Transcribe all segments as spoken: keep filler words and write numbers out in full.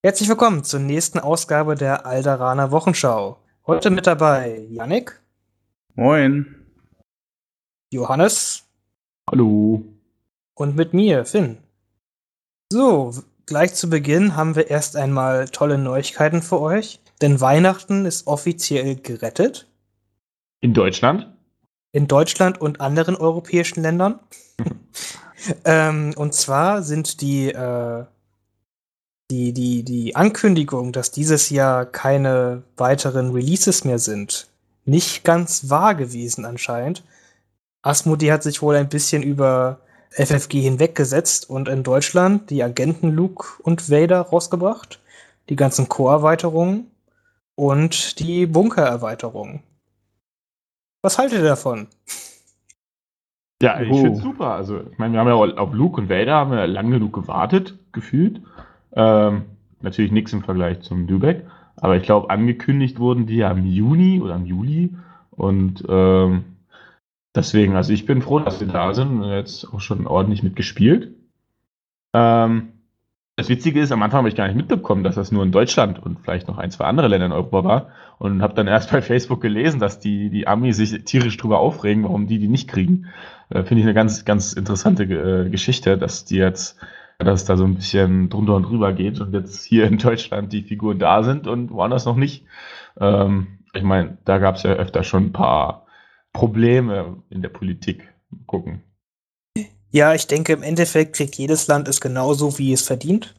Herzlich willkommen zur nächsten Ausgabe der Alderaner Wochenschau. Heute mit dabei Yannick, Moin. Johannes Hallo. und mit mir, Finn. So, w- gleich zu Beginn haben wir erst einmal tolle Neuigkeiten für euch, denn Weihnachten ist offiziell gerettet In Deutschland? in Deutschland und anderen europäischen Ländern. ähm, und zwar sind die, äh, die, die, die Ankündigung, dass dieses Jahr keine weiteren Releases mehr sind, nicht ganz wahr gewesen anscheinend. Asmodee hat sich wohl ein bisschen über F F G hinweggesetzt und in Deutschland die Agenten Luke und Vader rausgebracht, die ganzen Core-Erweiterungen und die Bunker-Erweiterungen. Was haltet ihr davon? Ja, ich Juhu. finde es super. Also, ich meine, wir haben ja auf Luke und Vader haben wir lang genug gewartet, gefühlt. Ähm, natürlich nichts im Vergleich zum Lübeck. Aber ich glaube, angekündigt wurden die ja im Juni oder im Juli. Und ähm, deswegen, also ich bin froh, dass sie da sind und jetzt auch schon ordentlich mitgespielt. Ähm, Das Witzige ist, am Anfang habe ich gar nicht mitbekommen, dass das nur in Deutschland und vielleicht noch ein, zwei andere Länder in Europa war. Und habe dann erst bei Facebook gelesen, dass die, die Amis sich tierisch drüber aufregen, warum die die nicht kriegen. Äh, Finde ich eine ganz, ganz interessante äh, Geschichte, dass die jetzt, dass es da so ein bisschen drunter und drüber geht und jetzt hier in Deutschland die Figuren da sind und woanders noch nicht. Ähm, ich meine, da gab es ja öfter schon ein paar Probleme in der Politik. Mal gucken. Ja, ich denke, im Endeffekt kriegt jedes Land es genauso, wie es verdient.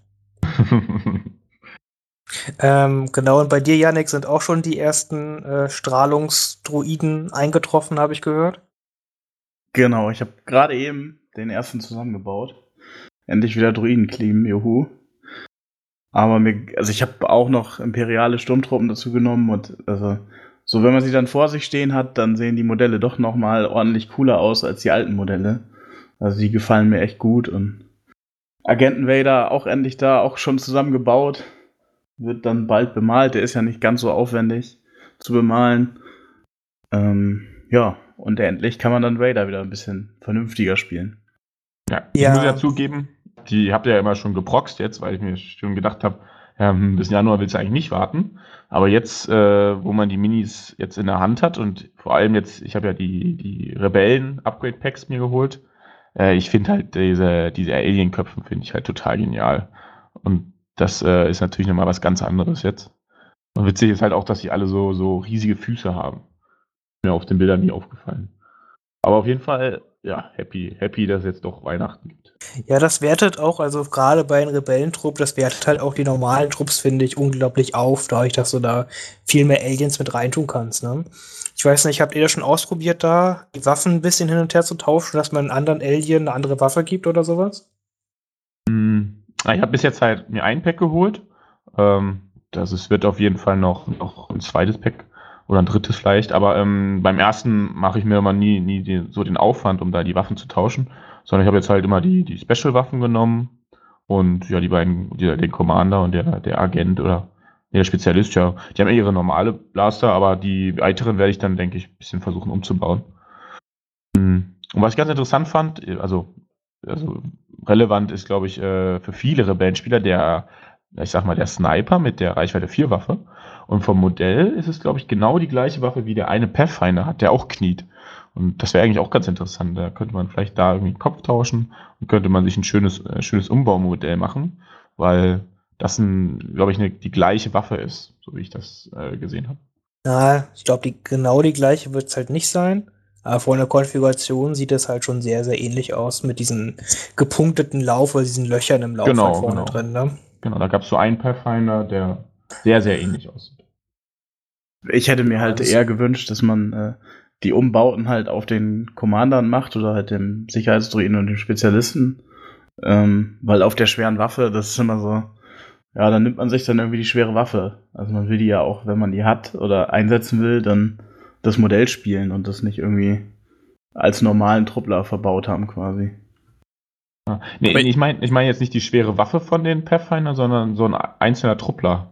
Ähm, genau, und bei dir, Yannick, sind auch schon die ersten äh, Strahlungsdruiden eingetroffen, habe ich gehört. Genau, ich habe gerade eben den ersten zusammengebaut. Endlich wieder Druiden-Clean, juhu. Aber mir, also ich habe auch noch imperiale Sturmtruppen dazu genommen und also so, wenn man sie dann vor sich stehen hat, dann sehen die Modelle doch noch mal ordentlich cooler aus als die alten Modelle. Also die gefallen mir echt gut und Agenten Vader auch endlich da, auch schon zusammengebaut. Wird dann bald bemalt, der ist ja nicht ganz so aufwendig zu bemalen. Ähm, ja, und endlich kann man dann Vader wieder ein bisschen vernünftiger spielen. Ja, ich Ja. muss ja zugeben, die habt ihr ja immer schon geproxt jetzt, weil ich mir schon gedacht habe, ähm, bis Januar willst du eigentlich nicht warten. Aber jetzt, äh, wo man die Minis jetzt in der Hand hat und vor allem jetzt, ich habe ja die, die Rebellen-Upgrade-Packs mir geholt. Äh, ich finde halt diese, diese Alien-Köpfen finde ich halt total genial. Und das äh, ist natürlich nochmal was ganz anderes jetzt. Und witzig ist halt auch, dass sie alle so, so riesige Füße haben. Mir auf den Bildern nie aufgefallen. Aber auf jeden Fall, ja, happy, happy, dass es jetzt doch Weihnachten gibt. Ja, das wertet auch, also gerade bei den Rebellentrupp, das wertet halt auch die normalen Trupps, finde ich, unglaublich auf, dadurch, dass du da viel mehr Aliens mit reintun kannst, ne? Ich weiß nicht, habt ihr das schon ausprobiert, da die Waffen ein bisschen hin und her zu tauschen, dass man einem anderen Alien eine andere Waffe gibt oder sowas? Hm, Ich habe bis jetzt halt mir ein Pack geholt. Ähm, das ist, wird auf jeden Fall noch, noch ein zweites Pack oder ein drittes vielleicht. Aber ähm, beim ersten mache ich mir immer nie, nie den, so den Aufwand, um da die Waffen zu tauschen. Sondern ich habe jetzt halt immer die, die Special-Waffen genommen. Und ja, die beiden, die, den Commander und der, der Agent oder der Spezialist, ja, die haben ja ihre normale Blaster, aber die weiteren werde ich dann, denke ich, ein bisschen versuchen umzubauen. Hm, Und was ich ganz interessant fand, also, also relevant ist, glaube ich, äh, für viele Rebellenspieler der, ich sag mal, der Sniper mit der Reichweite vier Waffe. Und vom Modell ist es, glaube ich, genau die gleiche Waffe, wie der eine Pathfinder hat, der auch kniet. Und das wäre eigentlich auch ganz interessant. Da könnte man vielleicht da irgendwie den Kopf tauschen und könnte man sich ein schönes, äh, schönes Umbaumodell machen, weil das, glaube ich, eine, die gleiche Waffe ist, so wie ich das äh, gesehen habe. Na, ich glaube, die, genau die gleiche wird es halt nicht sein. Aber von der Konfiguration sieht es halt schon sehr, sehr ähnlich aus mit diesem gepunkteten Lauf oder diesen Löchern im Lauf Genau, halt vorne genau. drin, ne? Genau, da gab es so einen Pathfinder, der sehr, sehr ähnlich aussieht. Ich hätte mir Ja, halt das- eher gewünscht, dass man äh, die Umbauten halt auf den Commandern macht oder halt dem Sicherheitsdruiden und dem Spezialisten. Ähm, weil auf der schweren Waffe, das ist immer so, ja, dann nimmt man sich dann irgendwie die schwere Waffe. Also man will die ja auch, wenn man die hat oder einsetzen will, dann das Modell spielen und das nicht irgendwie als normalen Truppler verbaut haben quasi. Ja. Nee, Aber- ich meine ich mein jetzt nicht die schwere Waffe von den Pathfinder, sondern so ein einzelner Truppler.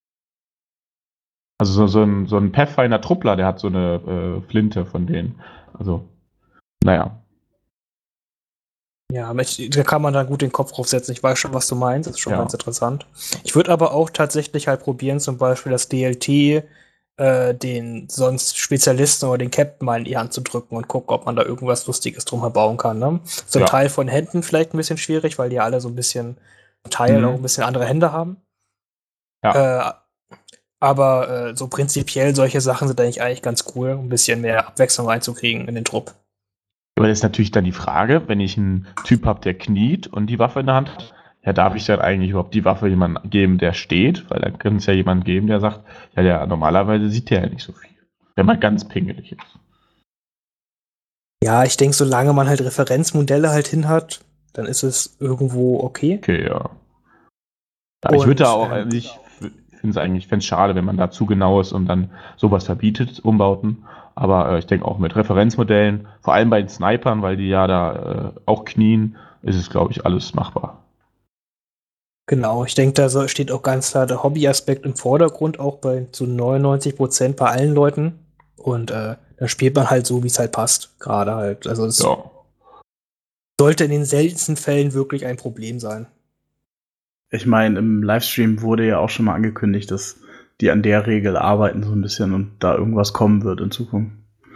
Also so, so ein, so ein Pathfinder-Truppler, der hat so eine äh, Flinte von denen. Also, naja. Ja, aber ich, da kann man dann gut den Kopf draufsetzen. Ich weiß schon, was du meinst. Das ist schon Ja. ganz interessant. Ich würde aber auch tatsächlich halt probieren, zum Beispiel das D L T äh, den sonst Spezialisten oder den Captain mal in die Hand zu drücken und gucken, ob man da irgendwas Lustiges drum herbauen kann. Ne? Zum Ja. Teil von Händen vielleicht ein bisschen schwierig, weil die alle so ein bisschen Teil Mhm. auch ein bisschen andere Hände haben. Ja. Äh, aber äh, so prinzipiell solche Sachen sind eigentlich, eigentlich ganz cool, um ein bisschen mehr Abwechslung reinzukriegen in den Trupp. Aber das ist natürlich dann die Frage, wenn ich einen Typ habe, der kniet und die Waffe in der Hand hat, ja, darf ich dann eigentlich überhaupt die Waffe jemandem geben, der steht? Weil dann könnte es ja jemanden geben, der sagt, ja, der normalerweise sieht der ja nicht so viel. Wenn man ganz pingelig ist. Ja, ich denke, solange man halt Referenzmodelle halt hin hat, dann ist es irgendwo okay. Okay, ja. Aber ich Und, würde da auch, ähm, also ich finde es eigentlich, fände es schade, wenn man da zu genau ist und dann sowas verbietet, Umbauten. Aber äh, ich denke auch mit Referenzmodellen, vor allem bei den Snipern, weil die ja da äh, auch knien, ist es, glaube ich, alles machbar. Genau, ich denke, da so steht auch ganz klar der Hobbyaspekt im Vordergrund, auch bei zu neunundneunzig Prozent bei allen Leuten. Und äh, dann spielt man halt so, wie es halt passt, gerade halt. Also es Ja. sollte in den seltensten Fällen wirklich ein Problem sein. Ich meine, im Livestream wurde ja auch schon mal angekündigt, dass die an der Regel arbeiten so ein bisschen und da irgendwas kommen wird in Zukunft.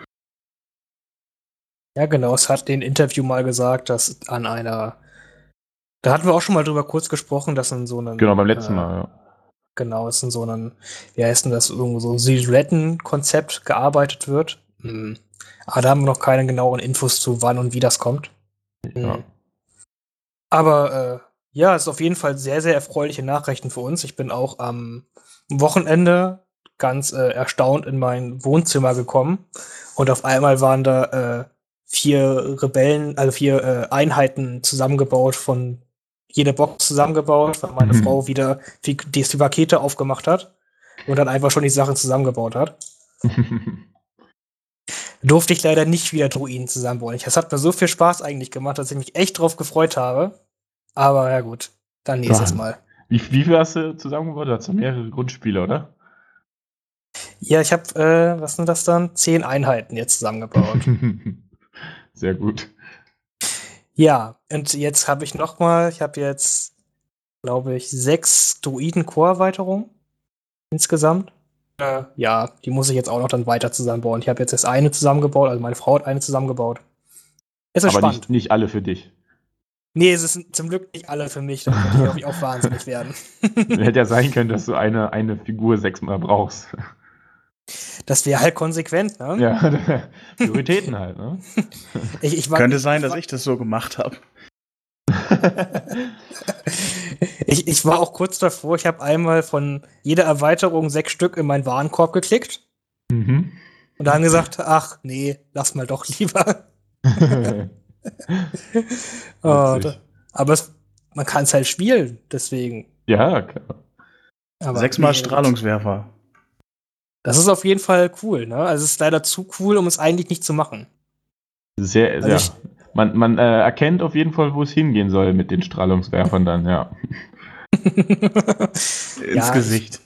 Ja, genau, es hat den Interview mal gesagt, dass an einer, da hatten wir auch schon mal drüber kurz gesprochen, dass in so einem, Genau, beim letzten äh, Mal, ja. genau, es in so einem, wie heißt denn das, irgendwo so ein Silhouetten-Konzept gearbeitet wird. Hm. Aber da haben wir noch keine genaueren Infos zu, wann und wie das kommt. ja. Hm. Aber äh, ja, es ist auf jeden Fall sehr, sehr erfreuliche Nachrichten für uns. Ich bin auch am Wochenende ganz äh, erstaunt in mein Wohnzimmer gekommen und auf einmal waren da äh, vier Rebellen, also vier äh, Einheiten zusammengebaut, von jeder Box zusammengebaut, weil meine Mhm. Frau wieder die, die die Pakete aufgemacht hat und dann einfach schon die Sachen zusammengebaut hat. Durfte ich leider nicht wieder Druiden zusammenbauen. Das hat mir so viel Spaß eigentlich gemacht, dass ich mich echt drauf gefreut habe. Aber ja gut, dann nächstes Mal. Wie, wie viel hast du zusammengebaut? Du hast ja mehrere Grundspiele, oder? Ja, ich habe, äh, was sind das dann? Zehn Einheiten jetzt zusammengebaut. Sehr gut. Ja, und jetzt habe ich noch mal, ich habe jetzt, glaube ich, sechs Druiden-Core-Erweiterungen insgesamt. Äh, ja, die muss ich jetzt auch noch dann weiter zusammenbauen. Ich habe jetzt erst eine zusammengebaut, also meine Frau hat eine zusammengebaut. Es ist Aber spannend. nicht, nicht alle für dich. Nee, es ist zum Glück nicht alle für mich, dann würde ich, glaube ich, auch wahnsinnig werden. Hätte ja sein können, dass du eine, eine Figur sechsmal brauchst. Das wäre halt konsequent, ne? Ja, Prioritäten halt, ne? Ich, ich war, Könnte ich, sein, ich dass war, ich das so gemacht habe. ich, ich war auch kurz davor, ich habe einmal von jeder Erweiterung sechs Stück in meinen Warenkorb geklickt Mhm. und dann gesagt, ach nee, lass mal doch lieber. Oh, da, aber es, man kann es halt spielen, deswegen. Ja, klar. Aber Sechsmal nee, Strahlungswerfer. das ist auf jeden Fall cool, ne? Also es ist leider zu cool, um es eigentlich nicht zu machen. Sehr, Also sehr. ich- Man, man äh, erkennt auf jeden Fall, wo es hingehen soll mit den Strahlungswerfern dann, ja. Ins Ja, Gesicht.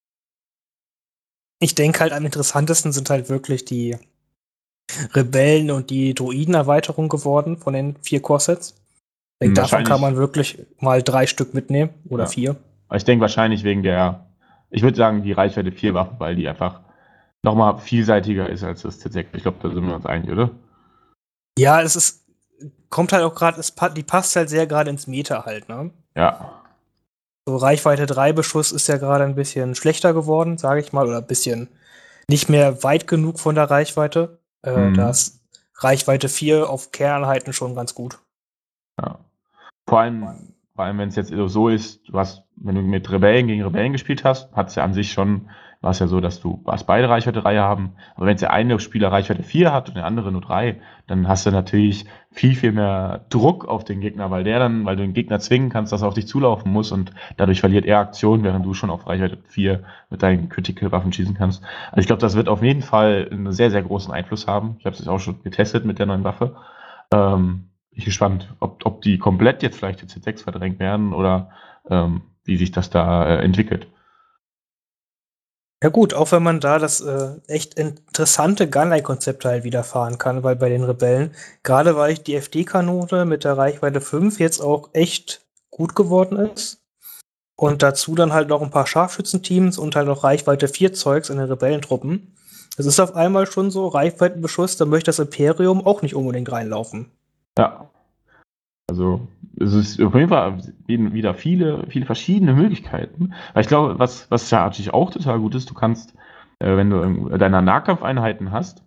Ich denke halt, am interessantesten sind halt wirklich die Rebellen und die Druiden-Erweiterung geworden von den vier Corsets. Ich denke, davon kann man wirklich mal drei Stück mitnehmen oder Ja. vier. Aber ich denke wahrscheinlich wegen der, ich würde sagen, die Reichweite vier Waffen, weil die einfach nochmal vielseitiger ist als das T sechs. Ich glaube, da sind wir uns einig, oder? Ja, es ist, kommt halt auch gerade, die passt halt sehr gerade ins Meta halt, ne? Ja. So Reichweite drei Beschuss ist ja gerade ein bisschen schlechter geworden, sage ich mal, oder ein bisschen nicht mehr weit genug von der Reichweite. Äh, Mhm. Da ist Reichweite vier auf Kerneinheiten schon ganz gut. Ja. Vor allem, vor allem wenn es jetzt so ist, du hast, wenn du mit Rebellen gegen Rebellen gespielt hast, hat es ja an sich schon, war es ja so, dass du was beide Reichweite drei haben. Aber wenn es der eine Spieler Reichweite vier hat und der andere nur drei, dann hast du natürlich viel, viel mehr Druck auf den Gegner, weil der dann, weil du den Gegner zwingen kannst, dass er auf dich zulaufen muss und dadurch verliert er Aktion, während du schon auf Reichweite vier mit deinen Critical-Waffen schießen kannst. Also ich glaube, das wird auf jeden Fall einen sehr, sehr großen Einfluss haben. Ich habe es jetzt auch schon getestet mit der neuen Waffe. Ähm, bin ich gespannt, ob, ob die komplett jetzt vielleicht jetzt T sechs verdrängt werden oder ähm, wie sich das da äh, entwickelt. Ja gut, auch wenn man da das äh, echt interessante Gunline-Konzept halt widerfahren kann, weil bei den Rebellen, gerade weil ich die F D-Kanone mit der Reichweite fünf jetzt auch echt gut geworden ist. Und dazu dann halt noch ein paar Scharfschützenteams und halt noch Reichweite vier Zeugs in den Rebellentruppen. Das ist auf einmal schon so Reichweitenbeschuss, da möchte das Imperium auch nicht unbedingt reinlaufen. Ja. Also, es ist auf jeden Fall wieder viele, viele verschiedene Möglichkeiten. Weil ich glaube, was, was ja natürlich auch total gut ist, du kannst, äh, wenn du irgend- deine Nahkampfeinheiten hast,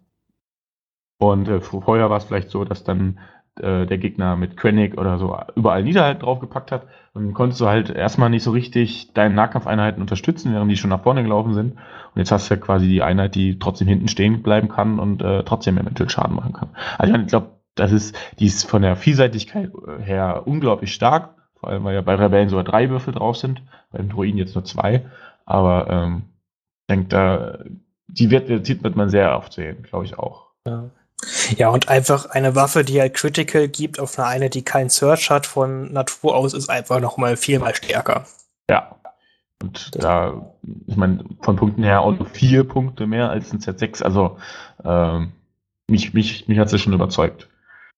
und äh, vorher war es vielleicht so, dass dann äh, der Gegner mit Krennic oder so überall Niederhalt draufgepackt hat, und dann konntest du halt erstmal nicht so richtig deine Nahkampfeinheiten unterstützen, während die schon nach vorne gelaufen sind. Und jetzt hast du ja quasi die Einheit, die trotzdem hinten stehen bleiben kann und äh, trotzdem eventuell Schaden machen kann. Also ich, meine, ich glaube, das ist, die ist von der Vielseitigkeit her unglaublich stark, vor allem weil ja bei Rebellen sogar drei Würfel drauf sind, beim Druiden jetzt nur zwei. Aber ähm, ich denke, da, die wird, die wird man sehr oft sehen, glaube ich auch. Ja. Ja, und einfach eine Waffe, die halt Critical gibt auf eine eine, die keinen Search hat von Natur aus, ist einfach noch mal viermal stärker. Ja. Und da, ich meine, von Punkten her auch nur vier Punkte mehr als ein Z sechs. Also ähm, mich, mich, mich hat es schon überzeugt.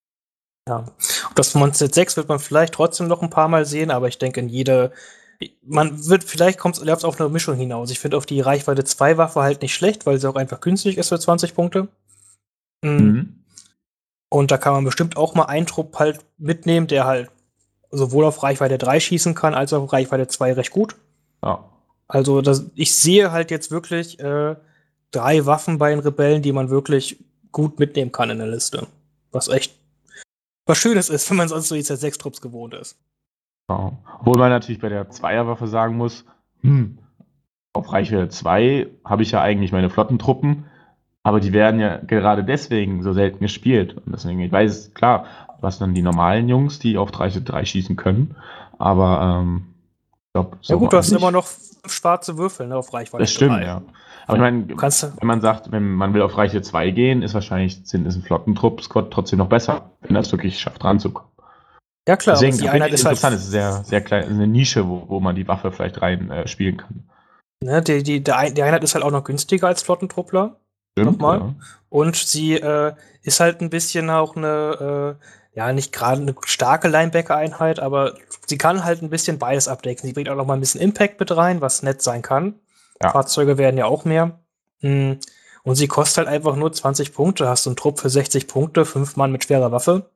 Ja. Und das von Z sechs wird man vielleicht trotzdem noch ein paar Mal sehen, aber ich denke, in jede. Man wird, vielleicht kommt es auf eine Mischung hinaus. Ich finde auf die Reichweite zwei Waffe halt nicht schlecht, weil sie auch einfach günstig ist für zwanzig Punkte. Mhm. Mhm. Und da kann man bestimmt auch mal einen Trupp halt mitnehmen, der halt sowohl auf Reichweite drei schießen kann, als auch auf Reichweite zwei recht gut. Ja. Also das, ich sehe halt jetzt wirklich äh, drei Waffen bei den Rebellen, die man wirklich gut mitnehmen kann in der Liste. Was echt was Schönes ist, wenn man sonst so die Z sechs Trupps gewohnt ist. Genau. Obwohl man natürlich bei der Zweierwaffe sagen muss, hm, auf Reichweite zwei habe ich ja eigentlich meine Flottentruppen, aber die werden ja gerade deswegen so selten gespielt. Und deswegen, ich weiß, klar, du hast dann die normalen Jungs, die auf Reichweite drei schießen können, aber ähm, ich glaube, so Ja gut, du hast nicht. immer noch schwarze Würfel, ne, auf Reichweite Das stimmt, drei. ja. Aber ich meine, Kannst du- wenn man sagt, wenn man will auf Reichweite zwei gehen, ist wahrscheinlich sind, ist ein Flottentrupp-Squad trotzdem noch besser, wenn das wirklich schafft, ranzukommen. Ja klar, aber Deswegen die finde Einheit ich ist interessant, halt, es ist sehr, sehr klein, eine Nische, wo, wo man die Waffe vielleicht rein äh, spielen kann. ne, die, die, der Ein- die Einheit ist halt auch noch günstiger als Flottentruppler. Stimmt, Nochmal. ja. Und sie äh, ist halt ein bisschen auch eine, äh, ja, nicht gerade eine starke Linebacker-Einheit, aber sie kann halt ein bisschen beides abdecken. Sie bringt auch noch mal ein bisschen Impact mit rein, was nett sein kann. Ja. Fahrzeuge werden ja auch mehr. Hm. Und sie kostet halt einfach nur zwanzig Punkte. Hast du einen Trupp für sechzig Punkte, fünf Mann mit schwerer Waffe.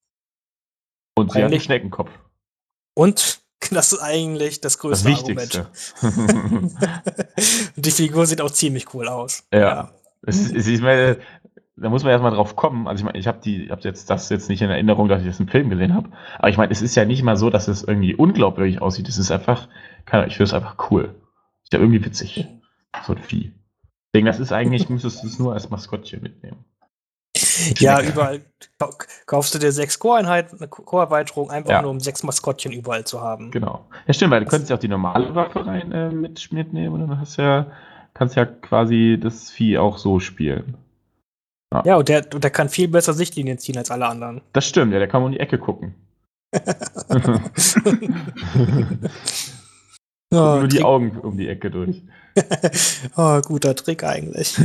Und sie hat einen Eigentlich- Schneckenkopf. Und das ist eigentlich das Das größte Wichtigste. Argument. Und die Figur sieht auch ziemlich cool aus. Ja. Es ist, es ist, ich meine, da muss man erstmal drauf kommen. Also ich meine, ich habe die, habe jetzt das jetzt nicht in Erinnerung, dass ich das im Film gesehen habe. Aber ich meine, es ist ja nicht mal so, dass es irgendwie unglaubwürdig aussieht. Es ist einfach, keine Ahnung, ich finde es einfach cool. Ist ja irgendwie witzig. So ein Vieh. Deswegen, das ist eigentlich, müsstest du es nur als Maskottchen mitnehmen. Ja, Schnecke. überall kau- kaufst du dir sechs Core-Einheiten, eine Core-Erweiterung, einfach Ja. nur um sechs Maskottchen überall zu haben. Genau. Ja, stimmt, weil du könntest ja auch die normale Waffe rein äh, mit, mitnehmen und dann hast ja, kannst ja quasi das Vieh auch so spielen. Ja, und der, und der kann viel besser Sichtlinien ziehen als alle anderen. Das stimmt, ja, der kann um die Ecke gucken. Oh, Nur die Trick- Augen um die Ecke durch. oh, guter Trick eigentlich.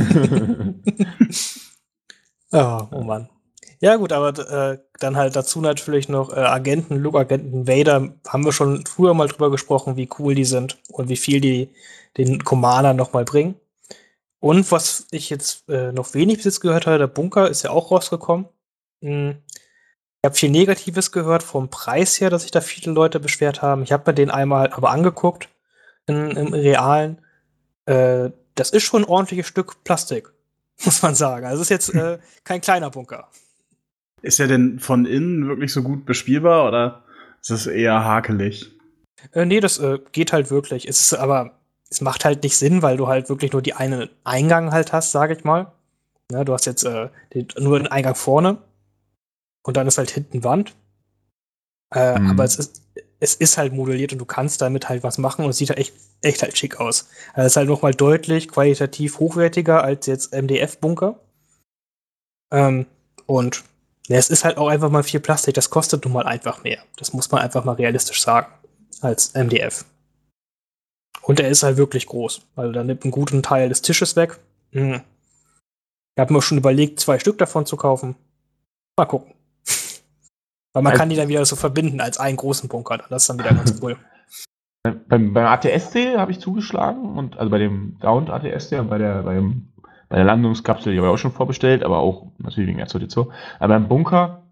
Oh, oh Mann. Ja, gut, aber äh, dann halt dazu natürlich noch äh, Agenten, Look-Agenten Vader. Haben wir schon früher mal drüber gesprochen, wie cool die sind und wie viel die den Commander noch mal bringen. Und was ich jetzt äh, noch wenig bis jetzt gehört habe, der Bunker ist ja auch rausgekommen. Hm. Ich habe viel Negatives gehört vom Preis her, dass sich da viele Leute beschwert haben. Ich habe mir den einmal aber angeguckt in, im Realen. Äh, das ist schon ein ordentliches Stück Plastik, muss man sagen. Also es ist jetzt äh, kein kleiner Bunker. Ist er denn von innen wirklich so gut bespielbar oder ist es eher hakelig? Äh, nee, das äh, geht halt wirklich. Es ist aber, es macht halt nicht Sinn, weil du halt wirklich nur die einen Eingang halt hast, sage ich mal. Ja, du hast jetzt äh, den, nur den Eingang vorne und dann ist halt hinten Wand. Äh, Mhm. Aber es ist, es ist halt modelliert und du kannst damit halt was machen und es sieht halt echt, echt halt schick aus. Also es ist halt nochmal deutlich qualitativ hochwertiger als jetzt M D F-Bunker. Ähm, und ja, es ist halt auch einfach mal viel Plastik, das kostet nun mal einfach mehr. Das muss man einfach mal realistisch sagen, als M D F. Und er ist halt wirklich groß. Also da nimmt einen guten Teil des Tisches weg. Mhm. Ich habe mir schon überlegt, zwei Stück davon zu kaufen. Mal gucken. Weil man Also- kann die dann wieder so verbinden als einen großen Bunker. Das ist dann wieder ganz cool. Beim, beim A T S C habe ich zugeschlagen und also bei dem Downed A T S C und bei der, beim, bei der Landungskapsel, die habe ich auch schon vorbestellt, aber auch natürlich wegen R zwei D zwei. Aber beim Bunker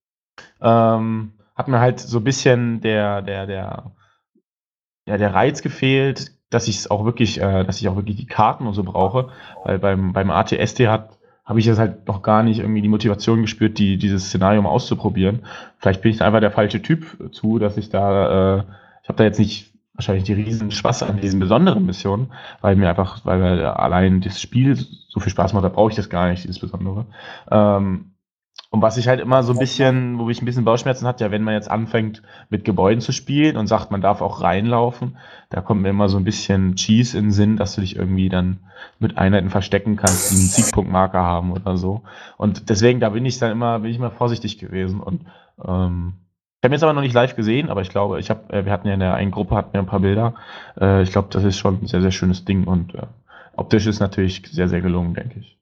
ähm, hat mir halt so ein bisschen der, der, der, ja, der Reiz gefehlt, dass ich es auch wirklich, äh, dass ich auch wirklich die Karten und so brauche. Weil beim, beim A T S T hat habe ich jetzt halt noch gar nicht irgendwie die Motivation gespürt, die, dieses Szenario mal auszuprobieren. Vielleicht bin ich da einfach der falsche Typ zu, dass ich da, äh, ich habe da jetzt nicht wahrscheinlich die riesen Spaß an diesen besonderen Missionen, weil mir einfach, weil mir allein das Spiel so viel Spaß macht, da brauche ich das gar nicht, dieses Besondere. Ähm, und was ich halt immer so ein bisschen, wo ich ein bisschen Bauchschmerzen hatte, ja, wenn man jetzt anfängt mit Gebäuden zu spielen und sagt, man darf auch reinlaufen, da kommt mir immer so ein bisschen Cheese in den Sinn, dass du dich irgendwie dann mit Einheiten verstecken kannst, die einen Siegpunktmarker haben oder so. Und deswegen, da bin ich dann immer, bin ich immer vorsichtig gewesen. Und ähm, ich habe jetzt aber noch nicht live gesehen, aber ich glaube, ich habe, äh, wir hatten ja in der einen Gruppe hatten wir ein paar Bilder. Äh, ich glaube, das ist schon ein sehr, sehr schönes Ding und äh, optisch ist natürlich sehr, sehr gelungen, denke ich.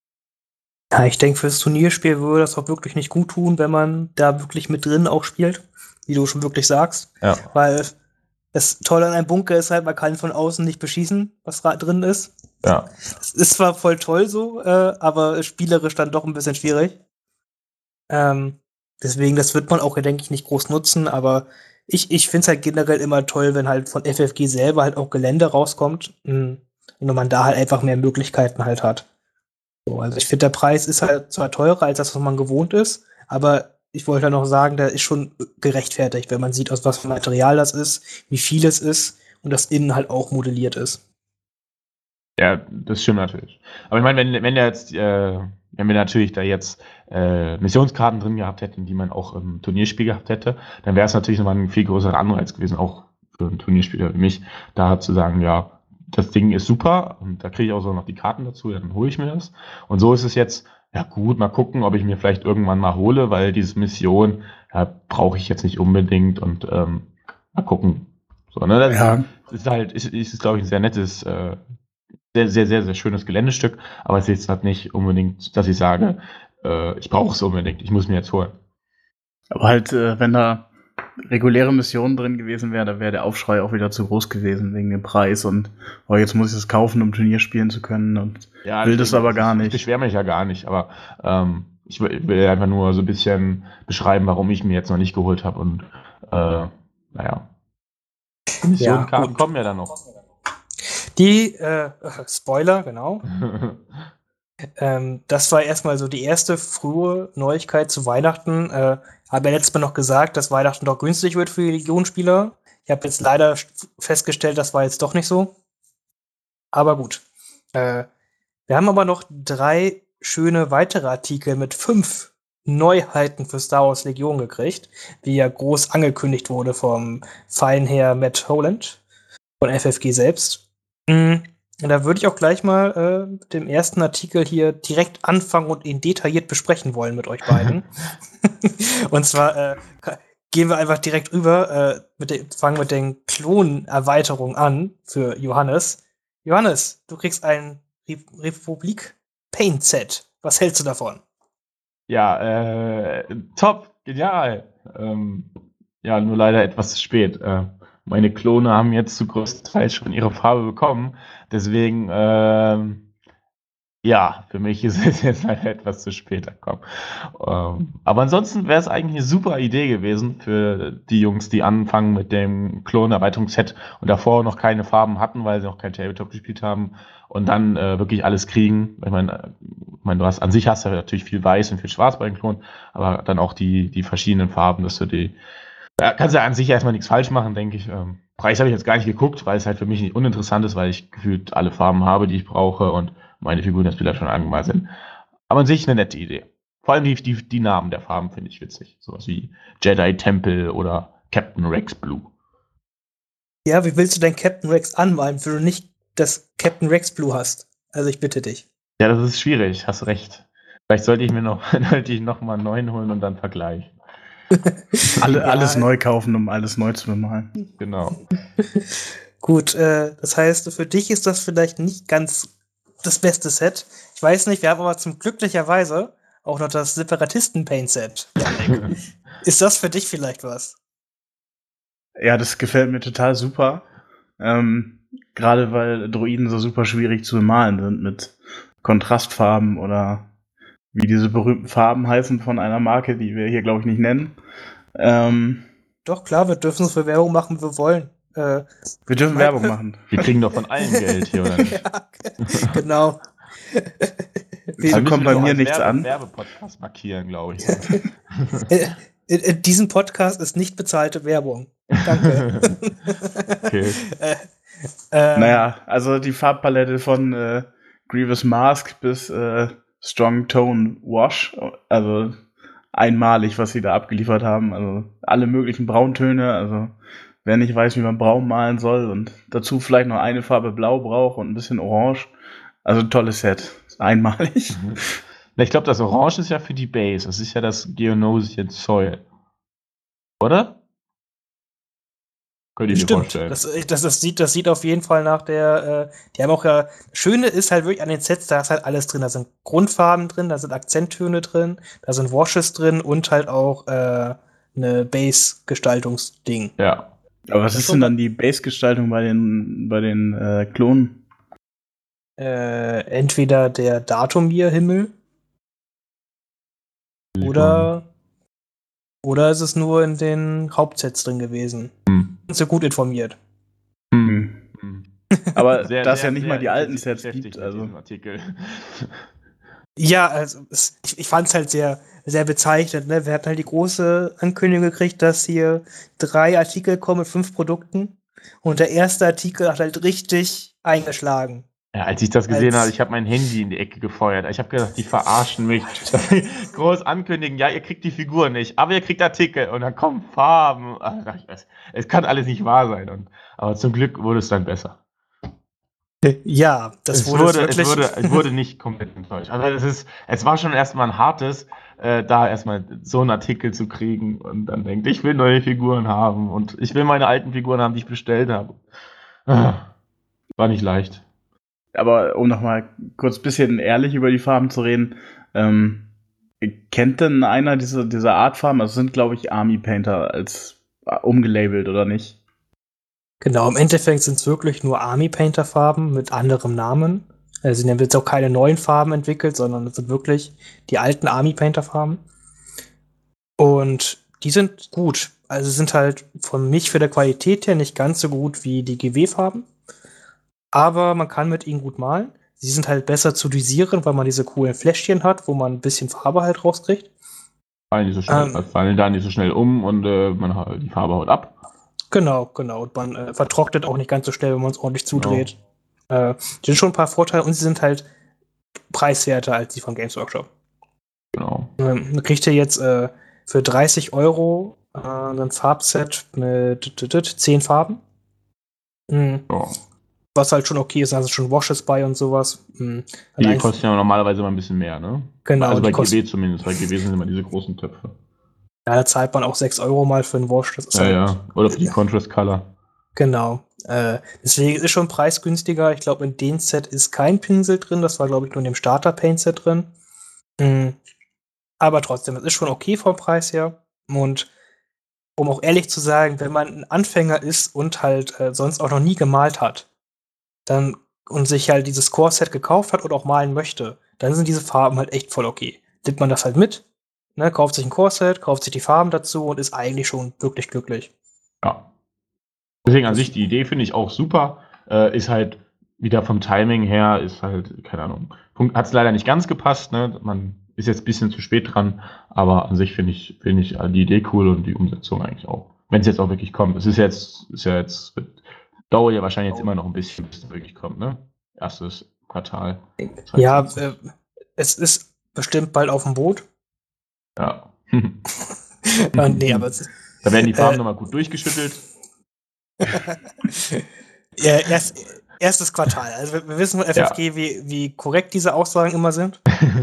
Ja, ich denke, fürs Turnierspiel würde das auch wirklich nicht gut tun, wenn man da wirklich mit drin auch spielt, wie du schon wirklich sagst. Ja. Weil das Tolle an einem Bunker ist halt, man kann von außen nicht beschießen, was da drin ist. Ja. Das ist zwar voll toll so, äh, aber spielerisch dann doch ein bisschen schwierig. Ähm, deswegen, das wird man auch, denke ich, nicht groß nutzen, aber ich, ich finde es halt generell immer toll, wenn halt von F F G selber halt auch Gelände rauskommt mh, und man da halt einfach mehr Möglichkeiten halt hat. So, also ich finde, der Preis ist halt zwar teurer als das, was man gewohnt ist, aber ich wollte ja noch sagen, der ist schon gerechtfertigt, wenn man sieht, aus was für Material das ist, wie viel es ist und das innen halt auch modelliert ist. Ja, das stimmt natürlich. Aber ich meine, wenn, wenn der jetzt, äh, wenn wir natürlich da jetzt äh, Missionskarten drin gehabt hätten, die man auch im Turnierspiel gehabt hätte, dann wäre es natürlich nochmal ein viel größerer Anreiz gewesen, auch für einen Turnierspieler wie mich, da zu sagen, ja, das Ding ist super und da kriege ich auch so noch die Karten dazu, ja, dann hole ich mir das. Und so ist es jetzt, ja gut, mal gucken, ob ich mir vielleicht irgendwann mal hole, weil diese Mission ja, brauche ich jetzt nicht unbedingt und ähm, mal gucken. So, ne, das Ja. ist halt, ist, ist glaube ich, ein sehr nettes, äh, sehr, sehr, sehr, sehr schönes Geländestück, aber es ist jetzt halt nicht unbedingt, dass ich sage, äh, ich brauche es unbedingt, ich muss mir jetzt holen. Aber halt, äh, wenn da reguläre Missionen drin gewesen wäre, da wäre der Aufschrei auch wieder zu groß gewesen wegen dem Preis und oh, jetzt muss ich es kaufen, um Turnier spielen zu können und Ja, will das aber gar Ich nicht. beschwere mich ja gar nicht, aber ähm, ich will, will einfach nur so ein bisschen beschreiben, warum ich mir jetzt noch nicht geholt habe und äh, naja. Die Missionenkarten gut. kommen ja dann noch. Die, äh, Spoiler, genau. ähm, das war erstmal so die erste frühe Neuigkeit zu Weihnachten. Äh, habe ja letztes Mal noch gesagt, dass Weihnachten doch günstig wird für die Legionsspieler. Ich habe jetzt leider festgestellt, das war jetzt doch nicht so. Aber gut. Äh, wir haben aber noch drei schöne weitere Artikel mit fünf Neuheiten für Star Wars Legion gekriegt, wie ja groß angekündigt wurde vom feinen Herr Matt Holland von F F G selbst. Mhm. Und da würde ich auch gleich mal äh, mit dem ersten Artikel hier direkt anfangen und ihn detailliert besprechen wollen mit euch beiden. Und zwar äh, gehen wir einfach direkt rüber, äh, mit den, fangen mit den Klonerweiterungen an für Johannes. Johannes, du kriegst ein Re Republik Paint Set. Was hältst du davon? Ja, äh, top, genial. Ähm, ja, nur leider etwas zu spät. Äh, meine Klone haben jetzt zu größten Teil schon ihre Farbe bekommen. Deswegen, ähm, ja, für mich ist es jetzt leider etwas zu spät gekommen. Ähm, aber ansonsten wäre es eigentlich eine super Idee gewesen für die Jungs, die anfangen mit dem Klon-Erweiterungsset und davor noch keine Farben hatten, weil sie noch kein Tabletop gespielt haben und dann äh, wirklich alles kriegen. Ich meine, ich meine, du hast an sich hast du natürlich viel Weiß und viel Schwarz bei den Klonen, aber dann auch die, die verschiedenen Farben, dass du die. Da kannst du an sich erstmal nichts falsch machen, denke ich. Ähm, Preis habe ich jetzt gar nicht geguckt, weil es halt für mich nicht uninteressant ist, weil ich gefühlt alle Farben habe, die ich brauche und meine Figuren jetzt wieder schon angemalt sind. Aber an sich eine nette Idee. Vor allem die, die, die Namen der Farben finde ich witzig. Sowas wie Jedi Temple oder Captain Rex Blue. Ja, wie willst du dein Captain Rex anmalen, wenn du nicht das Captain Rex Blue hast? Also ich bitte dich. Ja, das ist schwierig, hast recht. Vielleicht sollte ich mir noch, sollte ich noch mal einen neuen holen und dann vergleichen. Alle, Ja. Alles neu kaufen, um alles neu zu bemalen. Genau. Gut, äh, das heißt, für dich ist das vielleicht nicht ganz das beste Set. Ich weiß nicht, wir haben aber zum glücklicherweise auch noch das Separatisten-Paint-Set. Janik. Ist das für dich vielleicht was? Ja, das gefällt mir total super. Ähm, Gerade weil Droiden so super schwierig zu bemalen sind mit Kontrastfarben oder wie diese berühmten Farben heißen von einer Marke, die wir hier, glaube ich, nicht nennen. Ähm, Doch, klar, wir dürfen so viel Werbung machen, wie wir wollen. Äh, wir dürfen mein- Werbung machen. Wir kriegen doch von allen Geld hier, oder nicht? ja, genau. Wieso Dann müssen kommt wir bei doch mir als nichts Werbe- an? Werbepodcast markieren, glaube ich. Äh, äh, äh, diesen Podcast ist nicht bezahlte Werbung. Danke. Okay. äh, äh, Naja, also die Farbpalette von äh, Grievous Mask bis äh, Strong Tone Wash, also einmalig, was sie da abgeliefert haben. Also alle möglichen Brauntöne, also wer nicht weiß, wie man braun malen soll und dazu vielleicht noch eine Farbe blau braucht und ein bisschen orange. Also ein tolles Set. Einmalig. Mhm. Na, ich glaube, das Orange ist ja für die Base. Das ist ja das Geonosian Soil. Oder? Könnt ihr dir Stimmt. vorstellen. Das, das, das, sieht, das sieht auf jeden Fall nach der, äh, die haben auch ja, das Schöne ist halt wirklich an den Sets, da ist halt alles drin. Da sind Grundfarben drin, da sind Akzenttöne drin, da sind Washes drin und halt auch äh, eine Base-Gestaltungsding. Ja. Aber was Das ist schon denn dann die Base-Gestaltung bei den, bei den äh, Klonen? Äh, entweder der Datumir-Himmel oder, oder ist es nur in den Hauptsets drin gewesen. Hm. Sind sie gut informiert. Hm. Hm. Hm. Aber Sehr, da es sehr, ja nicht sehr mal die alten intensiv Sets beschäftigt gibt, mit also. diesem Artikel. Ja, also es, ich, ich fand es halt sehr, sehr bezeichnend. Ne? Wir hatten halt die große Ankündigung gekriegt, dass hier drei Artikel kommen mit fünf Produkten. Und der erste Artikel hat halt richtig eingeschlagen. Ja, als ich das gesehen Als- habe, ich habe mein Handy in die Ecke gefeuert. Ich habe gedacht, die verarschen mich. Groß ankündigen, ja, ihr kriegt die Figur nicht, aber ihr kriegt Artikel und dann kommen Farben. Ach, es, es kann alles nicht wahr sein. Und, aber zum Glück wurde es dann besser. Ja, das es, wurde, wurde, wirklich. es, wurde, es wurde nicht komplett enttäuscht. Also es, ist, es war schon erstmal ein hartes, äh, da erstmal so einen Artikel zu kriegen und dann denkt, ich will neue Figuren haben und ich will meine alten Figuren haben, die ich bestellt habe. Ah, war nicht leicht. Aber um nochmal kurz ein bisschen ehrlich über die Farben zu reden, ähm, kennt denn einer diese, diese Art Farben? Das sind, glaube ich, Army Painter als äh, umgelabelt, oder nicht? Genau, im Endeffekt sind es wirklich nur Army-Painter-Farben mit anderem Namen. Also sie haben jetzt auch keine neuen Farben entwickelt, sondern es sind wirklich die alten Army-Painter-Farben. Und die sind gut. Also sie sind halt von mich für der Qualität her nicht ganz so gut wie die G W-Farben. Aber man kann mit ihnen gut malen. Sie sind halt besser zu dosieren, weil man diese coolen Fläschchen hat, wo man ein bisschen Farbe halt rauskriegt. Fallen nicht so schnell, Ähm. fallen da nicht so schnell um und äh, man hat die Farbe haut ab. Genau, genau. Und man äh, vertrocknet auch nicht ganz so schnell, wenn man es ordentlich zudreht. Äh, die sind schon ein paar Vorteile und sie sind halt preiswerter als die von Games Workshop. Genau. Ähm, man kriegt ihr jetzt äh, für dreißig Euro äh, ein Farbset mit d- d- d- zehn Farben. Mhm. Ja. Was halt schon okay ist, also schon Washes bei und sowas. Mhm. Die Allein- kosten ja normalerweise immer ein bisschen mehr, ne? Genau, Also die bei kosten- G W zumindest. Bei G W sind immer diese großen Töpfe. Ja, da zahlt man auch sechs Euro mal für einen Wash. Das ist Ja, halt, ja. Oder für die Contrast Color. Genau. Äh, deswegen ist schon preisgünstiger. Ich glaube, in dem Set ist kein Pinsel drin. Das war, glaube ich, nur in dem Starter-Paint-Set drin. Mhm. Aber trotzdem, es ist schon okay vom Preis her. Und um auch ehrlich zu sagen, wenn man ein Anfänger ist und halt äh, sonst auch noch nie gemalt hat, dann und sich halt dieses Core-Set gekauft hat und auch malen möchte, dann sind diese Farben halt echt voll okay. Nimmt man das halt mit, ne, kauft sich ein Core-Set, kauft sich die Farben dazu und ist eigentlich schon wirklich glücklich. Ja. Deswegen an sich, die Idee finde ich auch super. Äh, ist halt wieder vom Timing her, ist halt, keine Ahnung, hat es leider nicht ganz gepasst. Ne? Man ist jetzt ein bisschen zu spät dran, aber an sich finde ich, finde ich die Idee cool und die Umsetzung eigentlich auch. Wenn es jetzt auch wirklich kommt. Es ist jetzt, ist ja jetzt, dauert ja wahrscheinlich jetzt immer noch ein bisschen, bis es wirklich kommt, ne? Erstes Quartal. Ja, äh, es ist bestimmt bald auf dem Boot. Ja. äh, nee, aber es, Da werden die Farben Äh. nochmal gut durchgeschüttelt. ja, erst, erstes Quartal. Also wir, wir wissen von F F G, wie, wie korrekt diese Aussagen immer sind.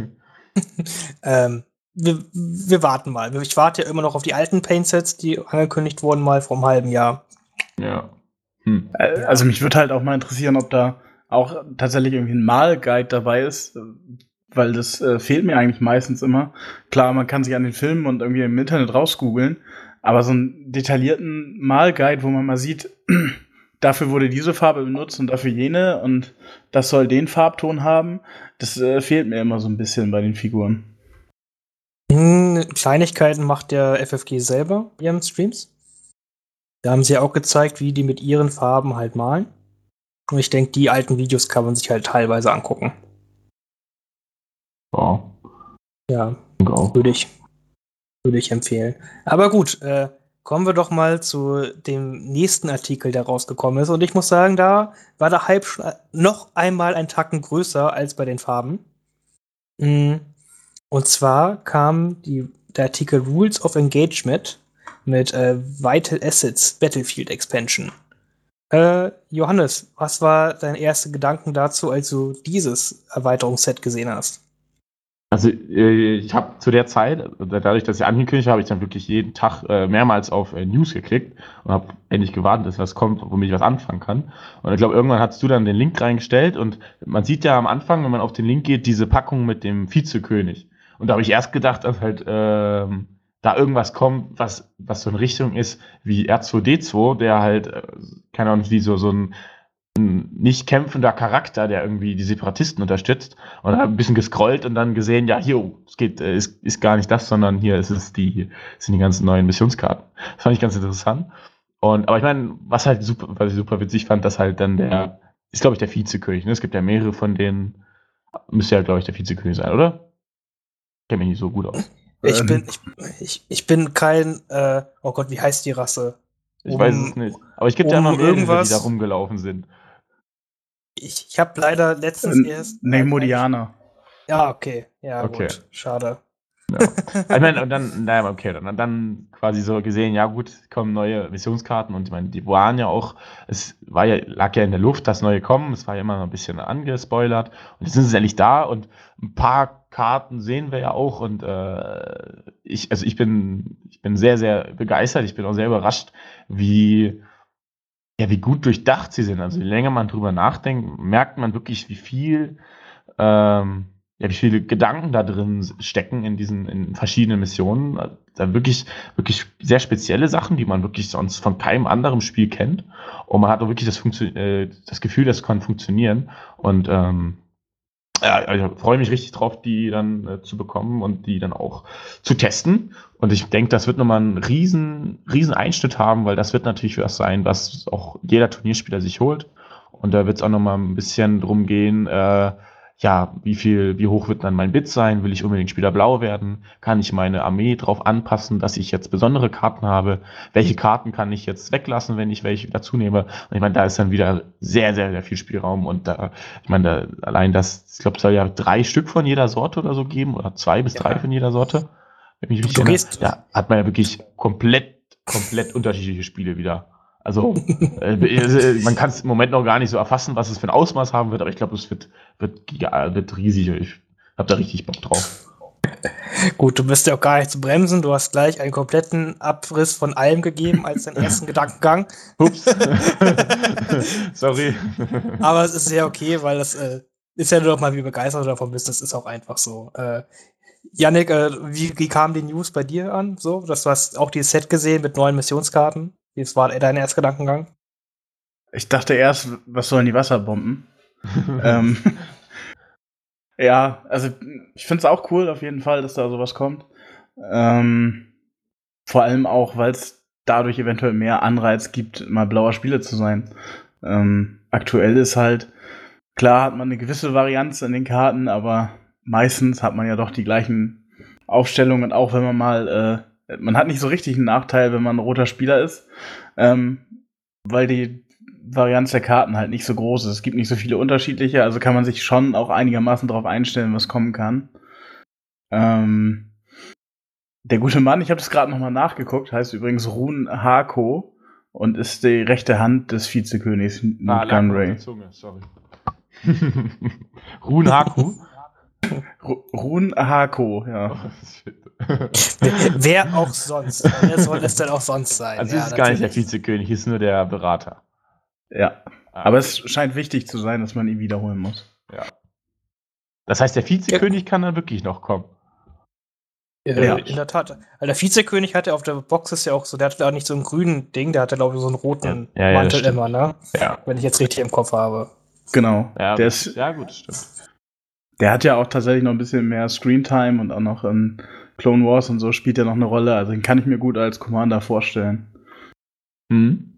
ähm, wir, wir warten mal. Ich warte ja immer noch auf die alten Paint-Sets, die angekündigt wurden mal vor einem halben Jahr. Ja. Hm. Also mich würde halt auch mal interessieren, ob da auch tatsächlich irgendwie ein Malguide dabei ist, weil das äh, fehlt mir eigentlich meistens immer. Klar, man kann sich an den Filmen und irgendwie im Internet rausgoogeln, aber so einen detaillierten Malguide, wo man mal sieht, dafür wurde diese Farbe benutzt und dafür jene und das soll den Farbton haben, das äh, fehlt mir immer so ein bisschen bei den Figuren. Hm, Kleinigkeiten macht der F F G selber in ihren Streams. Da haben sie auch gezeigt, wie die mit ihren Farben halt malen. Und ich denke, die alten Videos kann man sich halt teilweise angucken. Wow. Ja, Wow. würde ich, würde ich empfehlen. Aber gut, äh, kommen wir doch mal zu dem nächsten Artikel, der rausgekommen ist. Und ich muss sagen, da war der Hype schon noch einmal ein Tacken größer als bei den Farben. Und zwar kam die, der Artikel Rules of Engagement mit äh, Vital Assets Battlefield Expansion. Äh, Johannes, was war dein erster Gedanken dazu, als du dieses Erweiterungsset gesehen hast? Also ich habe zu der Zeit, dadurch, dass ich angekündigt habe, habe ich dann wirklich jeden Tag äh, mehrmals auf äh, News geklickt und habe endlich gewartet, dass was kommt, womit ich was anfangen kann. Und ich glaube, irgendwann hast du dann den Link reingestellt und man sieht ja am Anfang, wenn man auf den Link geht, diese Packung mit dem Vizekönig. Und da habe ich erst gedacht, dass halt ähm, da irgendwas kommt, was, was so in Richtung ist wie R zwei D zwei, der halt, äh, keine Ahnung, wie so, so ein ein nicht kämpfender Charakter, der irgendwie die Separatisten unterstützt, und habe ein bisschen gescrollt und dann gesehen, ja, hier, es geht, äh, ist, ist gar nicht das, sondern hier ist es die, sind die ganzen neuen Missionskarten. Das fand ich ganz interessant. Und, aber ich meine, was halt super, was ich super witzig fand, dass halt dann der, ist glaube ich der Vizekönig, ne? Es gibt ja mehrere von denen, müsste ja glaube ich der Vizekönig sein, oder? Kennt mich nicht so gut aus. Ich Ähm. bin, ich, ich, ich bin kein, äh, oh Gott, wie heißt die Rasse? Ich Um- weiß es nicht. Aber es gibt um ja immer mehrere, irgendwas- die da rumgelaufen sind. Ich, ich habe leider letztens Ähm, erst. Neymodianer. Ja, okay. Ja, Okay. gut. Schade. Ich meine, und dann, naja, okay, dann, dann quasi so gesehen, ja gut, kommen neue Missionskarten und ich meine, die waren ja auch, es war ja, lag ja in der Luft, dass neue kommen, es war ja immer noch ein bisschen angespoilert und jetzt sind sie endlich da und ein paar Karten sehen wir ja auch und äh, ich, also ich bin, ich bin sehr, sehr begeistert, ich bin auch sehr überrascht, wie, ja, wie gut durchdacht sie sind. Also je länger man drüber nachdenkt, merkt man wirklich, wie viel ähm, ja, wie viele Gedanken da drin stecken in diesen in verschiedenen Missionen. Da wirklich, wirklich sehr spezielle Sachen, die man wirklich sonst von keinem anderen Spiel kennt. Und man hat auch wirklich das, Funktio- äh, das Gefühl, das kann funktionieren. Und ähm, ja, also freue mich richtig drauf, die dann äh, zu bekommen und die dann auch zu testen. Und ich denke, das wird nochmal einen riesen, riesen Einschnitt haben, weil das wird natürlich was sein, was auch jeder Turnierspieler sich holt. Und da wird es auch nochmal ein bisschen drum gehen, äh, ja, wie viel, wie hoch wird dann mein Bit sein? Will ich unbedingt Spieler blau werden? Kann ich meine Armee darauf anpassen, dass ich jetzt besondere Karten habe? Welche Karten kann ich jetzt weglassen, wenn ich welche dazu nehme? Und ich meine, da ist dann wieder sehr, sehr, sehr viel Spielraum und da, ich meine, da, allein das, ich glaube, es soll ja drei Stück von jeder Sorte oder so geben oder zwei bis Ja. drei von jeder Sorte. Wenn mich Du- richtig du erinnere. gehst- Ja, hat man ja wirklich komplett, komplett unterschiedliche Spiele wieder. Also, äh, man kann es im Moment noch gar nicht so erfassen, was es für ein Ausmaß haben wird, aber ich glaube, es wird, wird, giga- wird riesig. Ich habe da richtig Bock drauf. Gut, du bist ja auch gar nicht zu bremsen. Du hast gleich einen kompletten Abriss von allem gegeben als deinen ersten Gedankengang. Ups. Sorry. Aber es ist sehr okay, weil das äh, ist ja nur noch mal, wie begeistert du davon bist. Das ist auch einfach so. Äh, Yannick, äh, wie, wie kam die News bei dir an? So, dass du hast auch dieses Set gesehen mit neuen Missionskarten. Wie war dein erster Gedankengang? Ich dachte erst, was sollen die Wasserbomben? ähm, ja, also ich finde es auch cool auf jeden Fall, dass da sowas kommt. Ähm, vor allem auch, weil es dadurch eventuell mehr Anreiz gibt, mal blauer Spieler zu sein. Ähm, aktuell ist halt, klar hat man eine gewisse Varianz in den Karten, aber meistens hat man ja doch die gleichen Aufstellungen, auch wenn man mal, äh, man hat nicht so richtig einen Nachteil, wenn man ein roter Spieler ist, ähm, weil die Varianz der Karten halt nicht so groß ist. Es gibt nicht so viele unterschiedliche, also kann man sich schon auch einigermaßen darauf einstellen, was kommen kann. Ähm, der gute Mann, ich habe das gerade nochmal nachgeguckt, heißt übrigens Run Hako und ist die rechte Hand des Vizekönigs Ah, lag mir auf Gunray. der Zunge, sorry. Run Haku. Ru- Run Hako, ja. Oh, shit. Wer, wer auch sonst? Wer soll es denn auch sonst sein? Also Ja, es ist gar nicht der natürlich. Vizekönig, es ist nur der Berater. Ja. Ah, Aber okay. es scheint wichtig zu sein, dass man ihn wiederholen muss. Ja. Das heißt, der Vizekönig kann dann wirklich noch kommen. Äh, Ja. In der Tat. Weil der Vizekönig hatte auf der Box ist ja auch so, der hatte da nicht so einen grünen Ding, der hatte, glaube ich, so einen roten Ja, ja, ja, Mantel stimmt. immer, ne? Ja. Wenn ich jetzt richtig im Kopf habe. Genau. Ja, der, richtig. ist, Ja, gut, stimmt. der hat ja auch tatsächlich noch ein bisschen mehr Screentime und auch noch in Clone Wars und so spielt er noch eine Rolle. Also den kann ich mir gut als Commander vorstellen. Mhm.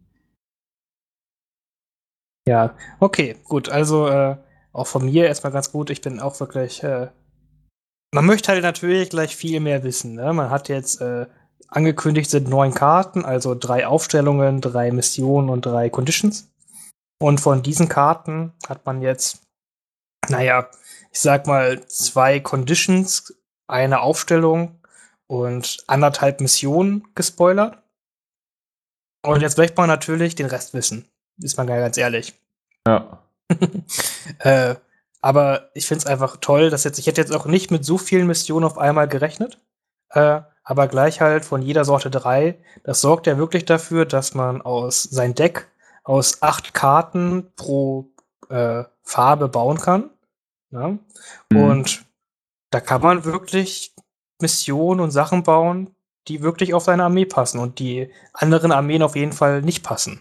Ja, okay, gut. Also äh, auch von mir erstmal ganz gut. Ich bin auch wirklich. Äh, man möchte halt natürlich gleich viel mehr wissen. Ne? Man hat jetzt äh, angekündigt, sind neun Karten, also drei Aufstellungen, drei Missionen und drei Conditions. Und von diesen Karten hat man jetzt, naja, ich sag mal, zwei Conditions, eine Aufstellung und anderthalb Missionen gespoilert. Und jetzt möchte man natürlich den Rest wissen. Ist man ganz ehrlich. Ja. äh, aber ich finde es einfach toll, dass jetzt, ich hätte jetzt auch nicht mit so vielen Missionen auf einmal gerechnet, äh, aber gleich halt von jeder Sorte drei. Das sorgt ja wirklich dafür, dass man aus sein Deck aus acht Karten pro äh, Farbe bauen kann. Ne? Mhm. Und da kann man wirklich Missionen und Sachen bauen, die wirklich auf seine Armee passen und die anderen Armeen auf jeden Fall nicht passen.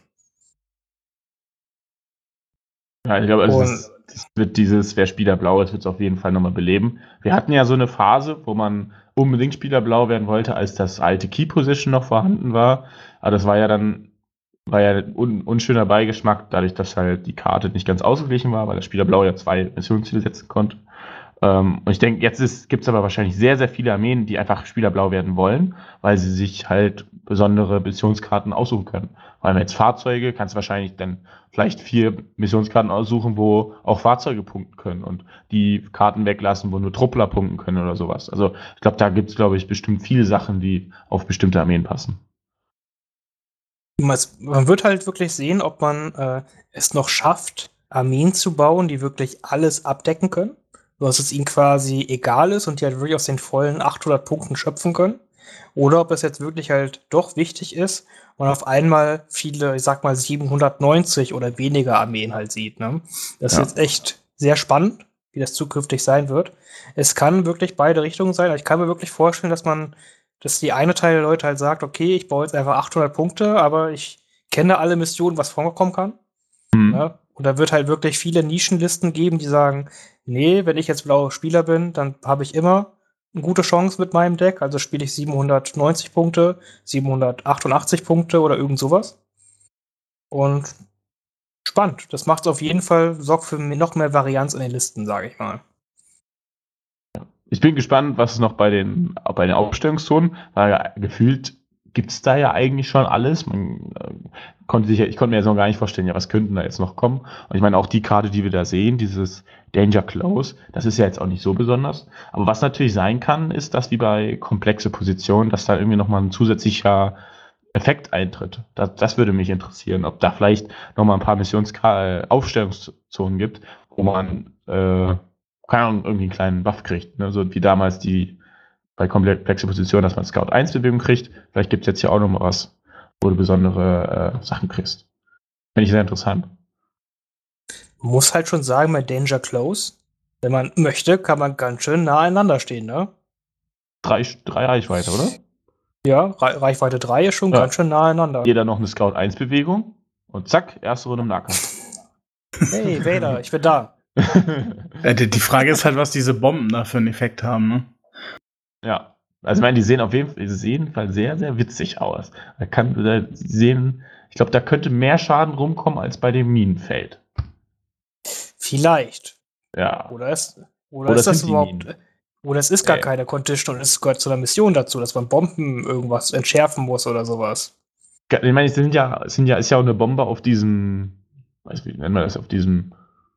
Ja, ich glaube, also Und das, das wird dieses, wer Spieler Blau ist, wird es auf jeden Fall nochmal beleben. Wir hatten ja so eine Phase, wo man unbedingt Spieler Blau werden wollte, als das alte Key Position noch vorhanden war. Aber das war ja dann, war ja ein un, unschöner Beigeschmack, dadurch, dass halt die Karte nicht ganz ausgeglichen war, weil der Spieler Blau ja zwei Missionsziele setzen konnte. Ähm, und ich denke, jetzt gibt es aber wahrscheinlich sehr, sehr viele Armeen, die einfach Spieler Blau werden wollen, weil sie sich halt besondere Missionskarten aussuchen können. Weil jetzt Fahrzeuge kannst du wahrscheinlich dann vielleicht vier Missionskarten aussuchen, wo auch Fahrzeuge punkten können und die Karten weglassen, wo nur Truppler punkten können oder sowas. Also ich glaube, da gibt es, glaube ich, bestimmt viele Sachen, die auf bestimmte Armeen passen. man wird halt wirklich sehen, ob man äh, es noch schafft, Armeen zu bauen, die wirklich alles abdecken können. Dass es ihnen quasi egal ist und die halt wirklich aus den vollen achthundert Punkten schöpfen können. Oder ob es jetzt wirklich halt doch wichtig ist und auf einmal viele, ich sag mal, siebenhundertneunzig oder weniger Armeen halt sieht. Ne? Das Ja. ist jetzt echt sehr spannend, wie das zukünftig sein wird. Es kann wirklich beide Richtungen sein. Ich kann mir wirklich vorstellen, dass man, dass die eine Teil der Leute halt sagt, okay, ich baue jetzt einfach achthundert Punkte, aber ich kenne alle Missionen, was vorkommen kann. Mhm. Ne? Und da wird halt wirklich viele Nischenlisten geben, die sagen, nee, wenn ich jetzt blauer Spieler bin, dann habe ich immer eine gute Chance mit meinem Deck. Also spiele ich siebenhundertneunzig Punkte, siebenhundertachtundachtzig Punkte oder irgend sowas. Und spannend. Das macht es auf jeden Fall, sorgt für noch mehr Varianz in den Listen, sage ich mal. Ich bin gespannt, was es noch bei den, bei den Aufstellungszonen, weil gefühlt gibt es da ja eigentlich schon alles. Man äh, konnte sich, ich konnte mir jetzt noch gar nicht vorstellen, ja, was könnten da jetzt noch kommen. Und ich meine, auch die Karte, die wir da sehen, dieses Danger Close, das ist ja jetzt auch nicht so besonders. Aber was natürlich sein kann, ist, dass wie bei komplexe Positionen, dass da irgendwie nochmal ein zusätzlicher Effekt eintritt. Das, das würde mich interessieren, ob da vielleicht nochmal ein paar Missions-Aufstellungszonen gibt, wo man äh, keine Ahnung, irgendwie einen kleinen Buff kriegt. Ne? So wie damals die bei komplexe Position, dass man Scout eins Bewegung kriegt. Vielleicht gibt es jetzt hier auch noch mal was, wo du besondere äh, Sachen kriegst. Finde ich sehr interessant. Muss halt schon sagen, bei Danger Close, wenn man möchte, kann man ganz schön nah einander stehen, ne? Drei, drei Reichweite, oder? Ja, Re Reichweite drei ist schon Ja. ganz schön nah einander. Jeder noch eine Scout eins Bewegung und zack, erste Runde im Nahkampf. Hey, Vader, ich bin da. Äh, die, die Frage ist halt, was diese Bomben da für einen Effekt haben, ne? Ja. Also ich meine, die sehen auf jeden Fall, die sehen auf jeden Fall sehr, sehr witzig aus. Da kann, da sehen, ich glaube, da könnte mehr Schaden rumkommen als bei dem Minenfeld. Vielleicht. Ja. Oder ist, oder Oder ist das sind die überhaupt. Minen? Oder es ist gar Äh. keine Condition und es gehört zu einer Mission dazu, dass man Bomben irgendwas entschärfen muss oder sowas. Ich meine, es sind ja, es sind ja, ist ja auch eine Bombe auf diesem, weiß wie nennt man das, auf diesem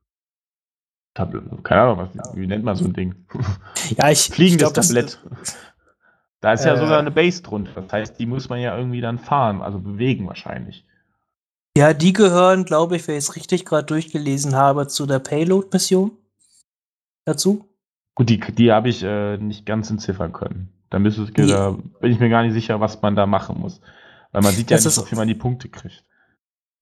Tablet, keine Ahnung, was, wie nennt man so ein Ding? Ja, ich. Fliegendes ich glaub, Tablett. Das, Da ist ja äh, sogar eine Base drunter. Das heißt, die muss man ja irgendwie dann fahren, also bewegen wahrscheinlich. ja, die gehören, glaube ich, wenn ich es richtig gerade durchgelesen habe, zu der Payload-Mission dazu. Gut, die, die habe ich äh, nicht ganz entziffern können. Da, müsste, Nee. da bin ich mir gar nicht sicher, was man da machen muss. Weil man sieht ja Das nicht, ist- wofür man die Punkte kriegt.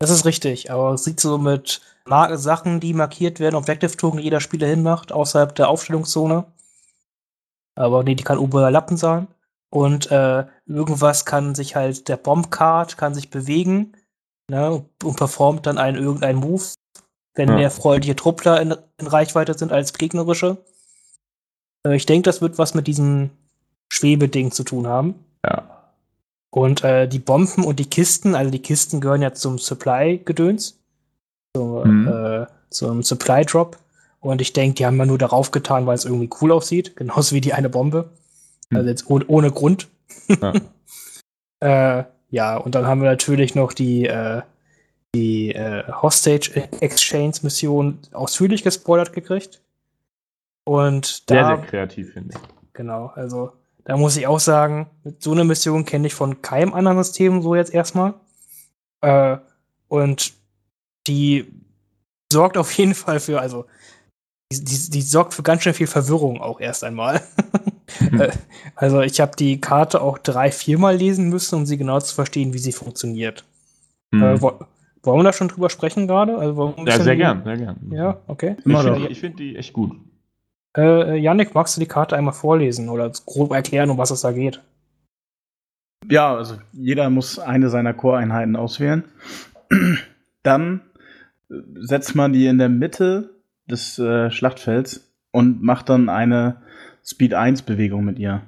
Das ist richtig, aber es sieht so mit Mar Sachen, die markiert werden, Objective-Token, die jeder Spieler hinmacht, außerhalb der Aufstellungszone. Aber nee, die kann überlappen sein. Und äh, irgendwas kann sich halt, der Bombcard kann sich bewegen, ne, und performt dann einen irgendeinen Move, wenn Ja. mehr freundliche Truppler in, in Reichweite sind als gegnerische. Äh, ich denke, das wird was mit diesem Schwebeding zu tun haben. Ja. Und äh, die Bomben und die Kisten, also die Kisten gehören ja zum Supply-Gedöns, zum, Mhm. äh, zum Supply-Drop. Und ich denke, die haben wir nur darauf getan, weil es irgendwie cool aussieht, genauso wie die eine Bombe. Mhm. Also jetzt ohne, ohne Grund. Ja. äh, ja, und dann haben wir natürlich noch die, äh, die äh, Hostage-Exchange-Mission ausführlich gespoilert gekriegt. Und Sehr, da, sehr kreativ, finde ich. genau, also da muss ich auch sagen, so eine Mission kenne ich von keinem anderen System so jetzt erstmal. Äh, und die sorgt auf jeden Fall für, also die, die, die sorgt für ganz schön viel Verwirrung auch erst einmal. Äh, also ich habe die Karte auch drei, viermal lesen müssen, um sie genau zu verstehen, wie sie funktioniert. Mhm. Äh, wo, wollen wir da schon drüber sprechen gerade? Also wollen wir ein Ja, bisschen sehr die- gern, sehr gern. Ja, okay. Ich Immer finde doch. die, ich find die echt gut. Äh, Yannick, magst du die Karte einmal vorlesen oder grob erklären, um was es da geht? Ja, also jeder muss eine seiner Core-Einheiten auswählen. Dann äh, setzt man die in der Mitte des äh, Schlachtfelds und macht dann eine Speed eins Bewegung mit ihr.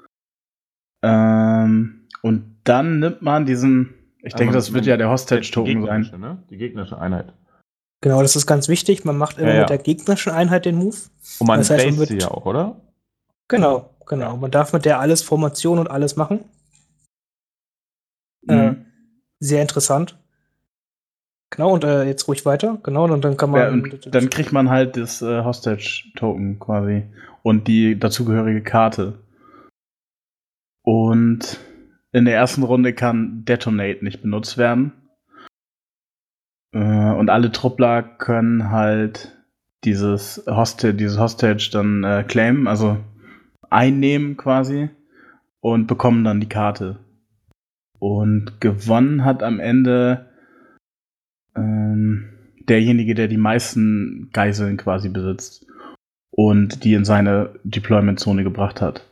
Ähm, und dann nimmt man diesen, ich denke, Aber das wird man- ja der Die Hostage-Token sein. gegnerische, ne? Die gegnerische Einheit. Genau, das ist ganz wichtig. Man macht immer Ja, ja. mit der gegnerischen Einheit den Move. Und man Das heißt, man placed sie wird- ja auch, oder? Genau, genau. Ja. Man darf mit der alles Formation und alles machen. Äh, Mhm. Sehr interessant. Genau, und äh, jetzt ruhig weiter. Genau, und dann kann man. Ja, und dann kriegt man halt das äh, Hostage-Token quasi und die dazugehörige Karte. Und in der ersten Runde kann Detonate nicht benutzt werden. Äh, und alle Truppler können halt dieses Hostage, dieses Hostage dann äh, claimen, also einnehmen quasi und bekommen dann die Karte. Und gewonnen hat am Ende ähm, derjenige, der die meisten Geiseln quasi besitzt und die in seine Deployment-Zone gebracht hat.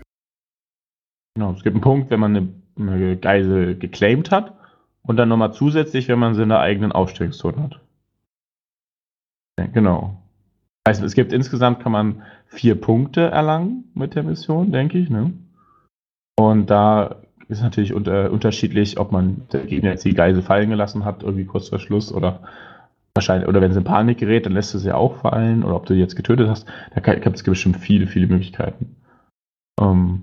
Genau. Es gibt einen Punkt, wenn man eine, eine Geisel geclaimed hat und dann nochmal zusätzlich, wenn man sie in der eigenen Aufstellungszone hat. Ja, genau. Also es gibt insgesamt, kann man vier Punkte erlangen mit der Mission, denke ich, ne? Und da ist natürlich unter, unterschiedlich, ob man der Gegner jetzt die Geisel fallen gelassen hat, irgendwie kurz vor Schluss, oder wahrscheinlich, oder wenn sie in Panik gerät, dann lässt du sie auch fallen, oder ob du die jetzt getötet hast. Da gibt es bestimmt viele, viele Möglichkeiten. Ähm,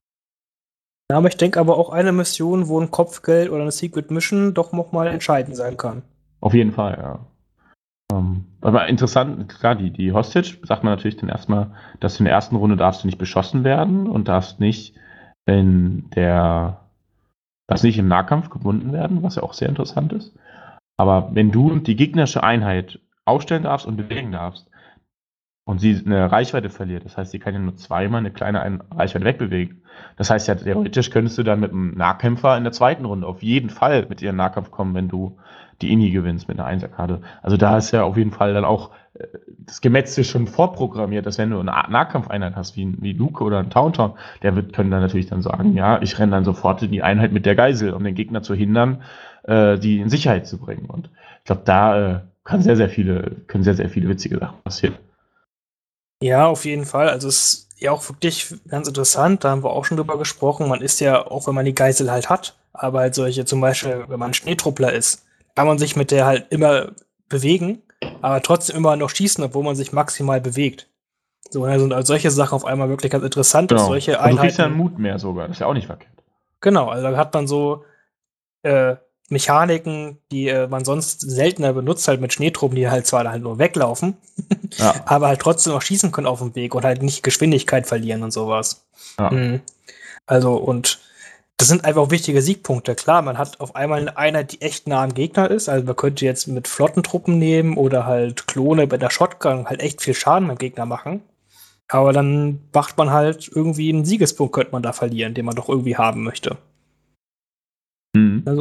Ja, aber ich denke aber auch eine Mission, wo ein Kopfgeld oder eine Secret Mission doch noch mal entscheidend sein kann. Auf jeden Fall, ja. Ähm, aber interessant, klar, die, die Hostage sagt man natürlich dann erstmal, dass in der ersten Runde darfst du nicht beschossen werden und darfst nicht, wenn der, darfst nicht im Nahkampf gebunden werden, was ja auch sehr interessant ist. Aber wenn du die gegnerische Einheit aufstellen darfst und bewegen darfst und sie eine Reichweite verliert, das heißt, sie kann ja nur zweimal eine kleine Ein- Reichweite wegbewegen. Das heißt ja, theoretisch könntest du dann mit einem Nahkämpfer in der zweiten Runde auf jeden Fall mit ihrem Nahkampf kommen, wenn du die Ini gewinnst mit einer Einserkarte. Also da ist ja auf jeden Fall dann auch äh, das Gemetzel schon vorprogrammiert, dass wenn du eine Nahkampfeinheit hast, wie, wie Luke oder ein Tauntaun, der wird, können dann natürlich dann sagen, ja, ich renne dann sofort in die Einheit mit der Geisel, um den Gegner zu hindern, äh, die in Sicherheit zu bringen. Und ich glaube, da äh, kann sehr, sehr viele, können sehr, sehr viele witzige Sachen passieren. Ja, auf jeden Fall. Also es ist ja auch wirklich ganz interessant, da haben wir auch schon drüber gesprochen. Man ist ja, auch wenn man die Geisel halt hat, aber halt solche, zum Beispiel, wenn man ein Schneetruppler ist, kann man sich mit der halt immer bewegen, aber trotzdem immer noch schießen, obwohl man sich maximal bewegt. So, also sind also solche Sachen auf einmal wirklich ganz interessant, dass solche Und du kriegst ja Einheiten. einen Mut mehr sogar, das ist ja auch nicht verkehrt. Genau, also da hat man so äh, Mechaniken, die äh, man sonst seltener benutzt, halt mit Schneetruppen, die halt zwar halt nur weglaufen, Ja. aber halt trotzdem auch schießen können auf dem Weg und halt nicht Geschwindigkeit verlieren und sowas. Ja. Mhm. Also, und das sind einfach wichtige Siegpunkte. Klar, man hat auf einmal eine Einheit, die echt nah am Gegner ist. Also man könnte jetzt mit Flottentruppen nehmen oder halt Klone bei der Shotgun halt echt viel Schaden beim Gegner machen. Aber dann macht man halt irgendwie einen Siegespunkt, könnte man da verlieren, den man doch irgendwie haben möchte. Mhm. Also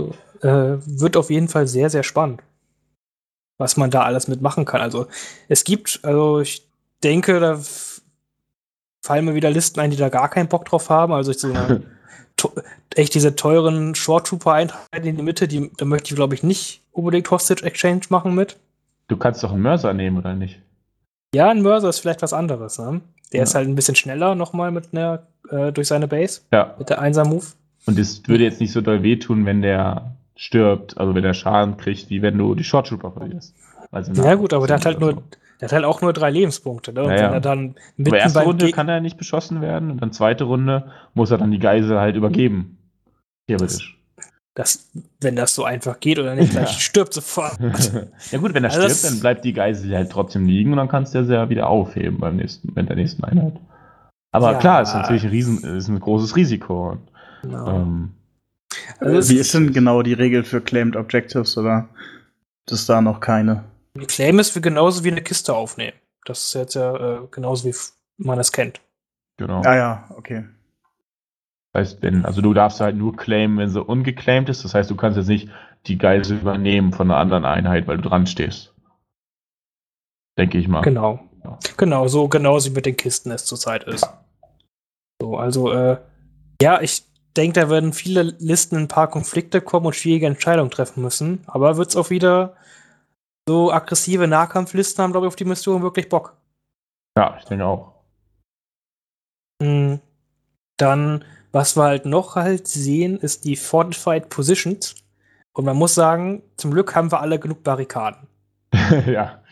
äh, wird auf jeden Fall sehr, sehr spannend, was man da alles mitmachen kann. Also es gibt, also ich denke, da f- fallen mir wieder Listen ein, die da gar keinen Bock drauf haben. Also ich so eine, to- echt diese teuren Short Trooper-Einheiten in die Mitte, die, da möchte ich, glaube ich, nicht unbedingt Hostage Exchange machen mit. Du kannst doch einen Mörser nehmen, oder nicht? Ja, ein Mörser ist vielleicht was anderes, ne? Der Ja. ist halt ein bisschen schneller nochmal mit einer, äh, durch seine Base, Ja. mit der Einser-Move. Und es würde jetzt nicht so doll wehtun, wenn der stirbt, also wenn der Schaden kriegt, wie wenn du die Short Trooper verlierst. Also Ja gut, aber der hat halt oder nur, der hat halt auch nur drei Lebenspunkte, ne? Und Ja, wenn ja. er dann Aber mitten erste beim Runde Geg- kann er nicht beschossen werden und dann zweite Runde muss er dann die Geisel halt übergeben. Theoretisch. das, wenn das so einfach geht oder nicht gleich Ja. stirbt sofort. Ja gut, wenn er Also das- stirbt, dann bleibt die Geisel halt trotzdem liegen und dann kannst du sie ja wieder aufheben beim nächsten, mit der nächsten Einheit. Aber Ja. klar, ist natürlich ein riesen, ist ein großes Risiko. Genau. Ähm, Also es Wie ist denn genau die Regel für Claimed Objectives, oder ist da noch keine? Die Claim ist wie genauso wie eine Kiste aufnehmen. Das ist jetzt ja äh, genauso wie f- man es kennt. genau. Ah ja, okay. Das heißt, wenn, also du darfst halt nur claimen, wenn sie ungeclaimed ist. Das heißt, du kannst jetzt nicht die Geisel übernehmen von einer anderen Einheit, weil du dran stehst. Denke ich mal. Genau. Ja. Genau, so genauso wie mit den Kisten es zurzeit ist. So, also, äh, ja, ich denke, da werden viele Listen in ein paar Konflikte kommen und schwierige Entscheidungen treffen müssen. Aber wird es auch wieder so aggressive Nahkampflisten haben, glaube ich, auf die Mission wirklich Bock. Ja, ich denke auch. Mhm. Dann, was wir halt noch halt sehen, ist die Fortified Positions. Und man muss sagen, zum Glück haben wir alle genug Barrikaden. ja.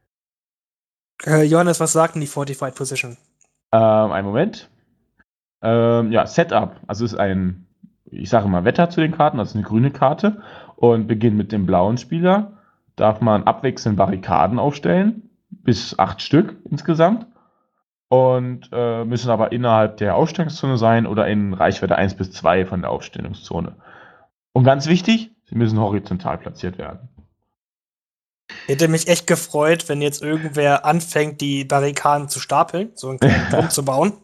Äh, Johannes, was sagt denn die Fortified Position? Ähm, einen Moment. Ähm, ja, Setup. Also es ist ein, ich sage mal, Wetter zu den Karten, also eine grüne Karte. Und beginnt mit dem blauen Spieler. Darf man abwechselnd Barrikaden aufstellen. Bis acht Stück insgesamt. Und äh, müssen aber innerhalb der Aufstellungszone sein oder in Reichweite eins bis zwei von der Aufstellungszone. Und ganz wichtig, sie müssen horizontal platziert werden. Hätte mich echt gefreut, wenn jetzt irgendwer anfängt, die Barrikaden zu stapeln, so einen kleinen Turm zu bauen.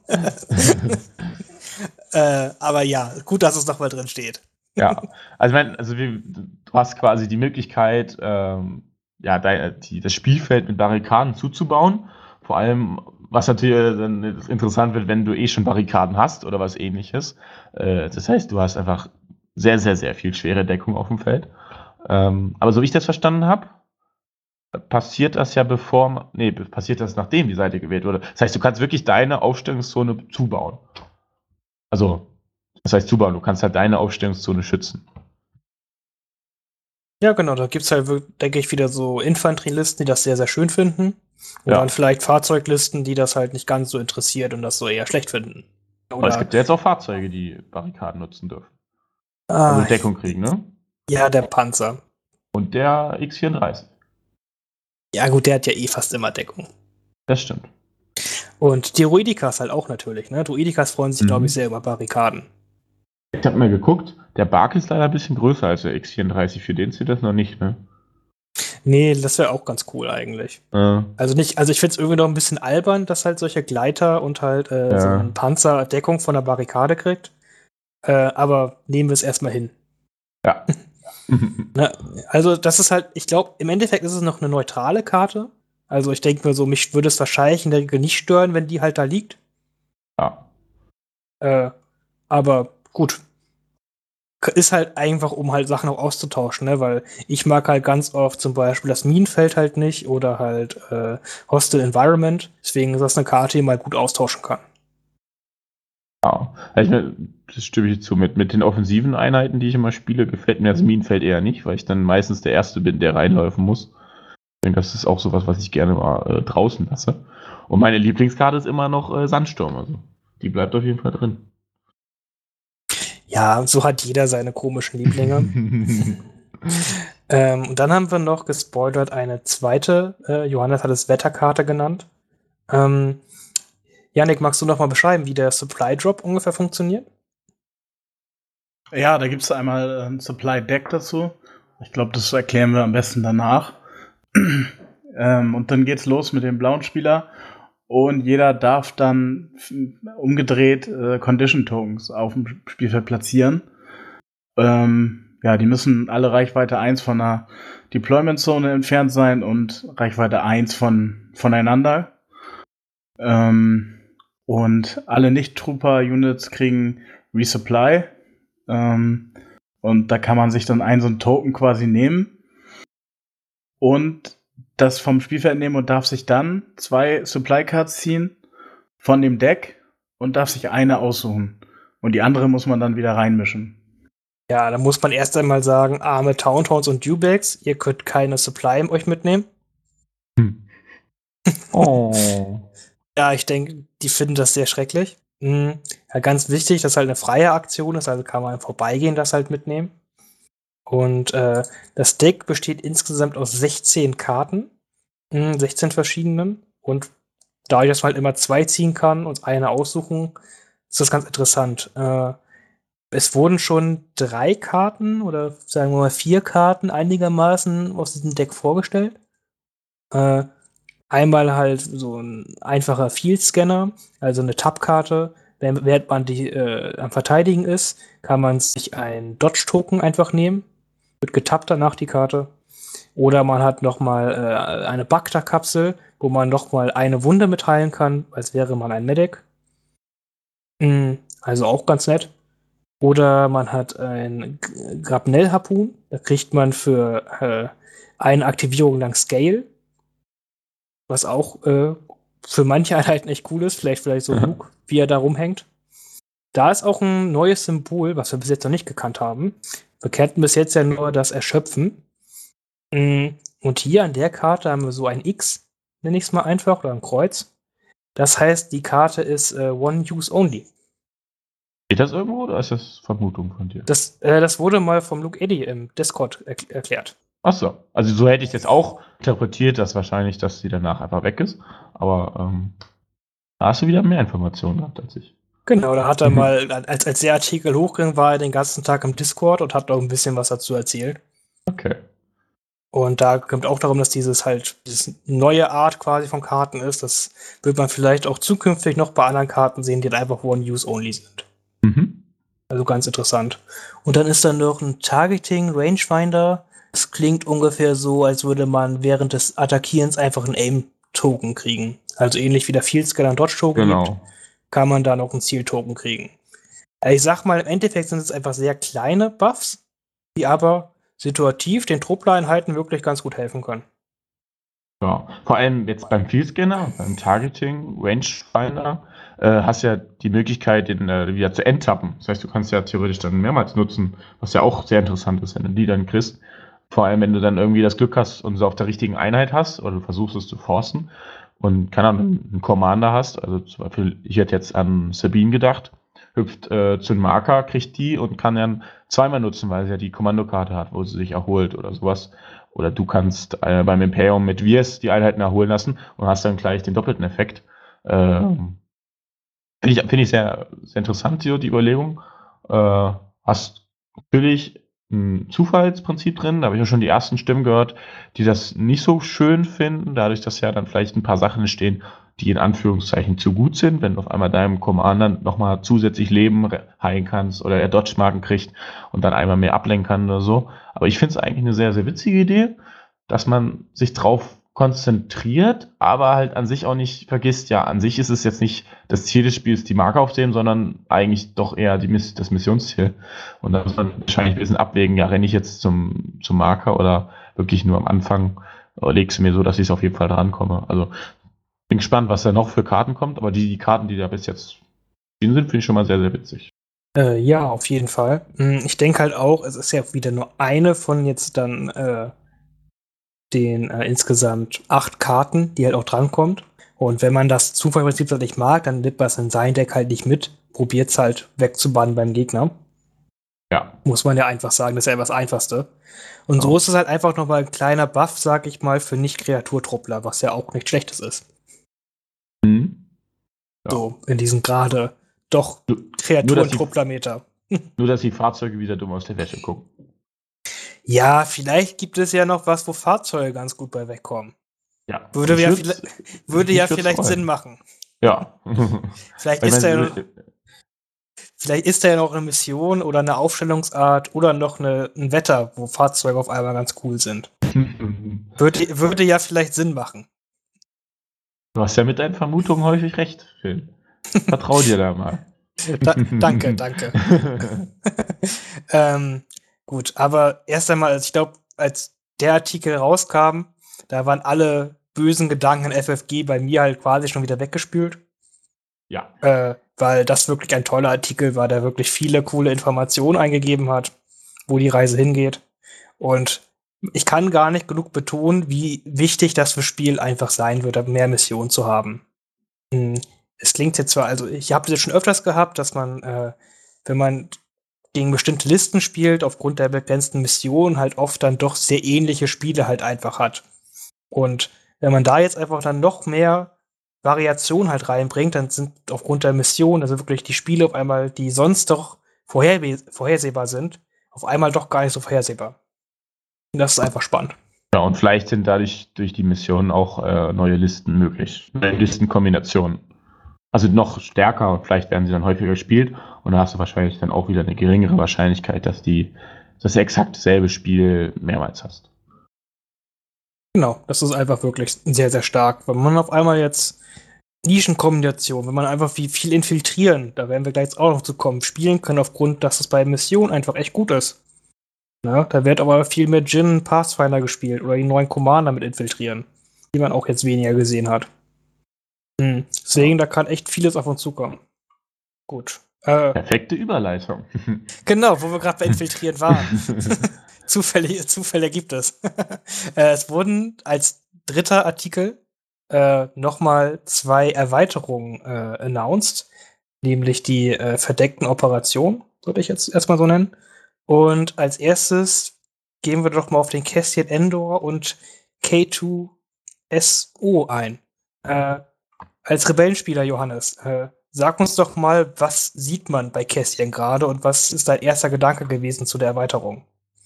äh, aber ja, gut, dass es noch mal drin steht. Ja, also ich meine, also wir, du hast quasi die Möglichkeit, ähm, ja, dein, die, das Spielfeld mit Barrikaden zuzubauen. Vor allem, was natürlich dann interessant wird, wenn du eh schon Barrikaden hast oder was ähnliches. Äh, das heißt, du hast einfach sehr, sehr, sehr viel schwere Deckung auf dem Feld. Ähm, aber so wie ich das verstanden habe, passiert das ja bevor, nee, passiert das nachdem die Seite gewählt wurde. Das heißt, du kannst wirklich deine Aufstellungszone zubauen. Also, das heißt zubauen, du kannst halt deine Aufstellungszone schützen. Ja, genau, da gibt es halt, wirk- denke ich, wieder so Infanterielisten, die das sehr, sehr schön finden. Und Ja. dann vielleicht Fahrzeuglisten, die das halt nicht ganz so interessiert und das so eher schlecht finden. Aber es Oder, gibt ja jetzt auch Fahrzeuge, die Barrikaden nutzen dürfen. ah, Also Deckung kriegen, ne? ja, der Panzer. Und der X vierunddreißig. Ja, gut, der hat ja eh fast immer Deckung. Das stimmt. Und die Druidikas halt auch natürlich, ne? Druidikas freuen sich, Mhm. glaube ich, sehr über Barrikaden. Ich habe mal geguckt, der Bark ist leider ein bisschen größer als der X vierunddreißig. Für den zählt das noch nicht, ne? Nee, das wäre auch ganz cool eigentlich. Äh, Also nicht, also ich finde es irgendwie noch ein bisschen albern, dass halt solche Gleiter und halt äh, Ja. so ein Panzer Deckung von der Barrikade kriegt. Äh, aber nehmen wir es erstmal hin. ja. Ne? Also das ist halt, ich glaube, im Endeffekt ist es noch eine neutrale Karte. Also ich denke mir so, mich würde es wahrscheinlich in der Regel nicht stören, wenn die halt da liegt. ja. Äh, aber gut. K- Ist halt einfach, um halt Sachen auch auszutauschen, ne? Weil ich mag halt ganz oft zum Beispiel das Minenfeld halt nicht oder halt äh, Hostile Environment. Deswegen ist das eine Karte, die man halt gut austauschen kann. Ja. Ich mein, das stimme ich zu. Mit, mit den offensiven Einheiten, die ich immer spiele, gefällt mir das Minenfeld eher nicht, weil ich dann meistens der Erste bin, der reinläufen muss. Ich denke, das ist auch sowas, was ich gerne mal äh, draußen lasse. Und meine Lieblingskarte ist immer noch äh, Sandsturm. Also die bleibt auf jeden Fall drin. Ja, so hat jeder seine komischen Lieblinge. ähm, und dann haben wir noch gespoilert eine zweite, äh, Johannes hat es Wetterkarte genannt. Ähm, Yannick, magst du noch mal beschreiben, wie der Supply Drop ungefähr funktioniert? Ja, da gibt es einmal ein Supply Deck dazu. Ich glaube, das erklären wir am besten danach. ähm, und dann geht's los mit dem blauen Spieler. Und jeder darf dann f- umgedreht äh, Condition Tokens auf dem Spielfeld platzieren. Ähm, ja, die müssen alle Reichweite eins von einer Deployment-Zone entfernt sein und Reichweite eins von, voneinander. Ähm, und alle Nicht-Trooper-Units kriegen Resupply. Ähm, und da kann man sich dann einen so einen Token quasi nehmen und das vom Spielfeld nehmen und darf sich dann zwei Supply-Cards ziehen von dem Deck und darf sich eine aussuchen. Und die andere muss man dann wieder reinmischen. Ja, da muss man erst einmal sagen, arme Tauntauns und Dewbacks, ihr könnt keine Supply euch mitnehmen. Hm. Oh. Ja, ich denke, die finden das sehr schrecklich. Mhm. Ja, ganz wichtig, dass halt eine freie Aktion ist, also kann man vorbeigehen, das halt mitnehmen. Und äh, das Deck besteht insgesamt aus sechzehn Karten, mh, sechzehn verschiedenen. Und dadurch, dass man halt immer zwei ziehen kann und eine aussuchen, ist das ganz interessant. Äh, es wurden schon drei Karten oder sagen wir mal vier Karten einigermaßen aus diesem Deck vorgestellt. Äh, einmal halt so ein einfacher Field-Scanner, also eine Tab-Karte. Wenn- Während man die äh, am Verteidigen ist, kann man sich ein Dodge-Token einfach nehmen. Wird getappt danach die Karte. Oder man hat noch mal äh, eine Bacta-Kapsel, wo man noch mal eine Wunde mitteilen kann, als wäre man ein Medic. Mm, also auch ganz nett. Oder man hat ein G- Grapnel-Harpun. Da kriegt man für äh, eine Aktivierung lang Scale. Was auch äh, für manche Einheiten echt cool ist. Vielleicht, vielleicht so Luke, wie er da rumhängt. Da ist auch ein neues Symbol, was wir bis jetzt noch nicht gekannt haben. Wir kannten bis jetzt ja nur das Erschöpfen. Mm, Und hier an der Karte haben wir so ein X, nenne ich es mal einfach, oder ein Kreuz. Das heißt, die Karte ist äh, One Use Only. Steht das irgendwo oder ist das Vermutung von dir? Das, äh, das wurde mal vom Luke Eddy im Discord er erklärt. Achso, also so hätte ich es jetzt auch interpretiert, dass wahrscheinlich, dass sie danach einfach weg ist. Aber ähm, da hast du wieder mehr Informationen gehabt als ich. Genau, da hat er mal, als, als der Artikel hochging, war er den ganzen Tag im Discord und hat auch ein bisschen was dazu erzählt. Okay. Und da kommt auch darum, dass dieses halt, diese neue Art quasi von Karten ist. Das wird man vielleicht auch zukünftig noch bei anderen Karten sehen, die dann einfach One-Use-Only sind. Mhm. Also ganz interessant. Und dann ist da noch ein Targeting Rangefinder. Das klingt ungefähr so, als würde man während des Attackierens einfach einen Aim-Token kriegen. Also ähnlich wie der Field-Scanner und Dodge-Token gibt, Genau. kann man da noch einen Ziel-Token kriegen. Also ich sag mal, im Endeffekt sind es einfach sehr kleine Buffs, die aber situativ den Truppler-Einheiten wirklich ganz gut helfen können. Ja. Vor allem jetzt beim Field-Scanner, beim Targeting, Rangefinder, äh, hast ja die Möglichkeit, den äh, wieder zu enttappen. Das heißt, du kannst ja theoretisch dann mehrmals nutzen, was ja auch sehr interessant ist, wenn du die dann kriegst. Vor allem, wenn du dann irgendwie das Glück hast und sie auf der richtigen Einheit hast oder du versuchst es zu forcen und keine Ahnung, einen Commander hast. Also zum Beispiel, ich hätte jetzt an Sabine gedacht, hüpft äh, zu einem Marker, kriegt die und kann dann zweimal nutzen, weil sie ja die Kommandokarte hat, wo sie sich erholt oder sowas. Oder du kannst äh, beim Imperium mit Virs die Einheiten erholen lassen und hast dann gleich den doppelten Effekt. Ähm, Finde ich, find ich sehr, sehr interessant, so die Überlegung. Äh, hast natürlich ein Zufallsprinzip drin, da habe ich ja schon die ersten Stimmen gehört, die das nicht so schön finden, dadurch, dass ja dann vielleicht ein paar Sachen stehen, die in Anführungszeichen zu gut sind, wenn du auf einmal deinem Commander nochmal zusätzlich Leben heilen kannst oder er Dodge-Marken kriegt und dann einmal mehr ablenken kann oder so. Aber ich finde es eigentlich eine sehr, sehr witzige Idee, dass man sich drauf konzentriert, aber halt an sich auch nicht vergisst, ja, an sich ist es jetzt nicht das Ziel des Spiels, die Marke aufzunehmen, sondern eigentlich doch eher die Miss- das Missionsziel. Und da muss man wahrscheinlich ein bisschen abwägen, ja, renne ich jetzt zum, zum Marker oder wirklich nur am Anfang, oder legst du mir so, dass ich auf jeden Fall drankomme. Also bin gespannt, was da noch für Karten kommt, aber die, die Karten, die da bis jetzt erschienen sind, finde ich schon mal sehr, sehr witzig. Äh, ja, auf jeden Fall. Mm, Ich denke halt auch, es ist ja wieder nur eine von jetzt dann äh, den äh, insgesamt acht Karten, die halt auch drankommt. Und wenn man das Zufallsprinzip halt nicht mag, dann nimmt man es in sein Deck halt nicht mit, probiert es halt wegzubannen beim Gegner. Ja. Muss man ja einfach sagen, das ist ja das Einfachste. Und so Ja. ist es halt einfach nochmal ein kleiner Buff, sag ich mal, für Nicht-Kreaturtruppler, was ja auch nichts Schlechtes ist. Mhm. Ja. So, in diesem gerade doch Nur, nur, dass die, Kreaturen-Truppler-Meter. nur, dass die Fahrzeuge wieder dumm aus der Wäsche gucken. Ja, vielleicht gibt es ja noch was, wo Fahrzeuge ganz gut bei wegkommen. Ja. Würde Ich ja, würd's- vielleicht, würde ich ja würd's vielleicht freuen. Sinn machen. Ja. Vielleicht Weil ist man- da ja, vielleicht ist da ja noch eine Mission oder eine Aufstellungsart oder noch eine, ein Wetter, wo Fahrzeuge auf einmal ganz cool sind. Würde, würde ja vielleicht Sinn machen. Du hast ja mit deinen Vermutungen häufig recht, Phil. Vertrau dir da mal. Da, danke, danke. ähm, gut, aber erst einmal, also ich glaube, als der Artikel rauskam, da waren alle bösen Gedanken an F F G bei mir halt quasi schon wieder weggespült. Ja. Äh, weil das wirklich ein toller Artikel war, der wirklich viele coole Informationen eingegeben hat, wo die Reise hingeht. Und ich kann gar nicht genug betonen, wie wichtig das für Spiel einfach sein wird, mehr Missionen zu haben. Hm. Es klingt jetzt zwar, also ich habe das schon öfters gehabt, dass man, äh, wenn man gegen bestimmte Listen spielt, aufgrund der begrenzten Mission halt oft dann doch sehr ähnliche Spiele halt einfach hat. Und wenn man da jetzt einfach dann noch mehr Variation halt reinbringt, dann sind aufgrund der Mission, also wirklich die Spiele auf einmal, die sonst doch vorher vorhersehbar sind, auf einmal doch gar nicht so vorhersehbar. Und das ist einfach spannend. Ja, und vielleicht sind dadurch durch die Mission auch äh, neue Listen möglich. Neue Listenkombinationen. Also noch stärker und vielleicht werden sie dann häufiger gespielt und da hast du wahrscheinlich dann auch wieder eine geringere Wahrscheinlichkeit, dass die das exakt dasselbe Spiel mehrmals hast. Genau, das ist einfach wirklich sehr, sehr stark. Wenn man auf einmal jetzt Nischenkombination, wenn man einfach wie viel infiltrieren, da werden wir gleich jetzt auch noch zu kommen, spielen können, aufgrund, dass es bei Missionen einfach echt gut ist. Na, da wird aber viel mehr Jin Pathfinder gespielt oder die neuen Commander mit infiltrieren, die man auch jetzt weniger gesehen hat. Hm. Deswegen, da kann echt vieles auf uns zukommen. Gut. Äh, Perfekte Überleitung. Genau, wo wir gerade bei Infiltrieren waren. Zufälle, Zufälle gibt es. äh, es wurden als dritter Artikel äh, nochmal zwei Erweiterungen äh, announced, nämlich die äh, verdeckten Operationen, würde ich jetzt erstmal so nennen. Und als erstes gehen wir doch mal auf den Cassian Endor und K zwei S O ein. Äh, als Rebellenspieler, Johannes, äh, sag uns doch mal, was sieht man bei Cassian gerade und was ist dein erster Gedanke gewesen zu der Erweiterung?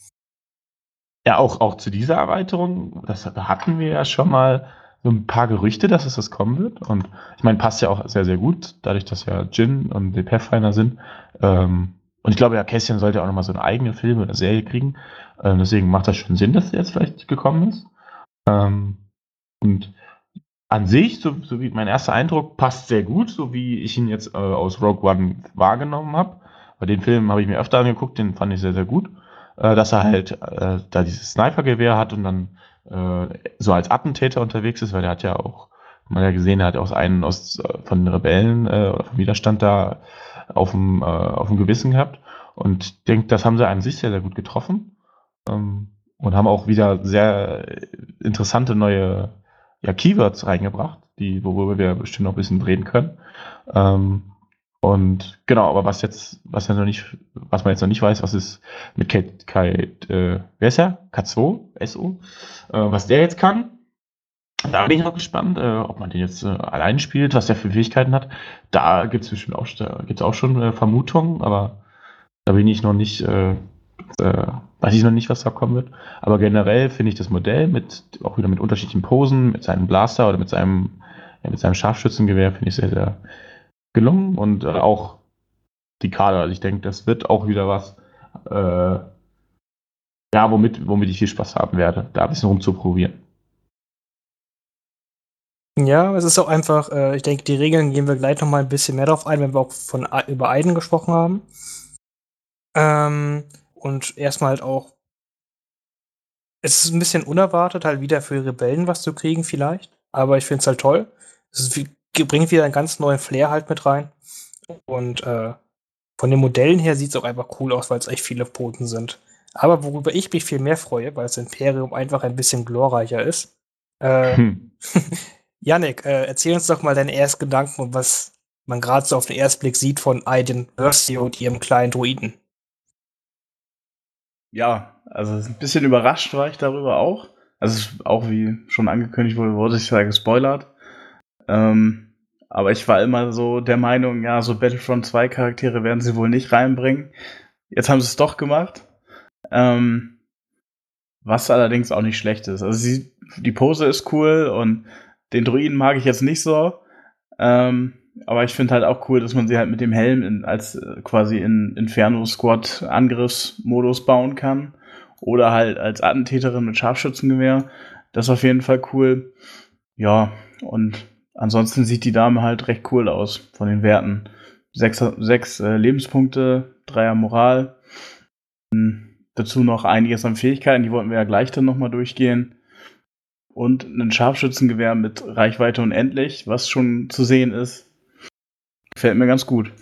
Ja, auch, auch zu dieser Erweiterung, das da hatten wir ja schon mal so ein paar Gerüchte, dass es das kommen wird. Und ich meine, passt ja auch sehr, sehr gut, dadurch, dass ja Jin und die Pathfinder sind. Ähm, und ich glaube, ja, Cassian sollte auch nochmal so eine eigene Film oder Serie kriegen. Ähm, deswegen macht das schon Sinn, dass der jetzt vielleicht gekommen ist. Ähm, und an sich, so, so wie mein erster Eindruck, passt sehr gut, so wie ich ihn jetzt äh, aus Rogue One wahrgenommen habe. Bei den Filmen habe ich mir öfter angeguckt, den fand ich sehr, sehr gut. Äh, dass er halt äh, da dieses Snipergewehr hat und dann äh, so als Attentäter unterwegs ist, weil er hat ja auch, man hat ja gesehen, er hat auch einen aus, äh, von den Rebellen äh, oder vom Widerstand da auf dem, äh, auf dem Gewissen gehabt. Und ich denke, das haben sie an sich sehr, sehr gut getroffen. Ähm, und haben auch wieder sehr interessante neue ja, Keywords reingebracht, die, worüber wir bestimmt noch ein bisschen reden können. Ähm, und genau, aber was jetzt, was ja noch nicht, was man jetzt noch nicht weiß, was ist mit Kate, Kate äh, wer ist er? K zwei S O, äh, was der jetzt kann. Da bin ich noch gespannt, äh, ob man den jetzt äh, allein spielt, was der für Fähigkeiten hat. Da gibt es bestimmt auch, da gibt's auch schon äh, Vermutungen, aber da bin ich noch nicht, äh, äh, weiß ich noch nicht, was da kommen wird. Aber generell finde ich das Modell mit, auch wieder mit unterschiedlichen Posen, mit seinem Blaster oder mit seinem, ja, mit seinem Scharfschützengewehr, finde ich sehr, sehr gelungen und äh, auch die Kader. Also ich denke, das wird auch wieder was, äh, ja, womit, womit ich viel Spaß haben werde, da ein bisschen rumzuprobieren. Ja, es ist auch einfach, äh, ich denke, die Regeln gehen wir gleich noch mal ein bisschen mehr drauf ein, wenn wir auch von über Aiden gesprochen haben. Ähm, und erstmal halt auch, es ist ein bisschen unerwartet, halt wieder für Rebellen was zu kriegen vielleicht, aber ich finde es halt toll. Es ist wie, bringt wieder einen ganz neuen Flair halt mit rein. Und äh, von den Modellen her sieht es auch einfach cool aus, weil es echt viele Poten sind. Aber worüber ich mich viel mehr freue, weil das Imperium einfach ein bisschen glorreicher ist. Äh, Hm. Yannick, äh, erzähl uns doch mal deine ersten Gedanken und was man gerade so auf den ersten Blick sieht von Aiden Versio und ihrem kleinen Druiden. Ja, also ein bisschen überrascht war ich darüber auch. Also auch wie schon angekündigt wurde, wurde ich ja gespoilert. Ähm, aber ich war immer so der Meinung, ja, so Battlefront zwei Charaktere werden sie wohl nicht reinbringen. Jetzt haben sie es doch gemacht. Ähm, was allerdings auch nicht schlecht ist. Also sie, die Pose ist cool und den Druiden mag ich jetzt nicht so. Ähm, aber ich finde halt auch cool, dass man sie halt mit dem Helm in, als äh, quasi in Inferno-Squad-Angriffsmodus bauen kann. Oder halt als Attentäterin mit Scharfschützengewehr. Das ist auf jeden Fall cool. Ja, und ansonsten sieht die Dame halt recht cool aus von den Werten. Sechs, sechs äh, Lebenspunkte, Dreier Moral. Hm, dazu noch einiges an Fähigkeiten, die wollten wir ja gleich dann nochmal durchgehen. Und ein Scharfschützengewehr mit Reichweite unendlich, was schon zu sehen ist. Gefällt mir ganz gut.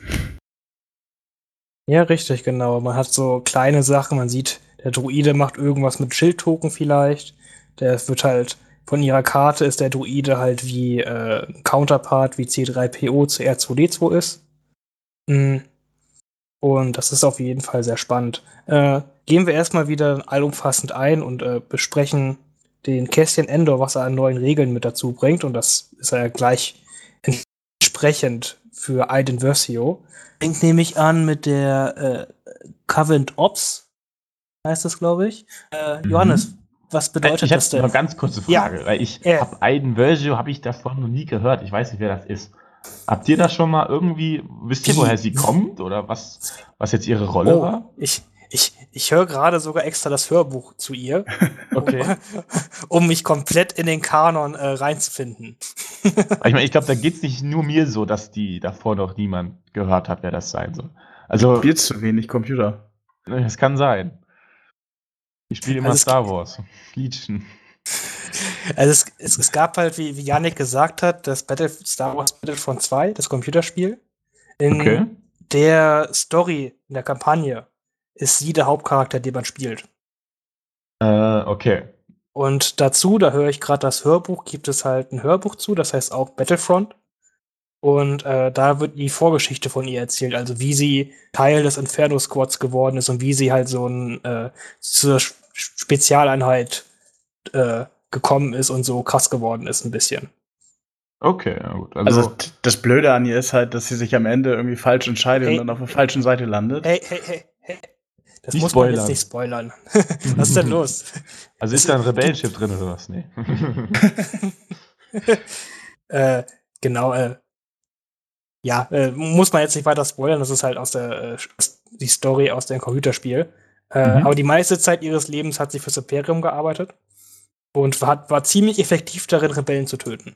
Ja, richtig, genau. Man hat so kleine Sachen, man sieht, der Druide macht irgendwas mit Schildtoken vielleicht. Der wird halt, von ihrer Karte ist der Druide halt wie äh, ein Counterpart, wie C drei P O zu R zwei D zwei ist. Mhm. Und das ist auf jeden Fall sehr spannend. Äh, gehen wir erstmal wieder allumfassend ein und äh, besprechen den Cassian Andor, was er an neuen Regeln mit dazu bringt. Und das ist er gleich entsprechend für Iden Versio. Fängt nämlich an mit der äh, Covenant Ops, heißt das, glaube ich. Äh, Mhm. Johannes, was bedeutet ich das habe denn? eine ganz kurze Frage, Ja, weil ich äh. habe Aiden Versio, habe ich davon noch nie gehört. Ich weiß nicht, wer das ist. Habt ihr das schon mal irgendwie, wisst ihr, Die- woher sie kommt oder was, was jetzt ihre Rolle Oh, war? ich, ich, ich höre gerade sogar extra das Hörbuch zu ihr, Okay. um, um mich komplett in den Kanon äh, reinzufinden. Ich meine, ich glaube, da geht es nicht nur mir so, dass die davor noch niemand gehört hat, wer das sein soll. Also, Spielst zu wenig Computer. es kann sein. Ich spiele immer Also es Star Wars. Legion. Also es, es, es gab halt, wie, wie Yannick gesagt hat, das Battle, Star Wars Battlefront zwei, das Computerspiel. In Okay. der Story, in der Kampagne, ist sie der Hauptcharakter, den man spielt. Äh, okay. Und dazu, da höre ich gerade das Hörbuch, gibt es halt ein Hörbuch zu, das heißt auch Battlefront. Und äh, da wird die Vorgeschichte von ihr erzählt, also wie sie Teil des Inferno Squads geworden ist und wie sie halt so ein äh, zur Sch- Spezialeinheit äh, gekommen ist und so krass geworden ist ein bisschen. Okay, ja gut. Also, Also, t- das Blöde an ihr ist halt, dass sie sich am Ende irgendwie falsch entscheidet Hey. und dann auf der falschen Seite landet. Hey, hey, hey, hey. Das Nicht muss man spoilern. jetzt nicht spoilern. Was ist denn los? also ist da ein Rebellenschiff drin oder was? Nee. äh, genau, äh, ja, äh, muss man jetzt nicht weiter spoilern, das ist halt aus der äh, die Story aus dem Computerspiel. Äh, Mhm. Aber die meiste Zeit ihres Lebens hat sie fürs Imperium gearbeitet und war, war ziemlich effektiv darin, Rebellen zu töten.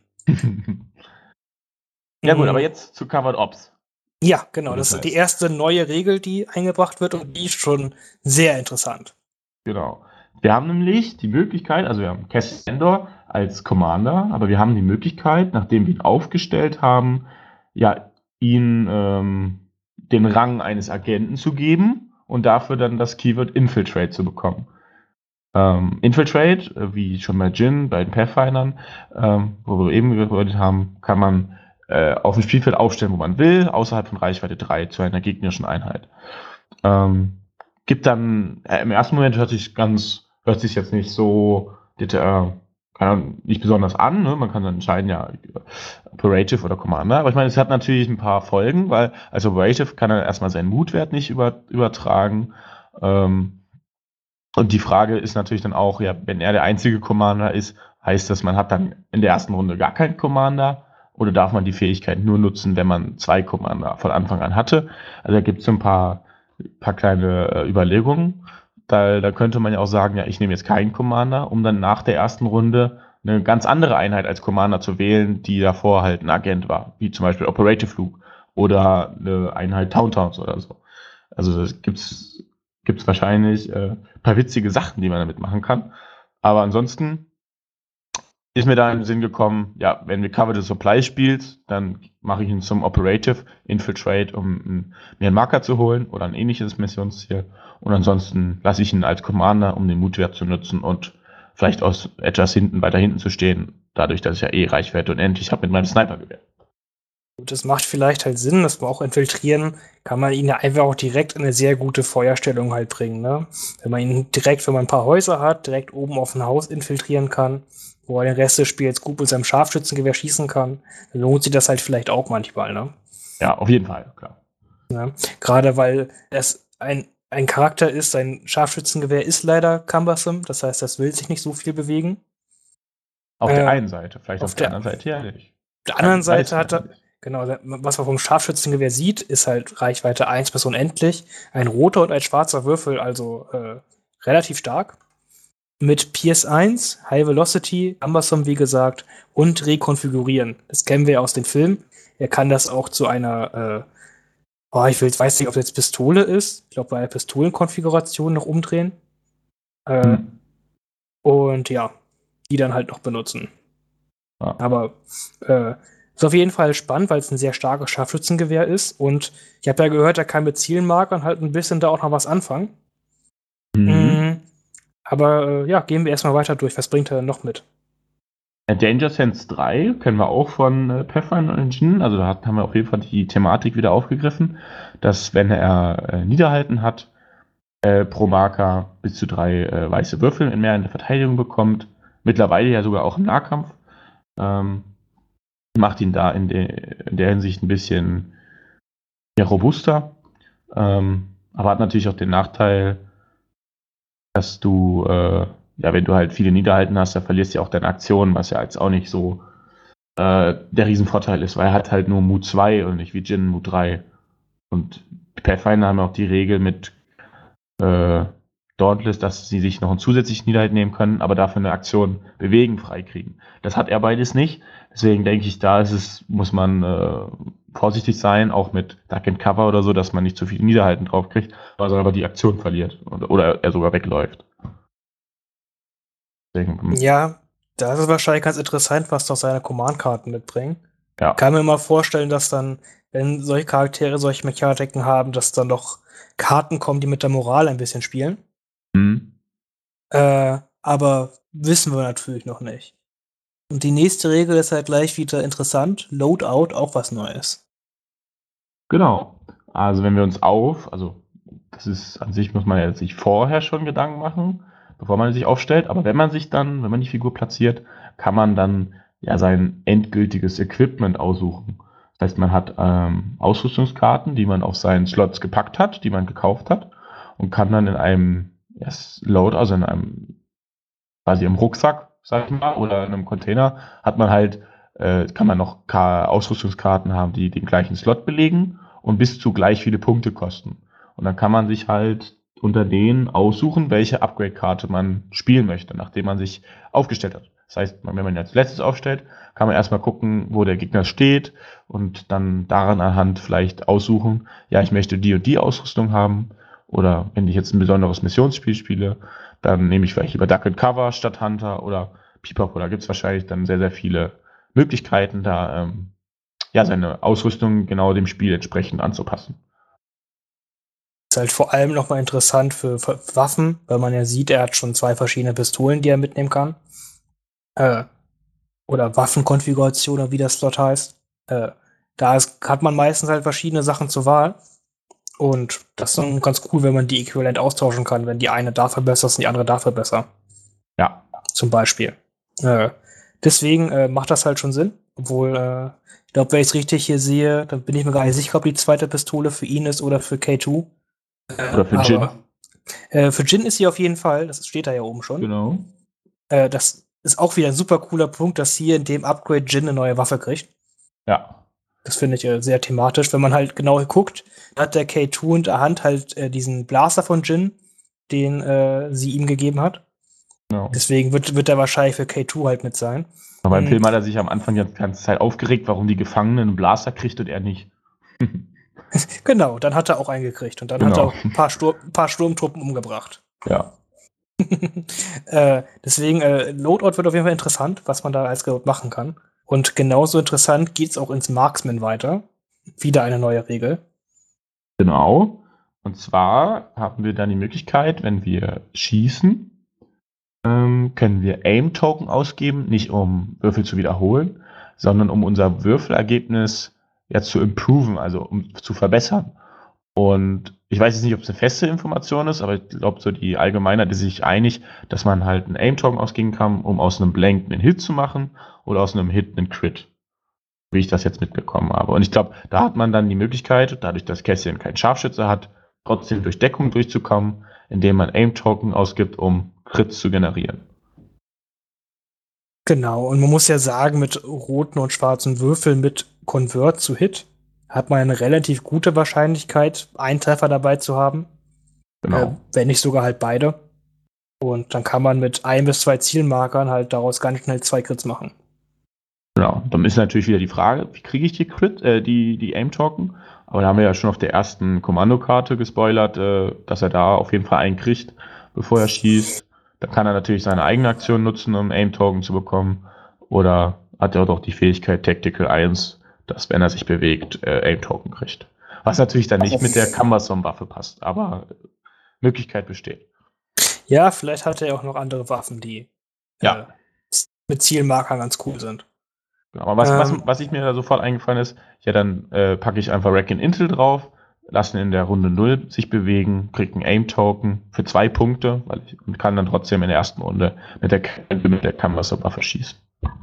ja gut, Mhm. aber jetzt zu Covered Ops. Ja, genau, Wie das das ist die heißt. erste neue Regel, die eingebracht wird und die ist schon sehr interessant. Genau. Wir haben nämlich die Möglichkeit, also wir haben Cassian Andor als Commander, aber wir haben die Möglichkeit, nachdem wir ihn aufgestellt haben, ja, ihn ähm, den Rang eines Agenten zu geben und dafür dann das Keyword Infiltrate zu bekommen. Ähm, Infiltrate, äh, wie schon bei Jin, bei den Pathfindern, ähm, wo wir eben geredet haben, kann man äh, auf dem Spielfeld aufstellen, wo man will, außerhalb von Reichweite drei zu einer gegnerischen Einheit. Ähm, gibt dann, äh, im ersten Moment hört sich ganz, hört sich jetzt nicht so, äh, keine Ahnung, nicht besonders an, ne? Man kann dann entscheiden, ja, Operative oder Commander, aber ich meine, es hat natürlich ein paar Folgen, weil als Operative kann er erstmal seinen Mutwert nicht über, übertragen, ähm, und die Frage ist natürlich dann auch, ja, wenn er der einzige Commander ist, heißt das, man hat dann in der ersten Runde gar keinen Commander oder darf man die Fähigkeit nur nutzen, wenn man zwei Commander von Anfang an hatte? Also da gibt es so ein paar, paar kleine äh, Überlegungen. Da, da könnte man ja auch sagen, ja, ich nehme jetzt keinen Commander, um dann nach der ersten Runde eine ganz andere Einheit als Commander zu wählen, die davor halt ein Agent war, wie zum Beispiel Operative Fluke oder eine Einheit Towntowns oder so. Also das gibt's gibt's wahrscheinlich äh, ein paar witzige Sachen, die man damit machen kann. Aber ansonsten ist mir da in den Sinn gekommen, ja, wenn wir Covered Supply spielt, dann mache ich ihn zum Operative Infiltrate, um m, mir einen Marker zu holen oder ein ähnliches Missionsziel. Und ansonsten lasse ich ihn als Commander, um den Mutwert zu nutzen und vielleicht aus etwas hinten, weiter hinten zu stehen, dadurch, dass ich ja eh Reichweite unendlich habe mit meinem Snipergewehr. Und das macht vielleicht halt Sinn, dass wir auch infiltrieren, kann man ihn ja einfach auch direkt in eine sehr gute Feuerstellung halt bringen, ne? Wenn man ihn direkt, wenn man ein paar Häuser hat, direkt oben auf ein Haus infiltrieren kann, wo er den Rest des Spiels gut mit seinem Scharfschützengewehr schießen kann, dann lohnt sich das halt vielleicht auch manchmal, ne? Ja, auf jeden Fall, klar. Ja? Gerade weil es ein, ein Charakter ist, sein Scharfschützengewehr ist leider cumbersome, das heißt, das will sich nicht so viel bewegen. Auf Äh, der einen Seite, vielleicht auf, auf der der- anderen Seite ja nicht. Auf der anderen Weiß Seite hat er, man nicht. genau. Was man vom Scharfschützengewehr sieht, ist halt Reichweite eins bis unendlich. Ein roter und ein schwarzer Würfel, also äh, relativ stark. Mit Pierce eins, High Velocity, Cumbersome, wie gesagt, und Rekonfigurieren. Das kennen wir ja aus den Filmen. Er kann das auch zu einer, äh, oh, ich will, weiß nicht, ob das jetzt Pistole ist. Ich glaube, bei einer Pistolenkonfiguration noch umdrehen. Äh, hm. Und ja, die dann halt noch benutzen. Ja. Aber äh, ist auf jeden Fall spannend, weil es ein sehr starkes Scharfschützengewehr ist. Und ich habe ja gehört, er kann mit Zielmarkern halt ein bisschen da auch noch was anfangen. Mhm. Mhm. Aber äh, ja, gehen wir erstmal weiter durch. Was bringt er denn noch mit? Danger Sense drei kennen wir auch von äh, Pathfinder und Jin. Also da hat, haben wir auf jeden Fall die Thematik wieder aufgegriffen, dass wenn er äh, Niederhalten hat, äh, pro Marker bis zu drei äh, weiße Würfel in mehr in der Verteidigung bekommt. Mittlerweile ja sogar auch im Nahkampf. Ähm, macht ihn da in, de, in der Hinsicht ein bisschen ja, robuster. Ähm, aber hat natürlich auch den Nachteil, dass du, äh, ja, wenn du halt viele Niederhalten hast, dann verlierst du ja auch deine Aktionen, was ja jetzt auch nicht so äh, der Riesenvorteil ist, weil er hat halt nur Mut zwei und nicht wie Jin Mut drei. Und die Pathfinder haben auch die Regel mit äh, Dauntless, dass sie sich noch einen zusätzlichen Niederhalt nehmen können, aber dafür eine Aktion bewegen freikriegen. Das hat er beides nicht. Deswegen denke ich, da ist es, muss man äh, vorsichtig sein, auch mit Duck and Cover oder so, dass man nicht zu viel Niederhalten drauf kriegt, also aber die Aktion verliert oder, oder er sogar wegläuft. Deswegen, ja, da ist es wahrscheinlich ganz interessant, was doch seine Command-Karten mitbringen. Ja. Ich kann mir mal vorstellen, dass dann, wenn solche Charaktere solche Mechaniken haben, dass dann noch Karten kommen, die mit der Moral ein bisschen spielen. Mhm. Äh, aber wissen wir natürlich noch nicht. Und die nächste Regel ist halt gleich wieder interessant. Loadout, auch was Neues. Genau. Also wenn wir uns auf, also das ist an sich, muss man ja sich vorher schon Gedanken machen, bevor man sich aufstellt, aber wenn man sich dann, wenn man die Figur platziert, kann man dann ja sein endgültiges Equipment aussuchen. Das heißt, man hat ähm, Ausrüstungskarten, die man auf seinen Slots gepackt hat, die man gekauft hat und kann dann in einem ja, Load, also in einem quasi im Rucksack, sag ich mal, oder in einem Container, hat man halt, äh, kann man noch K- Ausrüstungskarten haben, die den gleichen Slot belegen und bis zu gleich viele Punkte kosten. Und dann kann man sich halt unter denen aussuchen, welche Upgrade-Karte man spielen möchte, nachdem man sich aufgestellt hat. Das heißt, wenn man als letztes aufstellt, kann man erstmal gucken, wo der Gegner steht und dann daran anhand vielleicht aussuchen, ja, ich möchte die und die Ausrüstung haben oder wenn ich jetzt ein besonderes Missionsspiel spiele, dann nehme ich vielleicht lieber Duck and Cover statt Hunter oder Pipapo. Da gibt es wahrscheinlich dann sehr, sehr viele Möglichkeiten, da ähm, ja, seine Ausrüstung genau dem Spiel entsprechend anzupassen. Ist halt vor allem nochmal interessant für, für Waffen, weil man ja sieht, er hat schon zwei verschiedene Pistolen, die er mitnehmen kann. Äh, oder Waffenkonfiguration, oder wie das Slot heißt. Äh, da ist, hat man meistens halt verschiedene Sachen zur Wahl. Und das ist dann ganz cool, wenn man die äquivalent austauschen kann, wenn die eine dafür besser ist und die andere dafür besser. Ja. Zum Beispiel. Äh, deswegen äh, macht das halt schon Sinn. Obwohl, äh, ich glaube, wenn ich es richtig hier sehe, dann bin ich mir gar nicht sicher, ob die zweite Pistole für ihn ist oder für K zwei. Oder für Jin. Äh, für Jin ist sie auf jeden Fall, das steht da ja oben schon. Genau. Äh, das ist auch wieder ein super cooler Punkt, dass hier in dem Upgrade Jin eine neue Waffe kriegt. Ja. Das finde ich äh, sehr thematisch. Wenn man halt genau guckt, hat der K zwei in der Hand halt äh, diesen Blaster von Jin, den äh, sie ihm gegeben hat. Genau. Deswegen wird, wird er wahrscheinlich für K zwei halt mit sein. Aber im hm. Film hat er sich am Anfang die ganze Zeit aufgeregt, warum die Gefangenen einen Blaster kriegt und er nicht. Genau, dann hat er auch einen gekriegt und dann genau. hat er auch ein paar, Sturm, ein paar Sturmtruppen umgebracht. Ja. äh, deswegen, äh, Loadout wird auf jeden Fall interessant, was man da als Loadout machen kann. Und genauso interessant geht's auch ins Marksman weiter. Wieder eine neue Regel. Genau. Und zwar haben wir dann die Möglichkeit, wenn wir schießen, ähm, können wir Aim-Token ausgeben, nicht um Würfel zu wiederholen, sondern um unser Würfelergebnis ja zu improven, also um zu verbessern. Und ich weiß jetzt nicht, ob es eine feste Information ist, aber ich glaube, so die Allgemeinheit ist sich einig, dass man halt einen Aim-Token ausgeben kann, um aus einem Blank einen Hit zu machen oder aus einem Hit einen Crit. Wie ich das jetzt mitbekommen habe. Und ich glaube, da hat man dann die Möglichkeit, dadurch, dass Cassian keinen Scharfschütze hat, trotzdem durch Deckung durchzukommen, indem man Aim-Token ausgibt, um Crits zu generieren. Genau, und man muss ja sagen, mit roten und schwarzen Würfeln mit Convert zu Hit hat man eine relativ gute Wahrscheinlichkeit, einen Treffer dabei zu haben. Genau. Äh, wenn nicht sogar halt beide. Und dann kann man mit ein bis zwei Zielmarkern halt daraus ganz schnell zwei Crits machen. Genau. Dann ist natürlich wieder die Frage, wie kriege ich die Crit, äh, die, die Aim-Token? Aber da haben wir ja schon auf der ersten Kommandokarte gespoilert, äh, dass er da auf jeden Fall einen kriegt, bevor er schießt. Da kann er natürlich seine eigene Aktion nutzen, um Aim-Token zu bekommen. Oder hat er auch doch die Fähigkeit Tactical eins, dass, wenn er sich bewegt, äh, Aim-Token kriegt. Was natürlich dann nicht mit der Cumbersome-Waffe passt, aber Möglichkeit besteht. Ja, vielleicht hat er auch noch andere Waffen, die Ja. äh, mit Zielmarkern ganz cool sind. Aber was, Ähm. was, was ich mir da sofort eingefallen ist, ja, dann äh, packe ich einfach Rack and Intel drauf, lasse ihn in der Runde null sich bewegen, kriege einen Aim-Token für zwei Punkte, weil ich und kann dann trotzdem in der ersten Runde mit der, mit der Cumbersome-Waffe schießen.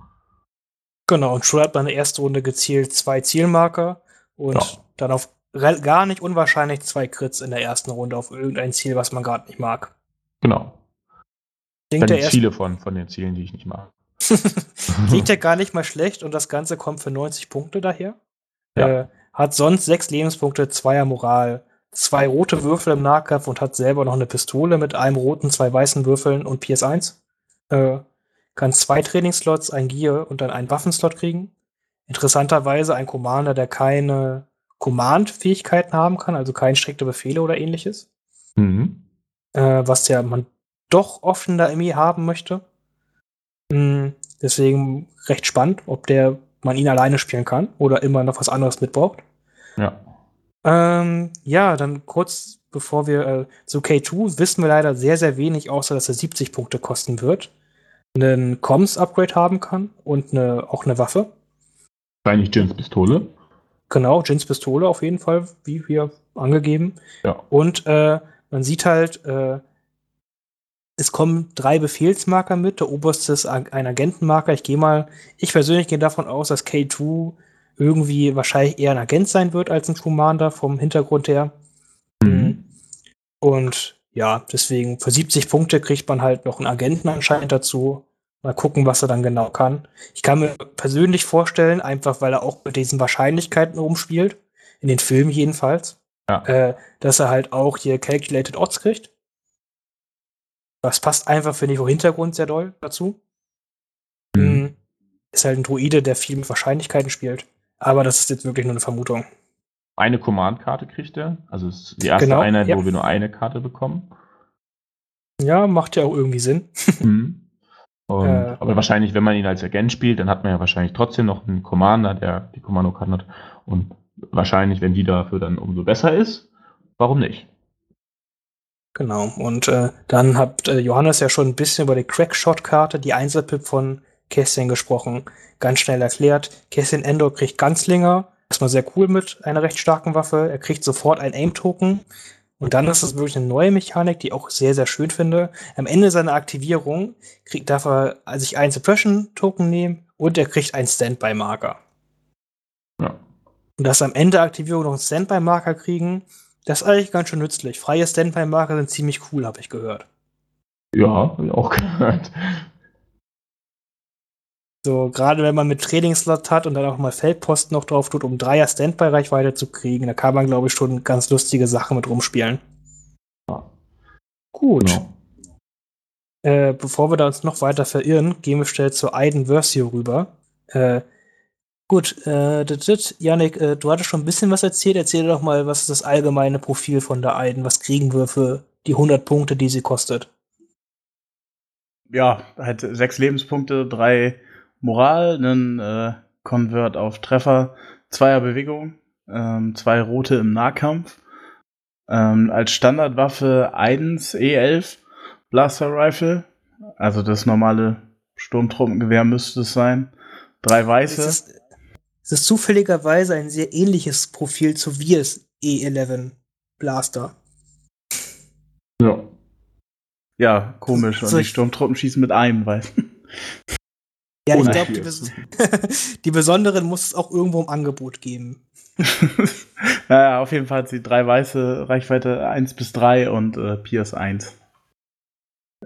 Genau, und schon hat man in der ersten Runde gezielt zwei Zielmarker und Ja. dann auf re- gar nicht unwahrscheinlich zwei Crits in der ersten Runde auf irgendein Ziel, was man gerade nicht mag. Genau. Klingt Dann ja erst- Ziele von, von den Zielen, die ich nicht mag. Klingt ja gar nicht mal schlecht und das Ganze kommt für neunzig Punkte daher. Ja. Äh, hat sonst sechs Lebenspunkte, zweier Moral, zwei rote Würfel im Nahkampf und hat selber noch eine Pistole mit einem roten, zwei weißen Würfeln und P S eins. Äh, kann zwei Trainingsslots, ein Gear und dann einen Waffenslot kriegen. Interessanterweise ein Commander, der keine Command-Fähigkeiten haben kann, also keine strikte Befehle oder ähnliches. Mhm. Äh, was ja man doch oft in der Armee haben möchte. Mm, deswegen recht spannend, ob der man ihn alleine spielen kann oder immer noch was anderes mitbraucht. Ja. Ähm, ja, dann kurz bevor wir äh, zu K zwei wissen wir leider sehr, sehr wenig, außer dass er siebzig Punkte kosten wird, einen Comms-Upgrade haben kann und eine, auch eine Waffe. Wahrscheinlich Jins Pistole. Genau, Jins Pistole auf jeden Fall, wie wir angegeben. Ja. Und äh, man sieht halt, äh, es kommen drei Befehlsmarker mit. Der oberste ist ein Agentenmarker. Ich gehe mal, ich persönlich gehe davon aus, dass K zwei irgendwie wahrscheinlich eher ein Agent sein wird als ein Commander vom Hintergrund her. Mhm. Und ja, deswegen für siebzig Punkte kriegt man halt noch einen Agenten anscheinend dazu. Mal gucken, was er dann genau kann. Ich kann mir persönlich vorstellen, einfach weil er auch mit diesen Wahrscheinlichkeiten rumspielt, in den Filmen jedenfalls, Ja. äh, dass er halt auch hier Calculated Odds kriegt. Das passt einfach, finde ich, vom Hintergrund sehr doll dazu. Mhm. Ist halt ein Druide, der viel mit Wahrscheinlichkeiten spielt. Aber das ist jetzt wirklich nur eine Vermutung. Eine Command-Karte kriegt er. Also es ist die erste Genau, Einheit, ja. wo wir nur eine Karte bekommen. Ja, macht ja auch irgendwie Sinn. Mhm. Und, Äh. aber wahrscheinlich, wenn man ihn als Agent spielt, dann hat man ja wahrscheinlich trotzdem noch einen Commander, der die Kommandokarten hat. Und wahrscheinlich, wenn die dafür dann umso besser ist, warum nicht? Genau, und äh, dann hat äh, Johannes ja schon ein bisschen über die Crackshot-Karte, die Einzelpip von Cassian gesprochen, ganz schnell erklärt. Cassian Endor kriegt Ganzlinger, erstmal sehr cool mit einer recht starken Waffe. Er kriegt sofort einen Aim-Token. Und dann ist es wirklich eine neue Mechanik, die ich auch sehr, sehr schön finde. Am Ende seiner Aktivierung kriegt, darf er sich einen Suppression-Token nehmen und er kriegt einen Standby-Marker. Ja. Und dass am Ende der Aktivierung noch einen Standby-Marker kriegen, das ist eigentlich ganz schön nützlich. Freie Standby-Marker sind ziemlich cool, habe ich gehört. Ja, habe ich auch gehört. So, gerade wenn man mit Trainingslot hat und dann auch mal Feldposten noch drauf tut, um Dreier Standby-Reichweite zu kriegen, da kann man, glaube ich, schon ganz lustige Sachen mit rumspielen. Ja. Gut. Genau. Äh, bevor wir da uns noch weiter verirren, gehen wir schnell zu Aiden Versio rüber. Äh, gut, äh, dit, dit. Yannick, äh, du hattest schon ein bisschen was erzählt. Erzähl doch mal, was ist das allgemeine Profil von der Aiden? Was kriegen wir für die hundert Punkte, die sie kostet? Ja, halt sechs Lebenspunkte, drei Moral, einen äh, Convert auf Treffer, zweier Bewegung, ähm, zwei rote im Nahkampf. Ähm, als Standardwaffe eins E elf Blaster Rifle, also das normale Sturmtruppengewehr müsste es sein. Drei weiße. Es ist, es ist zufälligerweise ein sehr ähnliches Profil zu Virs E elf Blaster. Ja. Ja, komisch. Also Und die ich- Sturmtruppen schießen mit einem weißen. Ja, ich Ohne glaube, die, Spiel. bes die besonderen muss es auch irgendwo im Angebot geben. Naja, auf jeden Fall hat sie drei weiße, Reichweite eins bis drei und äh, Pierce eins.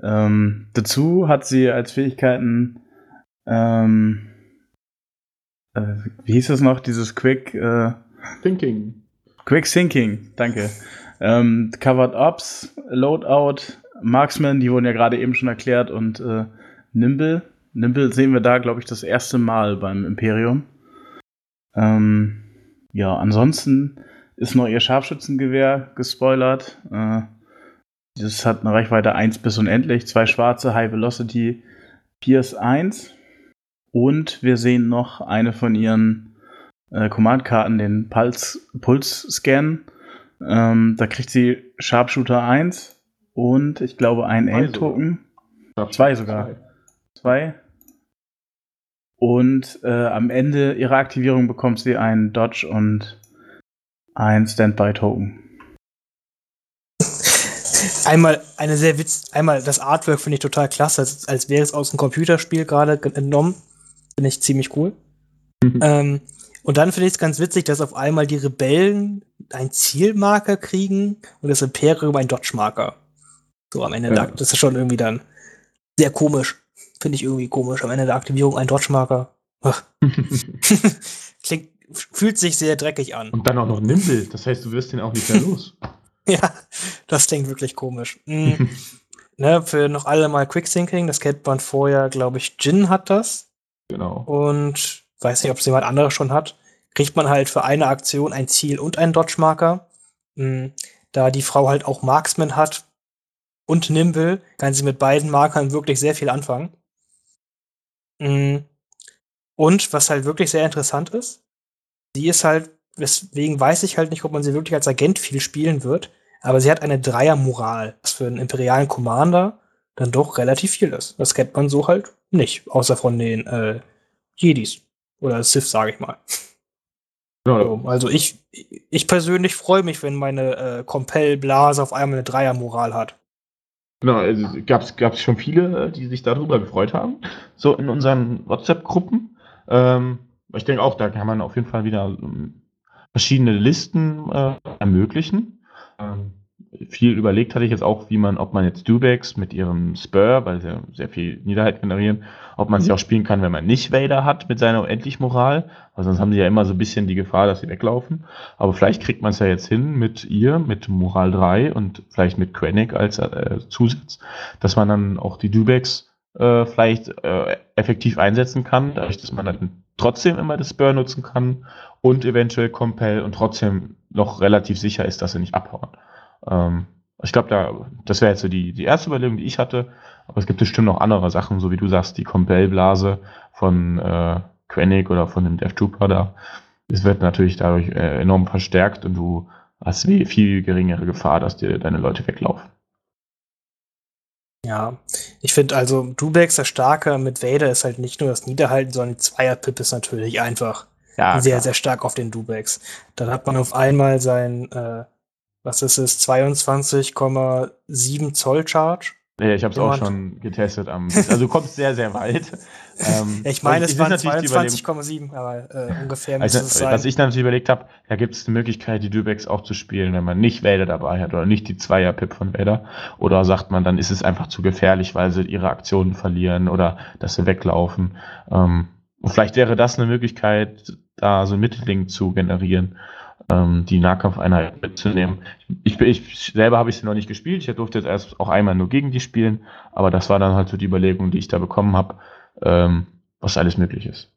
Ähm, dazu hat sie als Fähigkeiten ähm, äh, wie hieß es noch, dieses Quick äh, Thinking. Quick Thinking, danke. Ähm, Covered Ops, Loadout, Marksman, die wurden ja gerade eben schon erklärt, und äh, Nimble. Nimble sehen wir da, glaube ich, das erste Mal beim Imperium. Ähm, ja, ansonsten ist noch ihr Scharfschützengewehr gespoilert. Äh, das hat eine Reichweite eins bis unendlich, zwei schwarze, High Velocity, Pierce eins. Und wir sehen noch eine von ihren äh, Command-Karten, den Puls, Puls-Scan. Ähm, da kriegt sie Sharpshooter eins und ich glaube einen Zwei Aim-Token. Zwei sogar. Zwei. Und äh, am Ende ihrer Aktivierung bekommt sie einen Dodge und ein Standby-Token. Einmal eine sehr witz, einmal das Artwork finde ich total klasse, als, als wäre es aus einem Computerspiel gerade entnommen. Finde ich ziemlich cool. Mhm. Ähm, und dann finde ich es ganz witzig, dass auf einmal die Rebellen einen Zielmarker kriegen und das Imperium einen Dodge-Marker. So am Ende, ja. Das ist schon irgendwie dann sehr komisch. Finde ich irgendwie komisch. Am Ende der Aktivierung ein Dodge-Marker. Klingt, fühlt sich sehr dreckig an. Und dann auch noch Nimble. Das heißt, du wirst den auch nicht mehr los. Ja, das klingt wirklich komisch. Mhm. Ne, für noch alle mal Quick Thinking, das kennt man vorher, glaube ich, Jin hat das. Genau. Und weiß nicht, ob es jemand anderes schon hat. Kriegt man halt für eine Aktion ein Ziel und einen Dodge-Marker. Mhm. Da die Frau halt auch Marksman hat und Nimble, kann sie mit beiden Markern wirklich sehr viel anfangen. Mhm. Und was halt wirklich sehr interessant ist, sie ist halt, deswegen weiß ich halt nicht, ob man sie wirklich als Agent viel spielen wird, aber sie hat eine Dreier-Moral, was für einen imperialen Commander dann doch relativ viel ist. Das kennt man so halt nicht, außer von den äh, Jedis oder Sith, sage ich mal. Ja. So, also ich, ich persönlich freue mich, wenn meine äh, Compel-Blase auf einmal eine Dreier-Moral hat. Genau, also gab es schon viele, die sich darüber gefreut haben, so in unseren WhatsApp-Gruppen. Ähm, ich denke auch, da kann man auf jeden Fall wieder ähm, verschiedene Listen äh, ermöglichen. Ähm, viel überlegt hatte ich jetzt auch, wie man, ob man jetzt Dewbacks mit ihrem Spur, weil sie sehr viel Niederheit generieren, ob man mhm. sie auch spielen kann, wenn man nicht Vader hat mit seiner unendlich Moral, weil sonst haben sie ja immer so ein bisschen die Gefahr, dass sie weglaufen. Aber vielleicht kriegt man es ja jetzt hin mit ihr, mit Moral drei und vielleicht mit Krennic als äh, Zusatz, dass man dann auch die Dewbacks äh, vielleicht äh, effektiv einsetzen kann, dadurch, dass man dann trotzdem immer das Spur nutzen kann und eventuell Compel und trotzdem noch relativ sicher ist, dass sie nicht abhauen. Ähm, ich glaube, da, das wäre jetzt so die, die erste Überlegung, die ich hatte. Aber es gibt bestimmt noch andere Sachen, so wie du sagst, die Compel-Blase von äh, Krennic oder von dem Death Trooper da. Es wird natürlich dadurch äh, enorm verstärkt und du hast viel geringere Gefahr, dass dir deine Leute weglaufen. Ja, ich finde also, Dewbacks, der Starke mit Vader ist halt nicht nur das Niederhalten, sondern die Zweier-Pip ist natürlich einfach ja, sehr, klar. sehr stark auf den Dewbacks. Dann hat man auf einmal sein äh, was ist es, zweiundzwanzig Komma sieben Zoll Charge? Ja, ich habe es auch schon getestet. Am, also du kommst sehr, sehr weit. ähm, ich meine, es waren zweiundzwanzig Komma sieben, aber äh, ungefähr also, müsste es sein. Was ich natürlich überlegt habe, da gibt es eine Möglichkeit, die Dewbacks auch zu spielen, wenn man nicht Vader dabei hat oder nicht die Zweier-Pip von Vader. Oder sagt man, dann ist es einfach zu gefährlich, weil sie ihre Aktionen verlieren oder dass sie weglaufen. Ähm, und vielleicht wäre das eine Möglichkeit, da so ein Mittelding zu generieren. Die Nahkampfeinheit mitzunehmen. Ich, ich selber habe ich sie noch nicht gespielt. Ich durfte jetzt erst auch einmal nur gegen die spielen, aber das war dann halt so die Überlegung, die ich da bekommen habe, ähm, was alles möglich ist.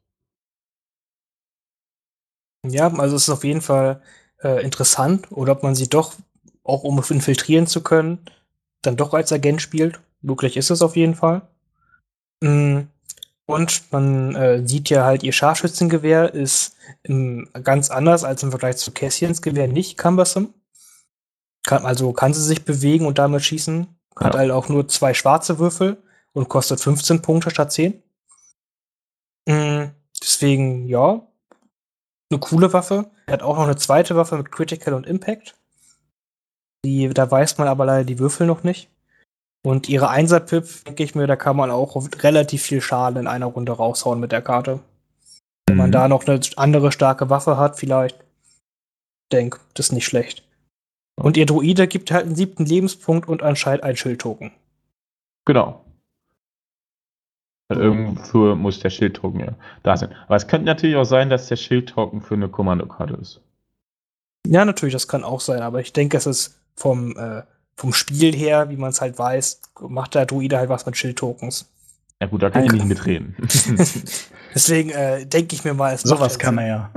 Ja, also es ist auf jeden Fall äh, interessant, oder ob man sie doch, auch um infiltrieren zu können, dann doch als Agent spielt. Möglich ist es auf jeden Fall. Mhm. Und man äh, sieht ja halt, ihr Scharfschützengewehr ist im, ganz anders als im Vergleich zu Cassians Gewehr nicht cumbersome. Kann, also kann sie sich bewegen und damit schießen. Hat ja. halt auch nur zwei schwarze Würfel und kostet fünfzehn Punkte statt zehn. Mhm. Deswegen, ja, eine coole Waffe. Er hat auch noch eine zweite Waffe mit Critical und Impact. Die, da weiß man aber leider die Würfel noch nicht. Und ihre Einser-Pip, denke ich mir, da kann man auch relativ viel Schaden in einer Runde raushauen mit der Karte. Wenn man da noch eine andere starke Waffe hat, vielleicht. Denk, das ist nicht schlecht. Und ihr Druide gibt halt einen siebten Lebenspunkt und anscheinend einen Schildtoken. Genau. Weil irgendwo muss der Schildtoken ja da sein. Aber es könnte natürlich auch sein, dass der Schildtoken für eine Kommandokarte ist. Ja, natürlich, das kann auch sein, aber ich denke, es ist vom, äh, vom Spiel her, wie man es halt weiß, macht der Druide halt was mit Schildtokens. Ja gut, da kann ich nicht mitreden. Deswegen äh, denke ich mir mal, es Sowas macht kann Sinn. er ja.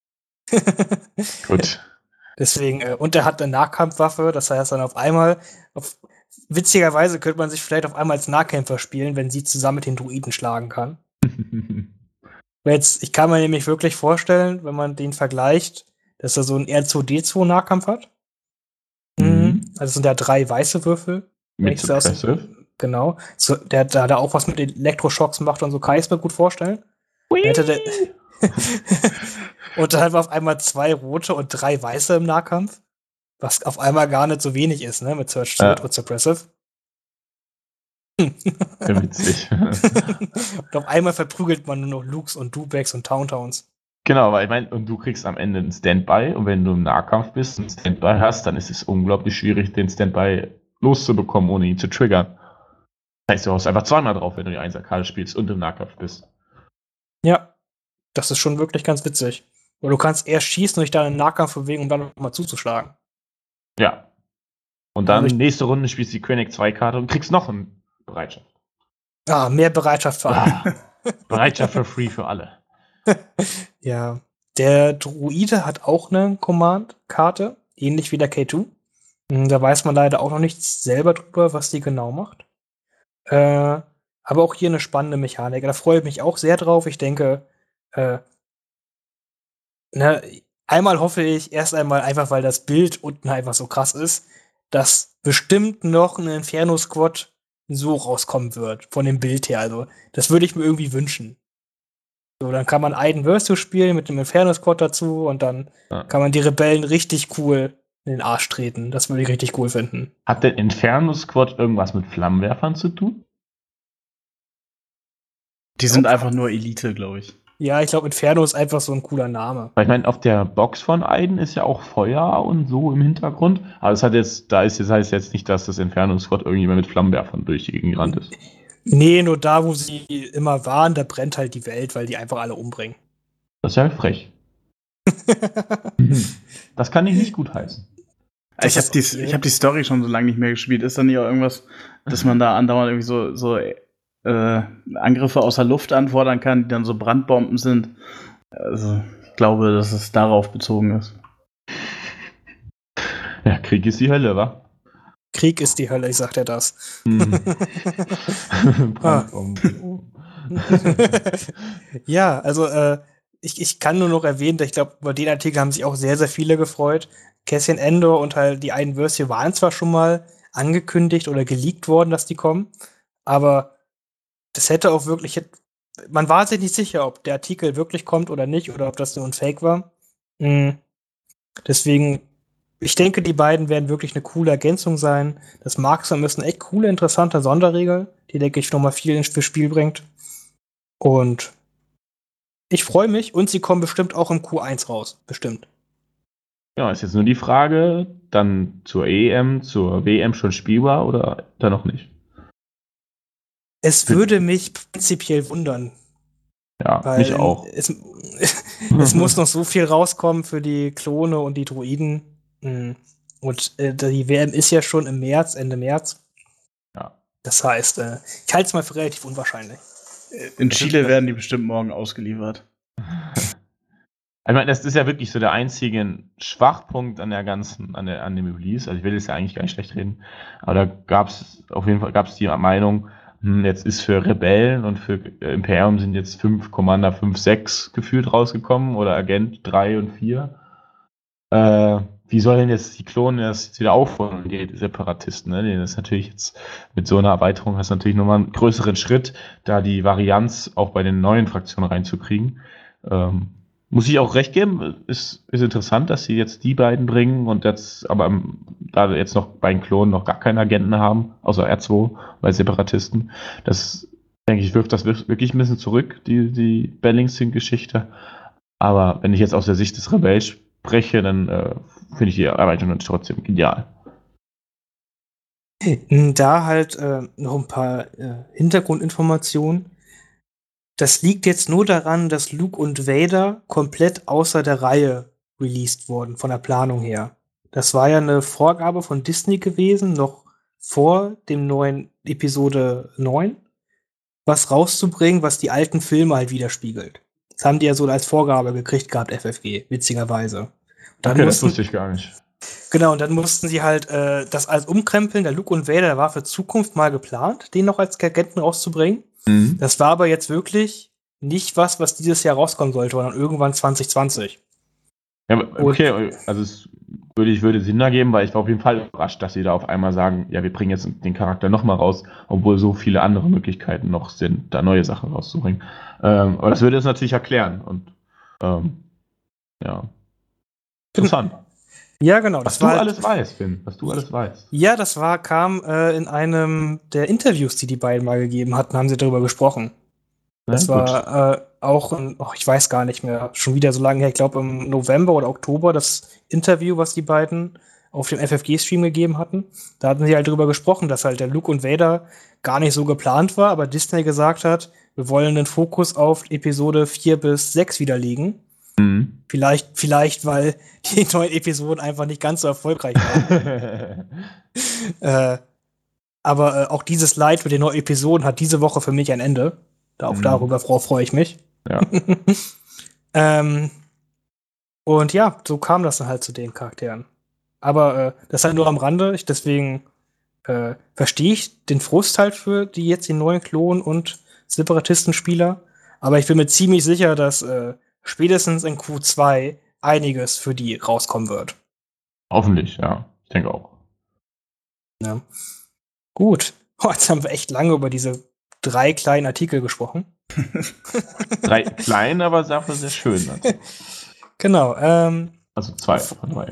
Gut. Deswegen, äh, und er hat eine Nahkampfwaffe, das heißt dann auf einmal, auf, witzigerweise könnte man sich vielleicht auf einmal als Nahkämpfer spielen, wenn sie zusammen mit den Druiden schlagen kann. Jetzt, ich kann mir nämlich wirklich vorstellen, wenn man den vergleicht, dass er so einen R zwei D zwei Nahkampf hat. Mhm. Also es sind ja drei weiße Würfel. wenn Mit ich das- Suppressive. Genau. So, der, der, der auch was mit Elektroschocks macht und so, kann ich es mir gut vorstellen. Hätte der und dann haben wir auf einmal zwei rote und drei weiße im Nahkampf. Was auf einmal gar nicht so wenig ist, ne? Mit Search Ja. und Suppressive. Ja, witzig. Und auf einmal verprügelt man nur noch Lukes und Dubeks und Towntowns. Genau, weil ich meine, und du kriegst am Ende einen Standby und wenn du im Nahkampf bist und einen Standby hast, dann ist es unglaublich schwierig, den Standby loszubekommen, ohne ihn zu triggern. Das heißt, du haust einfach zweimal drauf, wenn du die Einser-Karte spielst und im Nahkampf bist. Ja, das ist schon wirklich ganz witzig. Weil du kannst erst schießen und dich dann in den Nahkampf bewegen, um dann nochmal zuzuschlagen. Ja. Und dann Also ich- nächste Runde spielst du die König zwei Karte und kriegst noch eine Bereitschaft. Ah, mehr Bereitschaft für alle. Ah, Bereitschaft für free für alle. Ja. Der Druide hat auch eine Command-Karte, ähnlich wie der K zwei. Hm, Da weiß man leider auch noch nichts selber drüber, was die genau macht. Äh, aber auch hier eine spannende Mechanik. Da freue ich mich auch sehr drauf. Ich denke, äh, ne, einmal hoffe ich erst einmal einfach, weil das Bild unten einfach so krass ist, dass bestimmt noch ein Inferno-Squad so rauskommen wird, von dem Bild her. Also, das würde ich mir irgendwie wünschen. So, dann kann man Aiden Versus spielen mit dem Inferno-Squad dazu und dann Ja. kann man die Rebellen richtig cool in den Arsch treten. Das würde ich richtig cool finden. Hat der Inferno Squad irgendwas mit Flammenwerfern zu tun? Die sind einfach nur Elite, glaube ich. Ja, ich glaube, Inferno ist einfach so ein cooler Name. Weil ich meine, auf der Box von Aiden ist ja auch Feuer und so im Hintergrund. Aber es hat jetzt, da ist, das heißt jetzt nicht, dass das Inferno Squad irgendjemand mit Flammenwerfern durch die Gegend gerannt ist. Nee, nur da, wo sie immer waren, da brennt halt die Welt, weil die einfach alle umbringen. Das ist ja frech. Das kann ich nicht gut heißen. Das ich ist habe die, okay. ich hab die Story schon so lange nicht mehr gespielt. Ist da nicht auch irgendwas, dass man da andauernd irgendwie so, so äh, Angriffe aus der Luft anfordern kann, die dann so Brandbomben sind? Also, ich glaube, dass es darauf bezogen ist. Ja, Krieg ist die Hölle, wa? Krieg ist die Hölle, ich sag dir das. Mhm. Ah. Brandbomben. Ja, also äh, ich, ich kann nur noch erwähnen, ich glaube, über den Artikel haben sich auch sehr, sehr viele gefreut. Cassian Andor und halt die einen Versio waren zwar schon mal angekündigt oder geleakt worden, dass die kommen, aber das hätte auch wirklich, man war sich nicht sicher, ob der Artikel wirklich kommt oder nicht, oder ob das nur ein Fake war. Mhm. Deswegen, ich denke, die beiden werden wirklich eine coole Ergänzung sein. Das Marksam ist eine echt coole, interessante Sonderregel, die, denke ich, nochmal viel ins Spiel bringt. Und ich freue mich und sie kommen bestimmt auch im Q eins raus. Bestimmt. Ja, ist jetzt nur die Frage, dann zur E M, zur W M schon spielbar oder dann noch nicht? Es würde mich prinzipiell wundern. Ja, Weil mich auch. Es, es muss noch so viel rauskommen für die Klone und die Droiden. Mhm. Und äh, die W M ist ja schon im März, Ende März. Ja. Das heißt, äh, ich halte es mal für relativ unwahrscheinlich. In Chile werden die bestimmt morgen ausgeliefert. Ich meine, das ist ja wirklich so der einzige Schwachpunkt an der ganzen, an, der, an dem Release. Also ich will jetzt ja eigentlich gar nicht schlecht reden, aber da gab es auf jeden Fall gab's die Meinung, hm, jetzt ist für Rebellen und für äh, Imperium sind jetzt fünf Commander fünf, sechs gefühlt rausgekommen oder Agent drei und vier. Äh, wie sollen denn jetzt die Klonen das jetzt wieder aufholen und die Separatisten? Ne? Das ist natürlich jetzt mit so einer Erweiterung hast du natürlich nochmal einen größeren Schritt, da die Varianz auch bei den neuen Fraktionen reinzukriegen. Ähm, Muss ich auch recht geben, ist, ist interessant, dass sie jetzt die beiden bringen und jetzt, aber ähm, da wir jetzt noch bei den Klonen noch gar keine Agenten haben, außer R zwei bei Separatisten, das denke ich, wirft das wirklich ein bisschen zurück, die, die Balancing-Geschichte. Aber wenn ich jetzt aus der Sicht des Rebells spreche, dann äh, finde ich die Erweiterung trotzdem genial. Da halt äh, noch ein paar äh, Hintergrundinformationen. das liegt jetzt nur daran, dass Luke und Vader komplett außer der Reihe released wurden, von der Planung her. Das war ja eine Vorgabe von Disney gewesen, noch vor dem neuen Episode neun, was rauszubringen, was die alten Filme halt widerspiegelt. Das haben die ja so als Vorgabe gekriegt gehabt, F F G, witzigerweise. Dann Okay, das mussten, wusste ich gar nicht. genau, und dann mussten sie halt äh, das alles umkrempeln. Der Luke und Vader, der war für Zukunft mal geplant, den noch als Agenten rauszubringen. Mhm. Das war aber jetzt wirklich nicht was, was dieses Jahr rauskommen sollte, sondern irgendwann zwanzig zwanzig. Ja, aber okay, also es würde, ich würde Sinn ergeben, weil ich war auf jeden Fall überrascht, dass sie da auf einmal sagen, ja, wir bringen jetzt den Charakter nochmal raus, obwohl so viele andere Möglichkeiten noch sind, da neue Sachen rauszubringen. Ähm, aber das würde es natürlich erklären und ähm, ja. Interessant. Ja, genau. Was du halt alles weißt, Finn, was du alles weißt. Ja, das war, kam äh, in einem der Interviews, die die beiden mal gegeben hatten, haben sie darüber gesprochen. Das Na, war äh, auch, in, oh, ich weiß gar nicht mehr, schon wieder so lange her, ich glaube im November oder Oktober, das Interview, was die beiden auf dem F F G-Stream gegeben hatten. Da hatten sie halt darüber gesprochen, dass halt der Luke und Vader gar nicht so geplant war, aber Disney gesagt hat, wir wollen den Fokus auf Episode vier bis sechs wieder legen. Mhm. Vielleicht, vielleicht, weil die neuen Episoden einfach nicht ganz so erfolgreich waren. äh, aber äh, auch dieses Leid mit den neuen Episoden hat diese Woche für mich ein Ende. Da, auch Mhm. darüber freue ich mich. Ja. ähm, und ja, so kam das dann halt zu den Charakteren. Aber äh, das halt nur am Rande. Ich, deswegen äh, verstehe ich den Frust halt für die jetzt die neuen Klon- und Separatistenspieler. Aber ich bin mir ziemlich sicher, dass äh, spätestens in Q zwei einiges für die rauskommen wird. Hoffentlich, ja. Ich denke auch. Ja. Gut. Oh, jetzt haben wir echt lange über diese drei kleinen Artikel gesprochen. Drei klein, aber dafür sehr schön. Also, Genau. Ähm, also zwei von drei.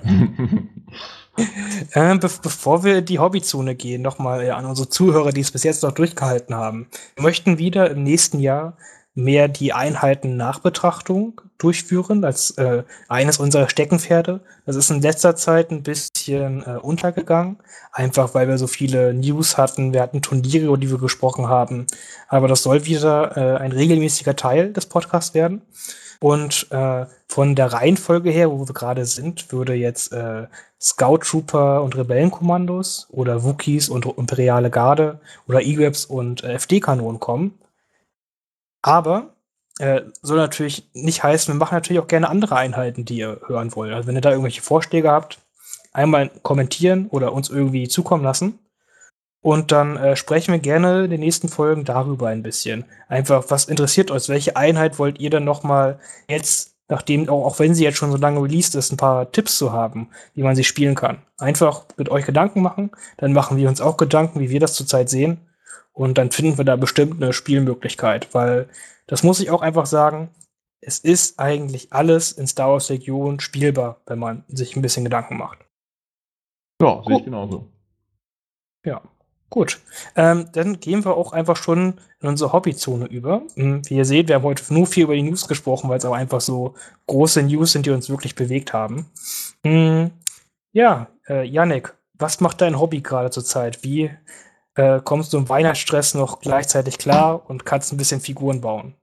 äh, be bevor wir in die Hobbyzone gehen, nochmal äh, an unsere Zuhörer, die es bis jetzt noch durchgehalten haben. Wir möchten wieder im nächsten Jahr mehr die Einheiten-Nachbetrachtung durchführen, als äh, eines unserer Steckenpferde. Das ist in letzter Zeit ein bisschen äh, untergegangen, einfach weil wir so viele News hatten, wir hatten Turniere, über die wir gesprochen haben. Aber das soll wieder äh, ein regelmäßiger Teil des Podcasts werden. Und äh, von der Reihenfolge her, wo wir gerade sind, würde jetzt äh, Scout Trooper und Rebellenkommandos oder Wookiees und Imperiale Garde oder E G R E Ps und äh, F D-Kanonen kommen. Aber äh, soll natürlich nicht heißen, wir machen natürlich auch gerne andere Einheiten, die ihr hören wollt. Also wenn ihr da irgendwelche Vorschläge habt, einmal kommentieren oder uns irgendwie zukommen lassen. Und dann äh, sprechen wir gerne in den nächsten Folgen darüber ein bisschen. Einfach, was interessiert euch? Welche Einheit wollt ihr dann noch mal jetzt, nachdem, auch, auch wenn sie jetzt schon so lange released ist, ein paar Tipps zu haben, wie man sie spielen kann? Einfach mit euch Gedanken machen. Dann machen wir uns auch Gedanken, wie wir das zurzeit sehen. Und dann finden wir da bestimmt eine Spielmöglichkeit. Weil, das muss ich auch einfach sagen, es ist eigentlich alles in Star Wars Legion spielbar, wenn man sich ein bisschen Gedanken macht. Ja, sehe ich genauso. Ja. Gut, ähm, dann gehen wir auch einfach schon in unsere Hobbyzone über. Wie ihr seht, wir haben heute nur viel über die News gesprochen, weil es aber einfach so große News sind, die uns wirklich bewegt haben. Hm, ja, äh, Yannick, was macht dein Hobby gerade zurzeit? Wie äh, kommst du im Weihnachtsstress noch gleichzeitig klar und kannst ein bisschen Figuren bauen?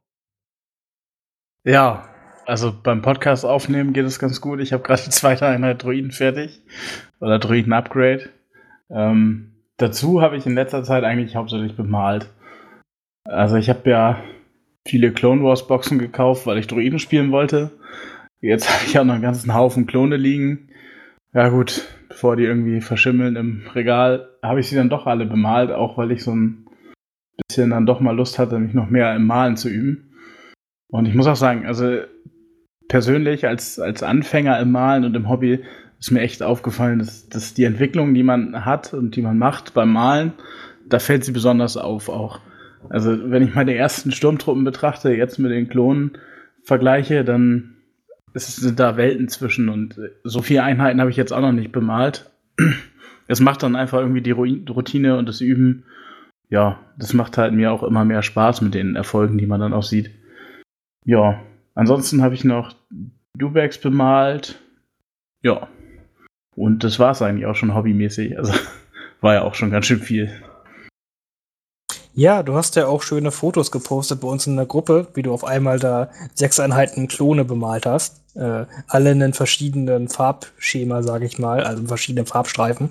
Ja, also beim Podcast aufnehmen geht es ganz gut. Ich habe gerade die zweite Einheit Droiden fertig. Oder Droiden-Upgrade. Ähm, Dazu habe ich in letzter Zeit eigentlich hauptsächlich bemalt. Also ich habe ja viele Clone Wars Boxen gekauft, weil ich Droiden spielen wollte. Jetzt habe ich auch noch einen ganzen Haufen Klone liegen. Ja gut, bevor die irgendwie verschimmeln im Regal, habe ich sie dann doch alle bemalt, auch weil ich so ein bisschen dann doch mal Lust hatte, mich noch mehr im Malen zu üben. Und ich muss auch sagen, also persönlich als, als Anfänger im Malen und im Hobby ist mir echt aufgefallen, dass, dass die Entwicklung, die man hat und die man macht beim Malen, da fällt sie besonders auf auch. Also wenn ich meine ersten Sturmtruppen betrachte, jetzt mit den Klonen vergleiche, dann sind da Welten zwischen und so viele Einheiten habe ich jetzt auch noch nicht bemalt. Es macht dann einfach irgendwie die Routine und das Üben, ja, das macht halt mir auch immer mehr Spaß mit den Erfolgen, die man dann auch sieht. Ja, ansonsten habe ich noch Dewbacks bemalt. Ja. Und das war es eigentlich auch schon hobbymäßig. Also war ja auch schon ganz schön viel. Ja, du hast ja auch schöne Fotos gepostet bei uns in der Gruppe, wie du auf einmal da sechs Einheiten Klone bemalt hast. Äh, alle in einem verschiedenen Farbschema, sage ich mal, also in verschiedenen Farbstreifen.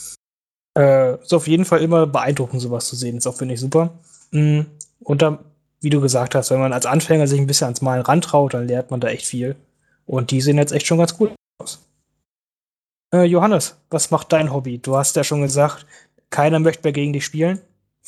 Äh, ist auf jeden Fall immer beeindruckend, sowas zu sehen. Ist auch, finde ich, super. Mm, Und dann, wie du gesagt hast, wenn man als Anfänger sich ein bisschen ans Malen rantraut, dann lernt man da echt viel. Und die sehen jetzt echt schon ganz gut aus. Äh, Johannes, was macht dein Hobby? Du hast ja schon gesagt, keiner möchte mehr gegen dich spielen.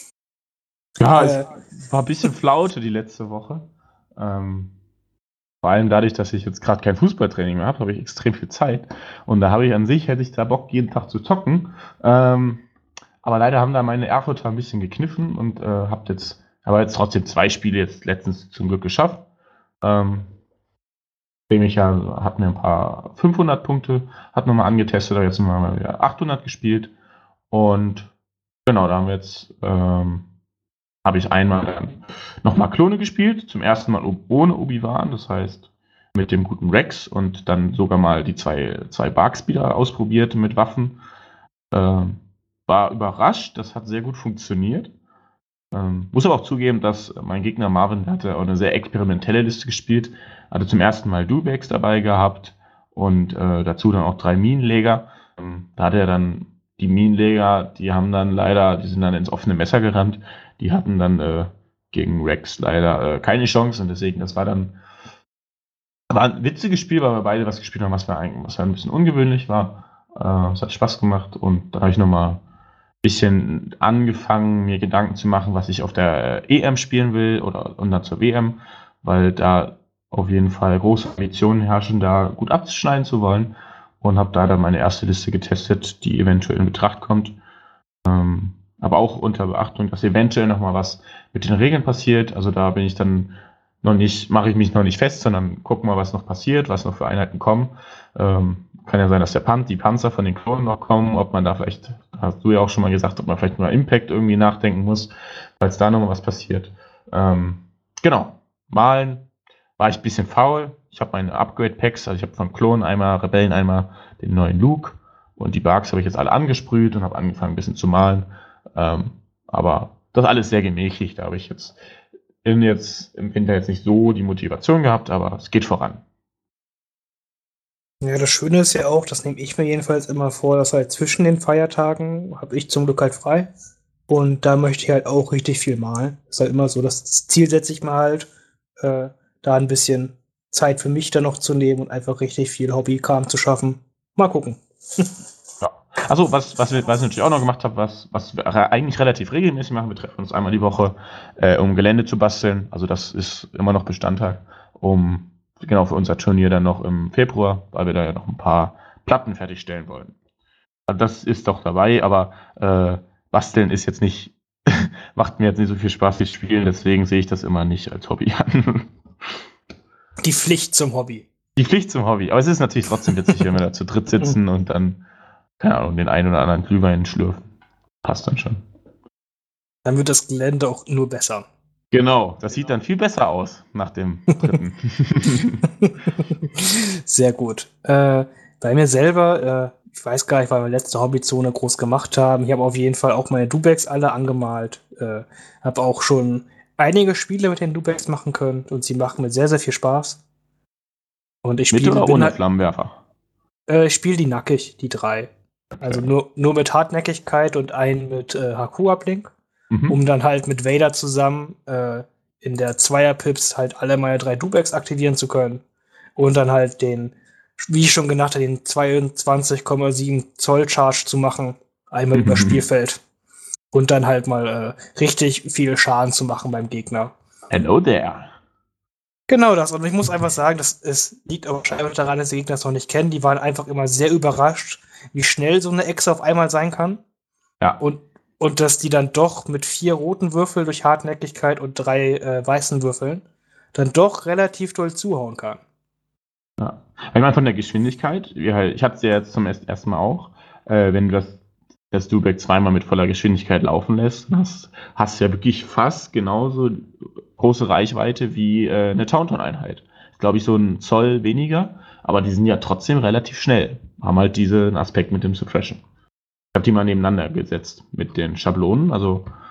Ja, Äh, es war ein bisschen Flaute die letzte Woche. Ähm, vor allem dadurch, dass ich jetzt gerade kein Fußballtraining mehr habe, habe ich extrem viel Zeit. Und da habe ich an sich, hätte ich da Bock, jeden Tag zu zocken. Ähm, aber leider haben da meine Erfurter ein bisschen gekniffen und äh, habe jetzt, aber jetzt trotzdem zwei Spiele jetzt letztens zum Glück geschafft. Ähm, Dem ich ja, hat mir ein paar fünfhundert Punkte, hat nochmal angetestet, aber jetzt haben wir wieder achthundert gespielt. Und genau, da haben wir jetzt, ähm, habe ich einmal dann nochmal Klone gespielt, zum ersten Mal ohne Obi-Wan, das heißt mit dem guten Rex und dann sogar mal die zwei, zwei Barkspeeder ausprobiert mit Waffen. Ähm, war überrascht, das hat sehr gut funktioniert. Ähm, muss aber auch zugeben, dass mein Gegner Marvin hatte auch eine sehr experimentelle Liste gespielt, hatte zum ersten Mal Dubex dabei gehabt und äh, dazu dann auch drei Minenleger. Ähm, da hatte er dann die Minenleger, die haben dann leider, die sind dann ins offene Messer gerannt, die hatten dann äh, gegen Rex leider äh, keine Chance und deswegen, das war dann war ein witziges Spiel, weil wir beide was gespielt haben, was, wir eigentlich, was ein bisschen ungewöhnlich war. Äh, es hat Spaß gemacht und da habe ich nochmal bisschen angefangen, mir Gedanken zu machen, was ich auf der E M spielen will oder und dann zur W M, weil da auf jeden Fall große Ambitionen herrschen, da gut abzuschneiden zu wollen und habe da dann meine erste Liste getestet, die eventuell in Betracht kommt. Ähm, aber auch unter Beachtung, dass eventuell noch mal was mit den Regeln passiert. Also da bin ich dann noch nicht, mache ich mich noch nicht fest, sondern gucken mal, was noch passiert, was noch für Einheiten kommen. Ähm, kann ja sein, dass der Pan die Panzer von den Klonen noch kommen, ob man da vielleicht, hast du ja auch schon mal gesagt, ob man vielleicht über Impact irgendwie nachdenken muss, falls da noch mal was passiert. Ähm, genau, malen war ich ein bisschen faul. Ich habe meine Upgrade-Packs, also ich habe von Klonen einmal, Rebellen einmal den neuen Luke und die Barks habe ich jetzt alle angesprüht und habe angefangen ein bisschen zu malen. Ähm, aber das alles sehr gemächlich, da habe ich jetzt in jetzt im Winter jetzt nicht so die Motivation gehabt, aber es geht voran. Ja, das Schöne ist ja auch, das nehme ich mir jedenfalls immer vor, dass halt zwischen den Feiertagen habe ich zum Glück halt frei. Und da möchte ich halt auch richtig viel malen. Ist halt immer so, das Ziel setze ich mal halt, äh, da ein bisschen Zeit für mich dann noch zu nehmen und einfach richtig viel Hobbykram zu schaffen. Mal gucken. Ja. Also was, was, wir, was ich natürlich auch noch gemacht habe, was, was wir eigentlich relativ regelmäßig machen, wir treffen uns einmal die Woche, äh, um Gelände zu basteln. Also das ist immer noch Bestandteil, um genau für unser Turnier dann noch im Februar, weil wir da ja noch ein paar Platten fertigstellen wollen. Also das ist doch dabei, aber äh, basteln ist jetzt nicht, macht mir jetzt nicht so viel Spaß wie Spielen, deswegen sehe ich das immer nicht als Hobby an. Die Pflicht zum Hobby. Die Pflicht zum Hobby, aber es ist natürlich trotzdem witzig, wenn wir da zu dritt sitzen und dann, keine Ahnung, den einen oder anderen Glühwein schlürfen. Passt dann schon. Dann wird das Gelände auch nur besser. Genau, das sieht dann viel besser aus nach dem dritten. Sehr gut. Äh, bei mir selber, äh, ich weiß gar nicht, weil wir letzte Hobbyzone groß gemacht haben. Ich habe auf jeden Fall auch meine Dubex alle angemalt. Äh, habe auch schon einige Spiele mit den Dubex machen können und sie machen mir sehr, sehr viel Spaß. Und ich Mit spiele oder bin ohne halt, Flammenwerfer? äh, ich spiele die nackig, die drei. Also nur, nur mit Hartnäckigkeit und einen mit äh, H Q-Uplink, Mhm. um dann halt mit Vader zusammen äh, in der Zweier-Pips halt alle meine drei Dubex aktivieren zu können. Und dann halt den, wie ich schon genannt habe, den zweiundzwanzig Komma sieben Zoll Charge zu machen, einmal über Spielfeld. Und dann halt mal äh, richtig viel Schaden zu machen beim Gegner. Hello there. Genau das. Und ich muss einfach sagen, das es liegt aber wahrscheinlich daran, dass die Gegner es noch nicht kennen. Die waren einfach immer sehr überrascht, wie schnell so eine Echse auf einmal sein kann. Ja. Und, und dass die dann doch mit vier roten Würfeln durch Hartnäckigkeit und drei äh, weißen Würfeln dann doch relativ doll zuhauen kann. Ja. Ich meine, von der Geschwindigkeit, ich hatte es ja jetzt zum ersten Mal auch, äh, wenn du das, das Dubeck zweimal mit voller Geschwindigkeit laufen lässt, hast, hast du ja wirklich fast genauso große Reichweite wie äh, eine Tauntaun-Einheit. Glaube ich, so ein Zoll weniger, aber die sind ja trotzdem relativ schnell. Haben halt diesen Aspekt mit dem Suppression. Ich habe die mal nebeneinander gesetzt mit den Schablonen, also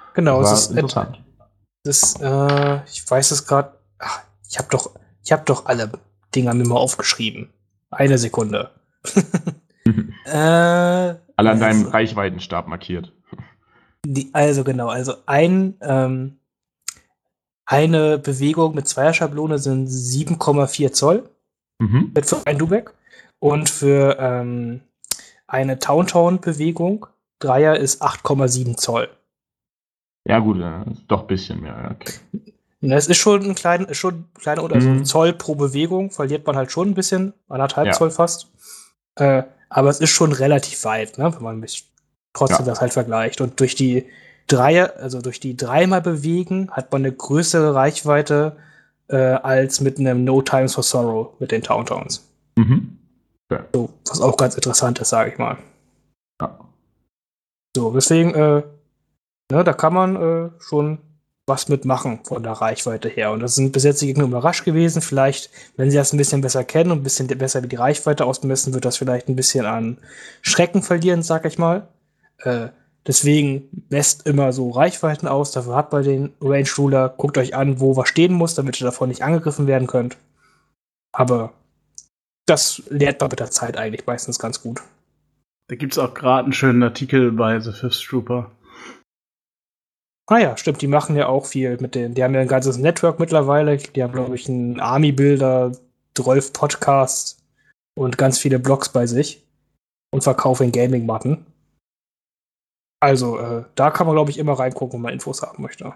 Genau, es Das ist war interessant. Das, äh, ich weiß es gerade. Ich habe doch, ich habe doch alle Dinger mir mal aufgeschrieben. Eine Sekunde. äh, Alle an deinem also, Reichweitenstab markiert. die, also genau, also ein, ähm, eine Bewegung mit Zweierschablone sind sieben Komma vier Zoll Mhm. für ein Dubeck. Und für ähm, eine Town-Town-Bewegung, Dreier ist acht Komma sieben Zoll. Ja, gut, äh, doch ein bisschen mehr. Ja, okay. Und das ist schon ein kleiner, ist schon ein kleiner, also ein Mhm. Zoll pro Bewegung verliert man halt schon ein bisschen, anderthalb Ja. Zoll fast. Äh, aber es ist schon relativ weit, ne, wenn man mich trotzdem Ja. das halt vergleicht. Und durch die Dreier, also durch die dreimal bewegen, hat man eine größere Reichweite äh, als mit einem No Times for Sorrow mit den Towntowns. Mhm. Ja. So, was auch ganz interessant ist, sage ich mal. Ja. So, deswegen, äh, ne, da kann man äh, schon was mitmachen von der Reichweite her. Und das sind bis jetzt die Gegner überrascht gewesen. Vielleicht, wenn sie das ein bisschen besser kennen und ein bisschen besser die Reichweite ausmessen, wird das vielleicht ein bisschen an Schrecken verlieren, sag ich mal. Äh, deswegen messt immer so Reichweiten aus. Dafür hat man den Range Ruler. Guckt euch an, wo was stehen muss, damit ihr davon nicht angegriffen werden könnt. Aber das lernt man mit der Zeit eigentlich meistens ganz gut. Da gibt es auch gerade einen schönen Artikel bei The Fifth Trooper. Ah ja, stimmt, die machen ja auch viel mit den, die haben ja ein ganzes Network mittlerweile, die haben, glaube ich, einen Army-Builder, zwölf Podcasts und ganz viele Blogs bei sich und verkaufen Gaming-Matten. Also, äh, da kann man, glaube ich, immer reingucken, wenn man Infos haben möchte.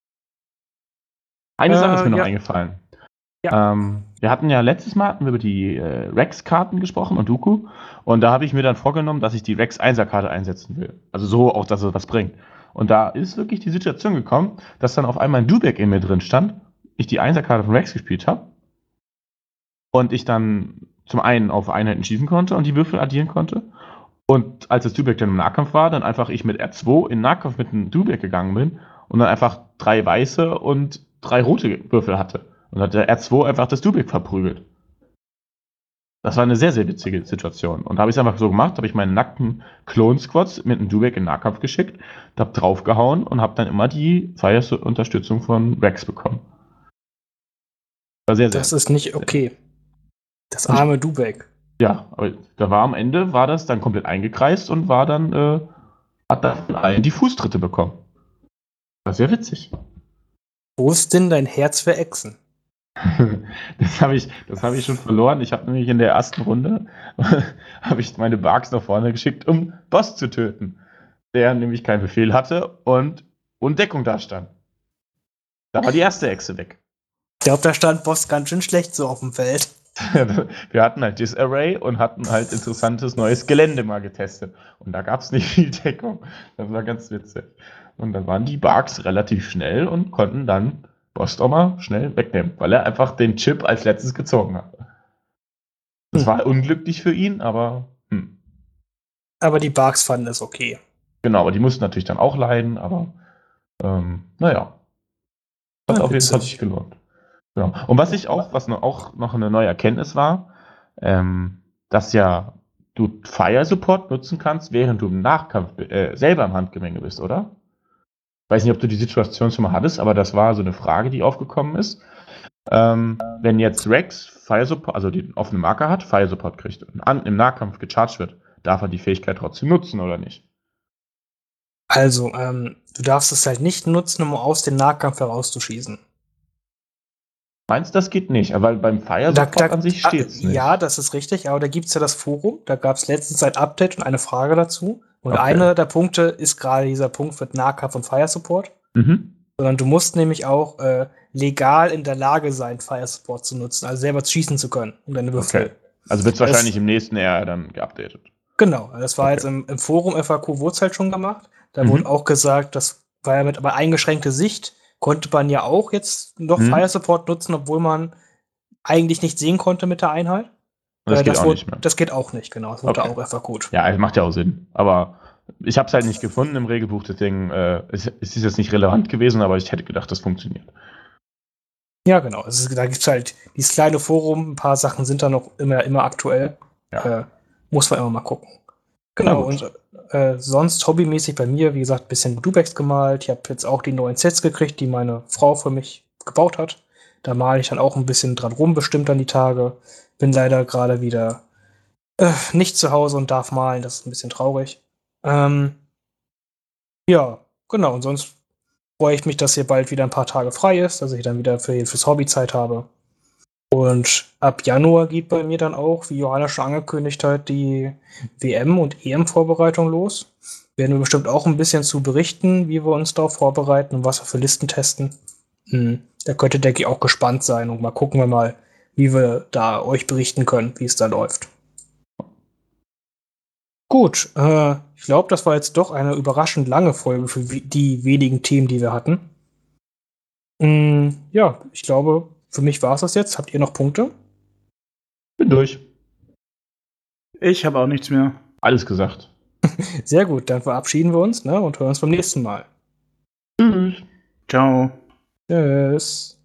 Eine Äh, Sache ist mir noch ja. eingefallen. Ja. Ähm, wir hatten ja letztes Mal hatten wir über die äh, Rex-Karten gesprochen und Dooku. Und da habe ich mir dann vorgenommen, dass ich die Rex-Einser-Karte einsetzen will. Also so auch, dass es was bringt. Und da ist wirklich die Situation gekommen, dass dann auf einmal ein Dubeck in mir drin stand, ich die Einser-Karte von Rex gespielt habe und ich dann zum einen auf Einheiten schießen konnte und die Würfel addieren konnte. Und als das Dubeck dann im Nahkampf war, dann einfach ich mit R zwei in Nahkampf mit einem Dubeck gegangen bin und dann einfach drei weiße und drei rote Würfel hatte. Und hat der R zwei einfach das Dubeck verprügelt. Das war eine sehr, sehr witzige Situation. Und da habe ich es einfach so gemacht, habe ich meinen nackten Clone-Squads mit einem Dubeck in Nahkampf geschickt, habe draufgehauen und habe dann immer die Fire-Unterstützung von Rex bekommen. War sehr, sehr. Das ist nicht okay. Das arme Dubeck. Ja, aber da war am Ende, war das dann komplett eingekreist und war dann, äh, hat dann von allen die Fußtritte bekommen. War sehr witzig. Wo ist denn dein Herz für Echsen? Das habe ich, das habe ich schon verloren. Ich habe nämlich in der ersten Runde habe ich meine Barks nach vorne geschickt, um Boss zu töten, der nämlich keinen Befehl hatte und ohne Deckung da stand. Da war die erste Echse weg. Ich glaube, da stand Boss ganz schön schlecht so auf dem Feld. Wir hatten halt Disarray und hatten halt interessantes neues Gelände mal getestet. Und da gab es nicht viel Deckung. Das war ganz witzig. Und dann waren die Barks relativ schnell und konnten dann Boss auch mal schnell wegnehmen, weil er einfach den Chip als letztes gezogen hat. Das Hm. war unglücklich für ihn, aber hm. Aber die Barks fanden es okay. Genau, aber die mussten natürlich dann auch leiden, aber ähm, naja. Hat Ja, auf jeden Fall witzig. sich gelohnt. Genau. Und was ich auch, was noch, auch noch eine neue Erkenntnis war, ähm, dass ja du Fire Support nutzen kannst, während du im Nachkampf äh, selber im Handgemenge bist, oder? Weiß nicht, ob du die Situation schon mal hattest, aber das war so eine Frage, die aufgekommen ist. Ähm, wenn jetzt Rex Fire Support, also den offenen Marker hat, Fire Support kriegt und an, im Nahkampf gecharged wird, darf er die Fähigkeit trotzdem nutzen oder nicht? Also, ähm, du darfst es halt nicht nutzen, um aus dem Nahkampf herauszuschießen. Meinst du, das geht nicht? Weil beim Fire Da, Support da, an sich steht es nicht. Ja, das ist richtig, aber da gibt es ja das Forum. Da gab es letztens ein Update und eine Frage dazu. Und Okay. einer der Punkte ist gerade dieser Punkt für Nahkampf und Fire Support. Mhm. Sondern du musst nämlich auch äh, legal in der Lage sein, Fire Support zu nutzen, also selber schießen zu können, um deine Würfel. Okay. Also wird es Das- wahrscheinlich im nächsten Jahr dann geupdatet. Genau, das war Okay. jetzt im, im Forum F A Q wurde es halt schon gemacht. Da Mhm. wurde auch gesagt, das war ja mit aber eingeschränkter Sicht, konnte man ja auch jetzt noch Mhm. Fire Support nutzen, obwohl man eigentlich nicht sehen konnte mit der Einheit. Und das Äh, geht auch wurde, nicht mehr. Das geht auch nicht, genau. Das wurde Okay. auch F A Q. Ja, also macht ja auch Sinn. Aber ich habe es halt nicht gefunden im Regelbuch, deswegen äh, es, es ist jetzt nicht relevant gewesen, aber ich hätte gedacht, das funktioniert. Ja, genau. Also, da gibt es halt dieses kleine Forum, ein paar Sachen sind da noch immer, immer aktuell. Ja. Äh, muss man immer mal gucken. Genau, Na gut. und äh, sonst hobbymäßig bei mir, wie gesagt, ein bisschen Dubex gemalt. Ich habe jetzt auch die neuen Sets gekriegt, die meine Frau für mich gebaut hat. Da male ich dann auch ein bisschen dran rum, bestimmt an die Tage. Bin leider gerade wieder äh, nicht zu Hause und darf malen, das ist ein bisschen traurig. Ähm, ja, genau, und sonst freue ich mich, dass hier bald wieder ein paar Tage frei ist, dass ich dann wieder für, fürs Hobby Zeit habe. Und ab Januar geht bei mir dann auch, wie Johanna schon angekündigt hat, die W M- und E M-Vorbereitung los. Werden wir bestimmt auch ein bisschen zu berichten, wie wir uns darauf vorbereiten und was wir für Listen testen. Hm. Da könnt ihr, denke ich, auch gespannt sein und mal gucken wir mal, wie wir da euch berichten können, wie es da läuft. Gut, äh, ich glaube, das war jetzt doch eine überraschend lange Folge für die wenigen Themen, die wir hatten. Hm, ja, ich glaube, für mich war es das jetzt. Habt ihr noch Punkte? Bin durch. Ich habe auch nichts mehr. Alles gesagt. Sehr gut, dann verabschieden wir uns, ne, und hören uns beim nächsten Mal. Tschüss. Ciao. Tschüss.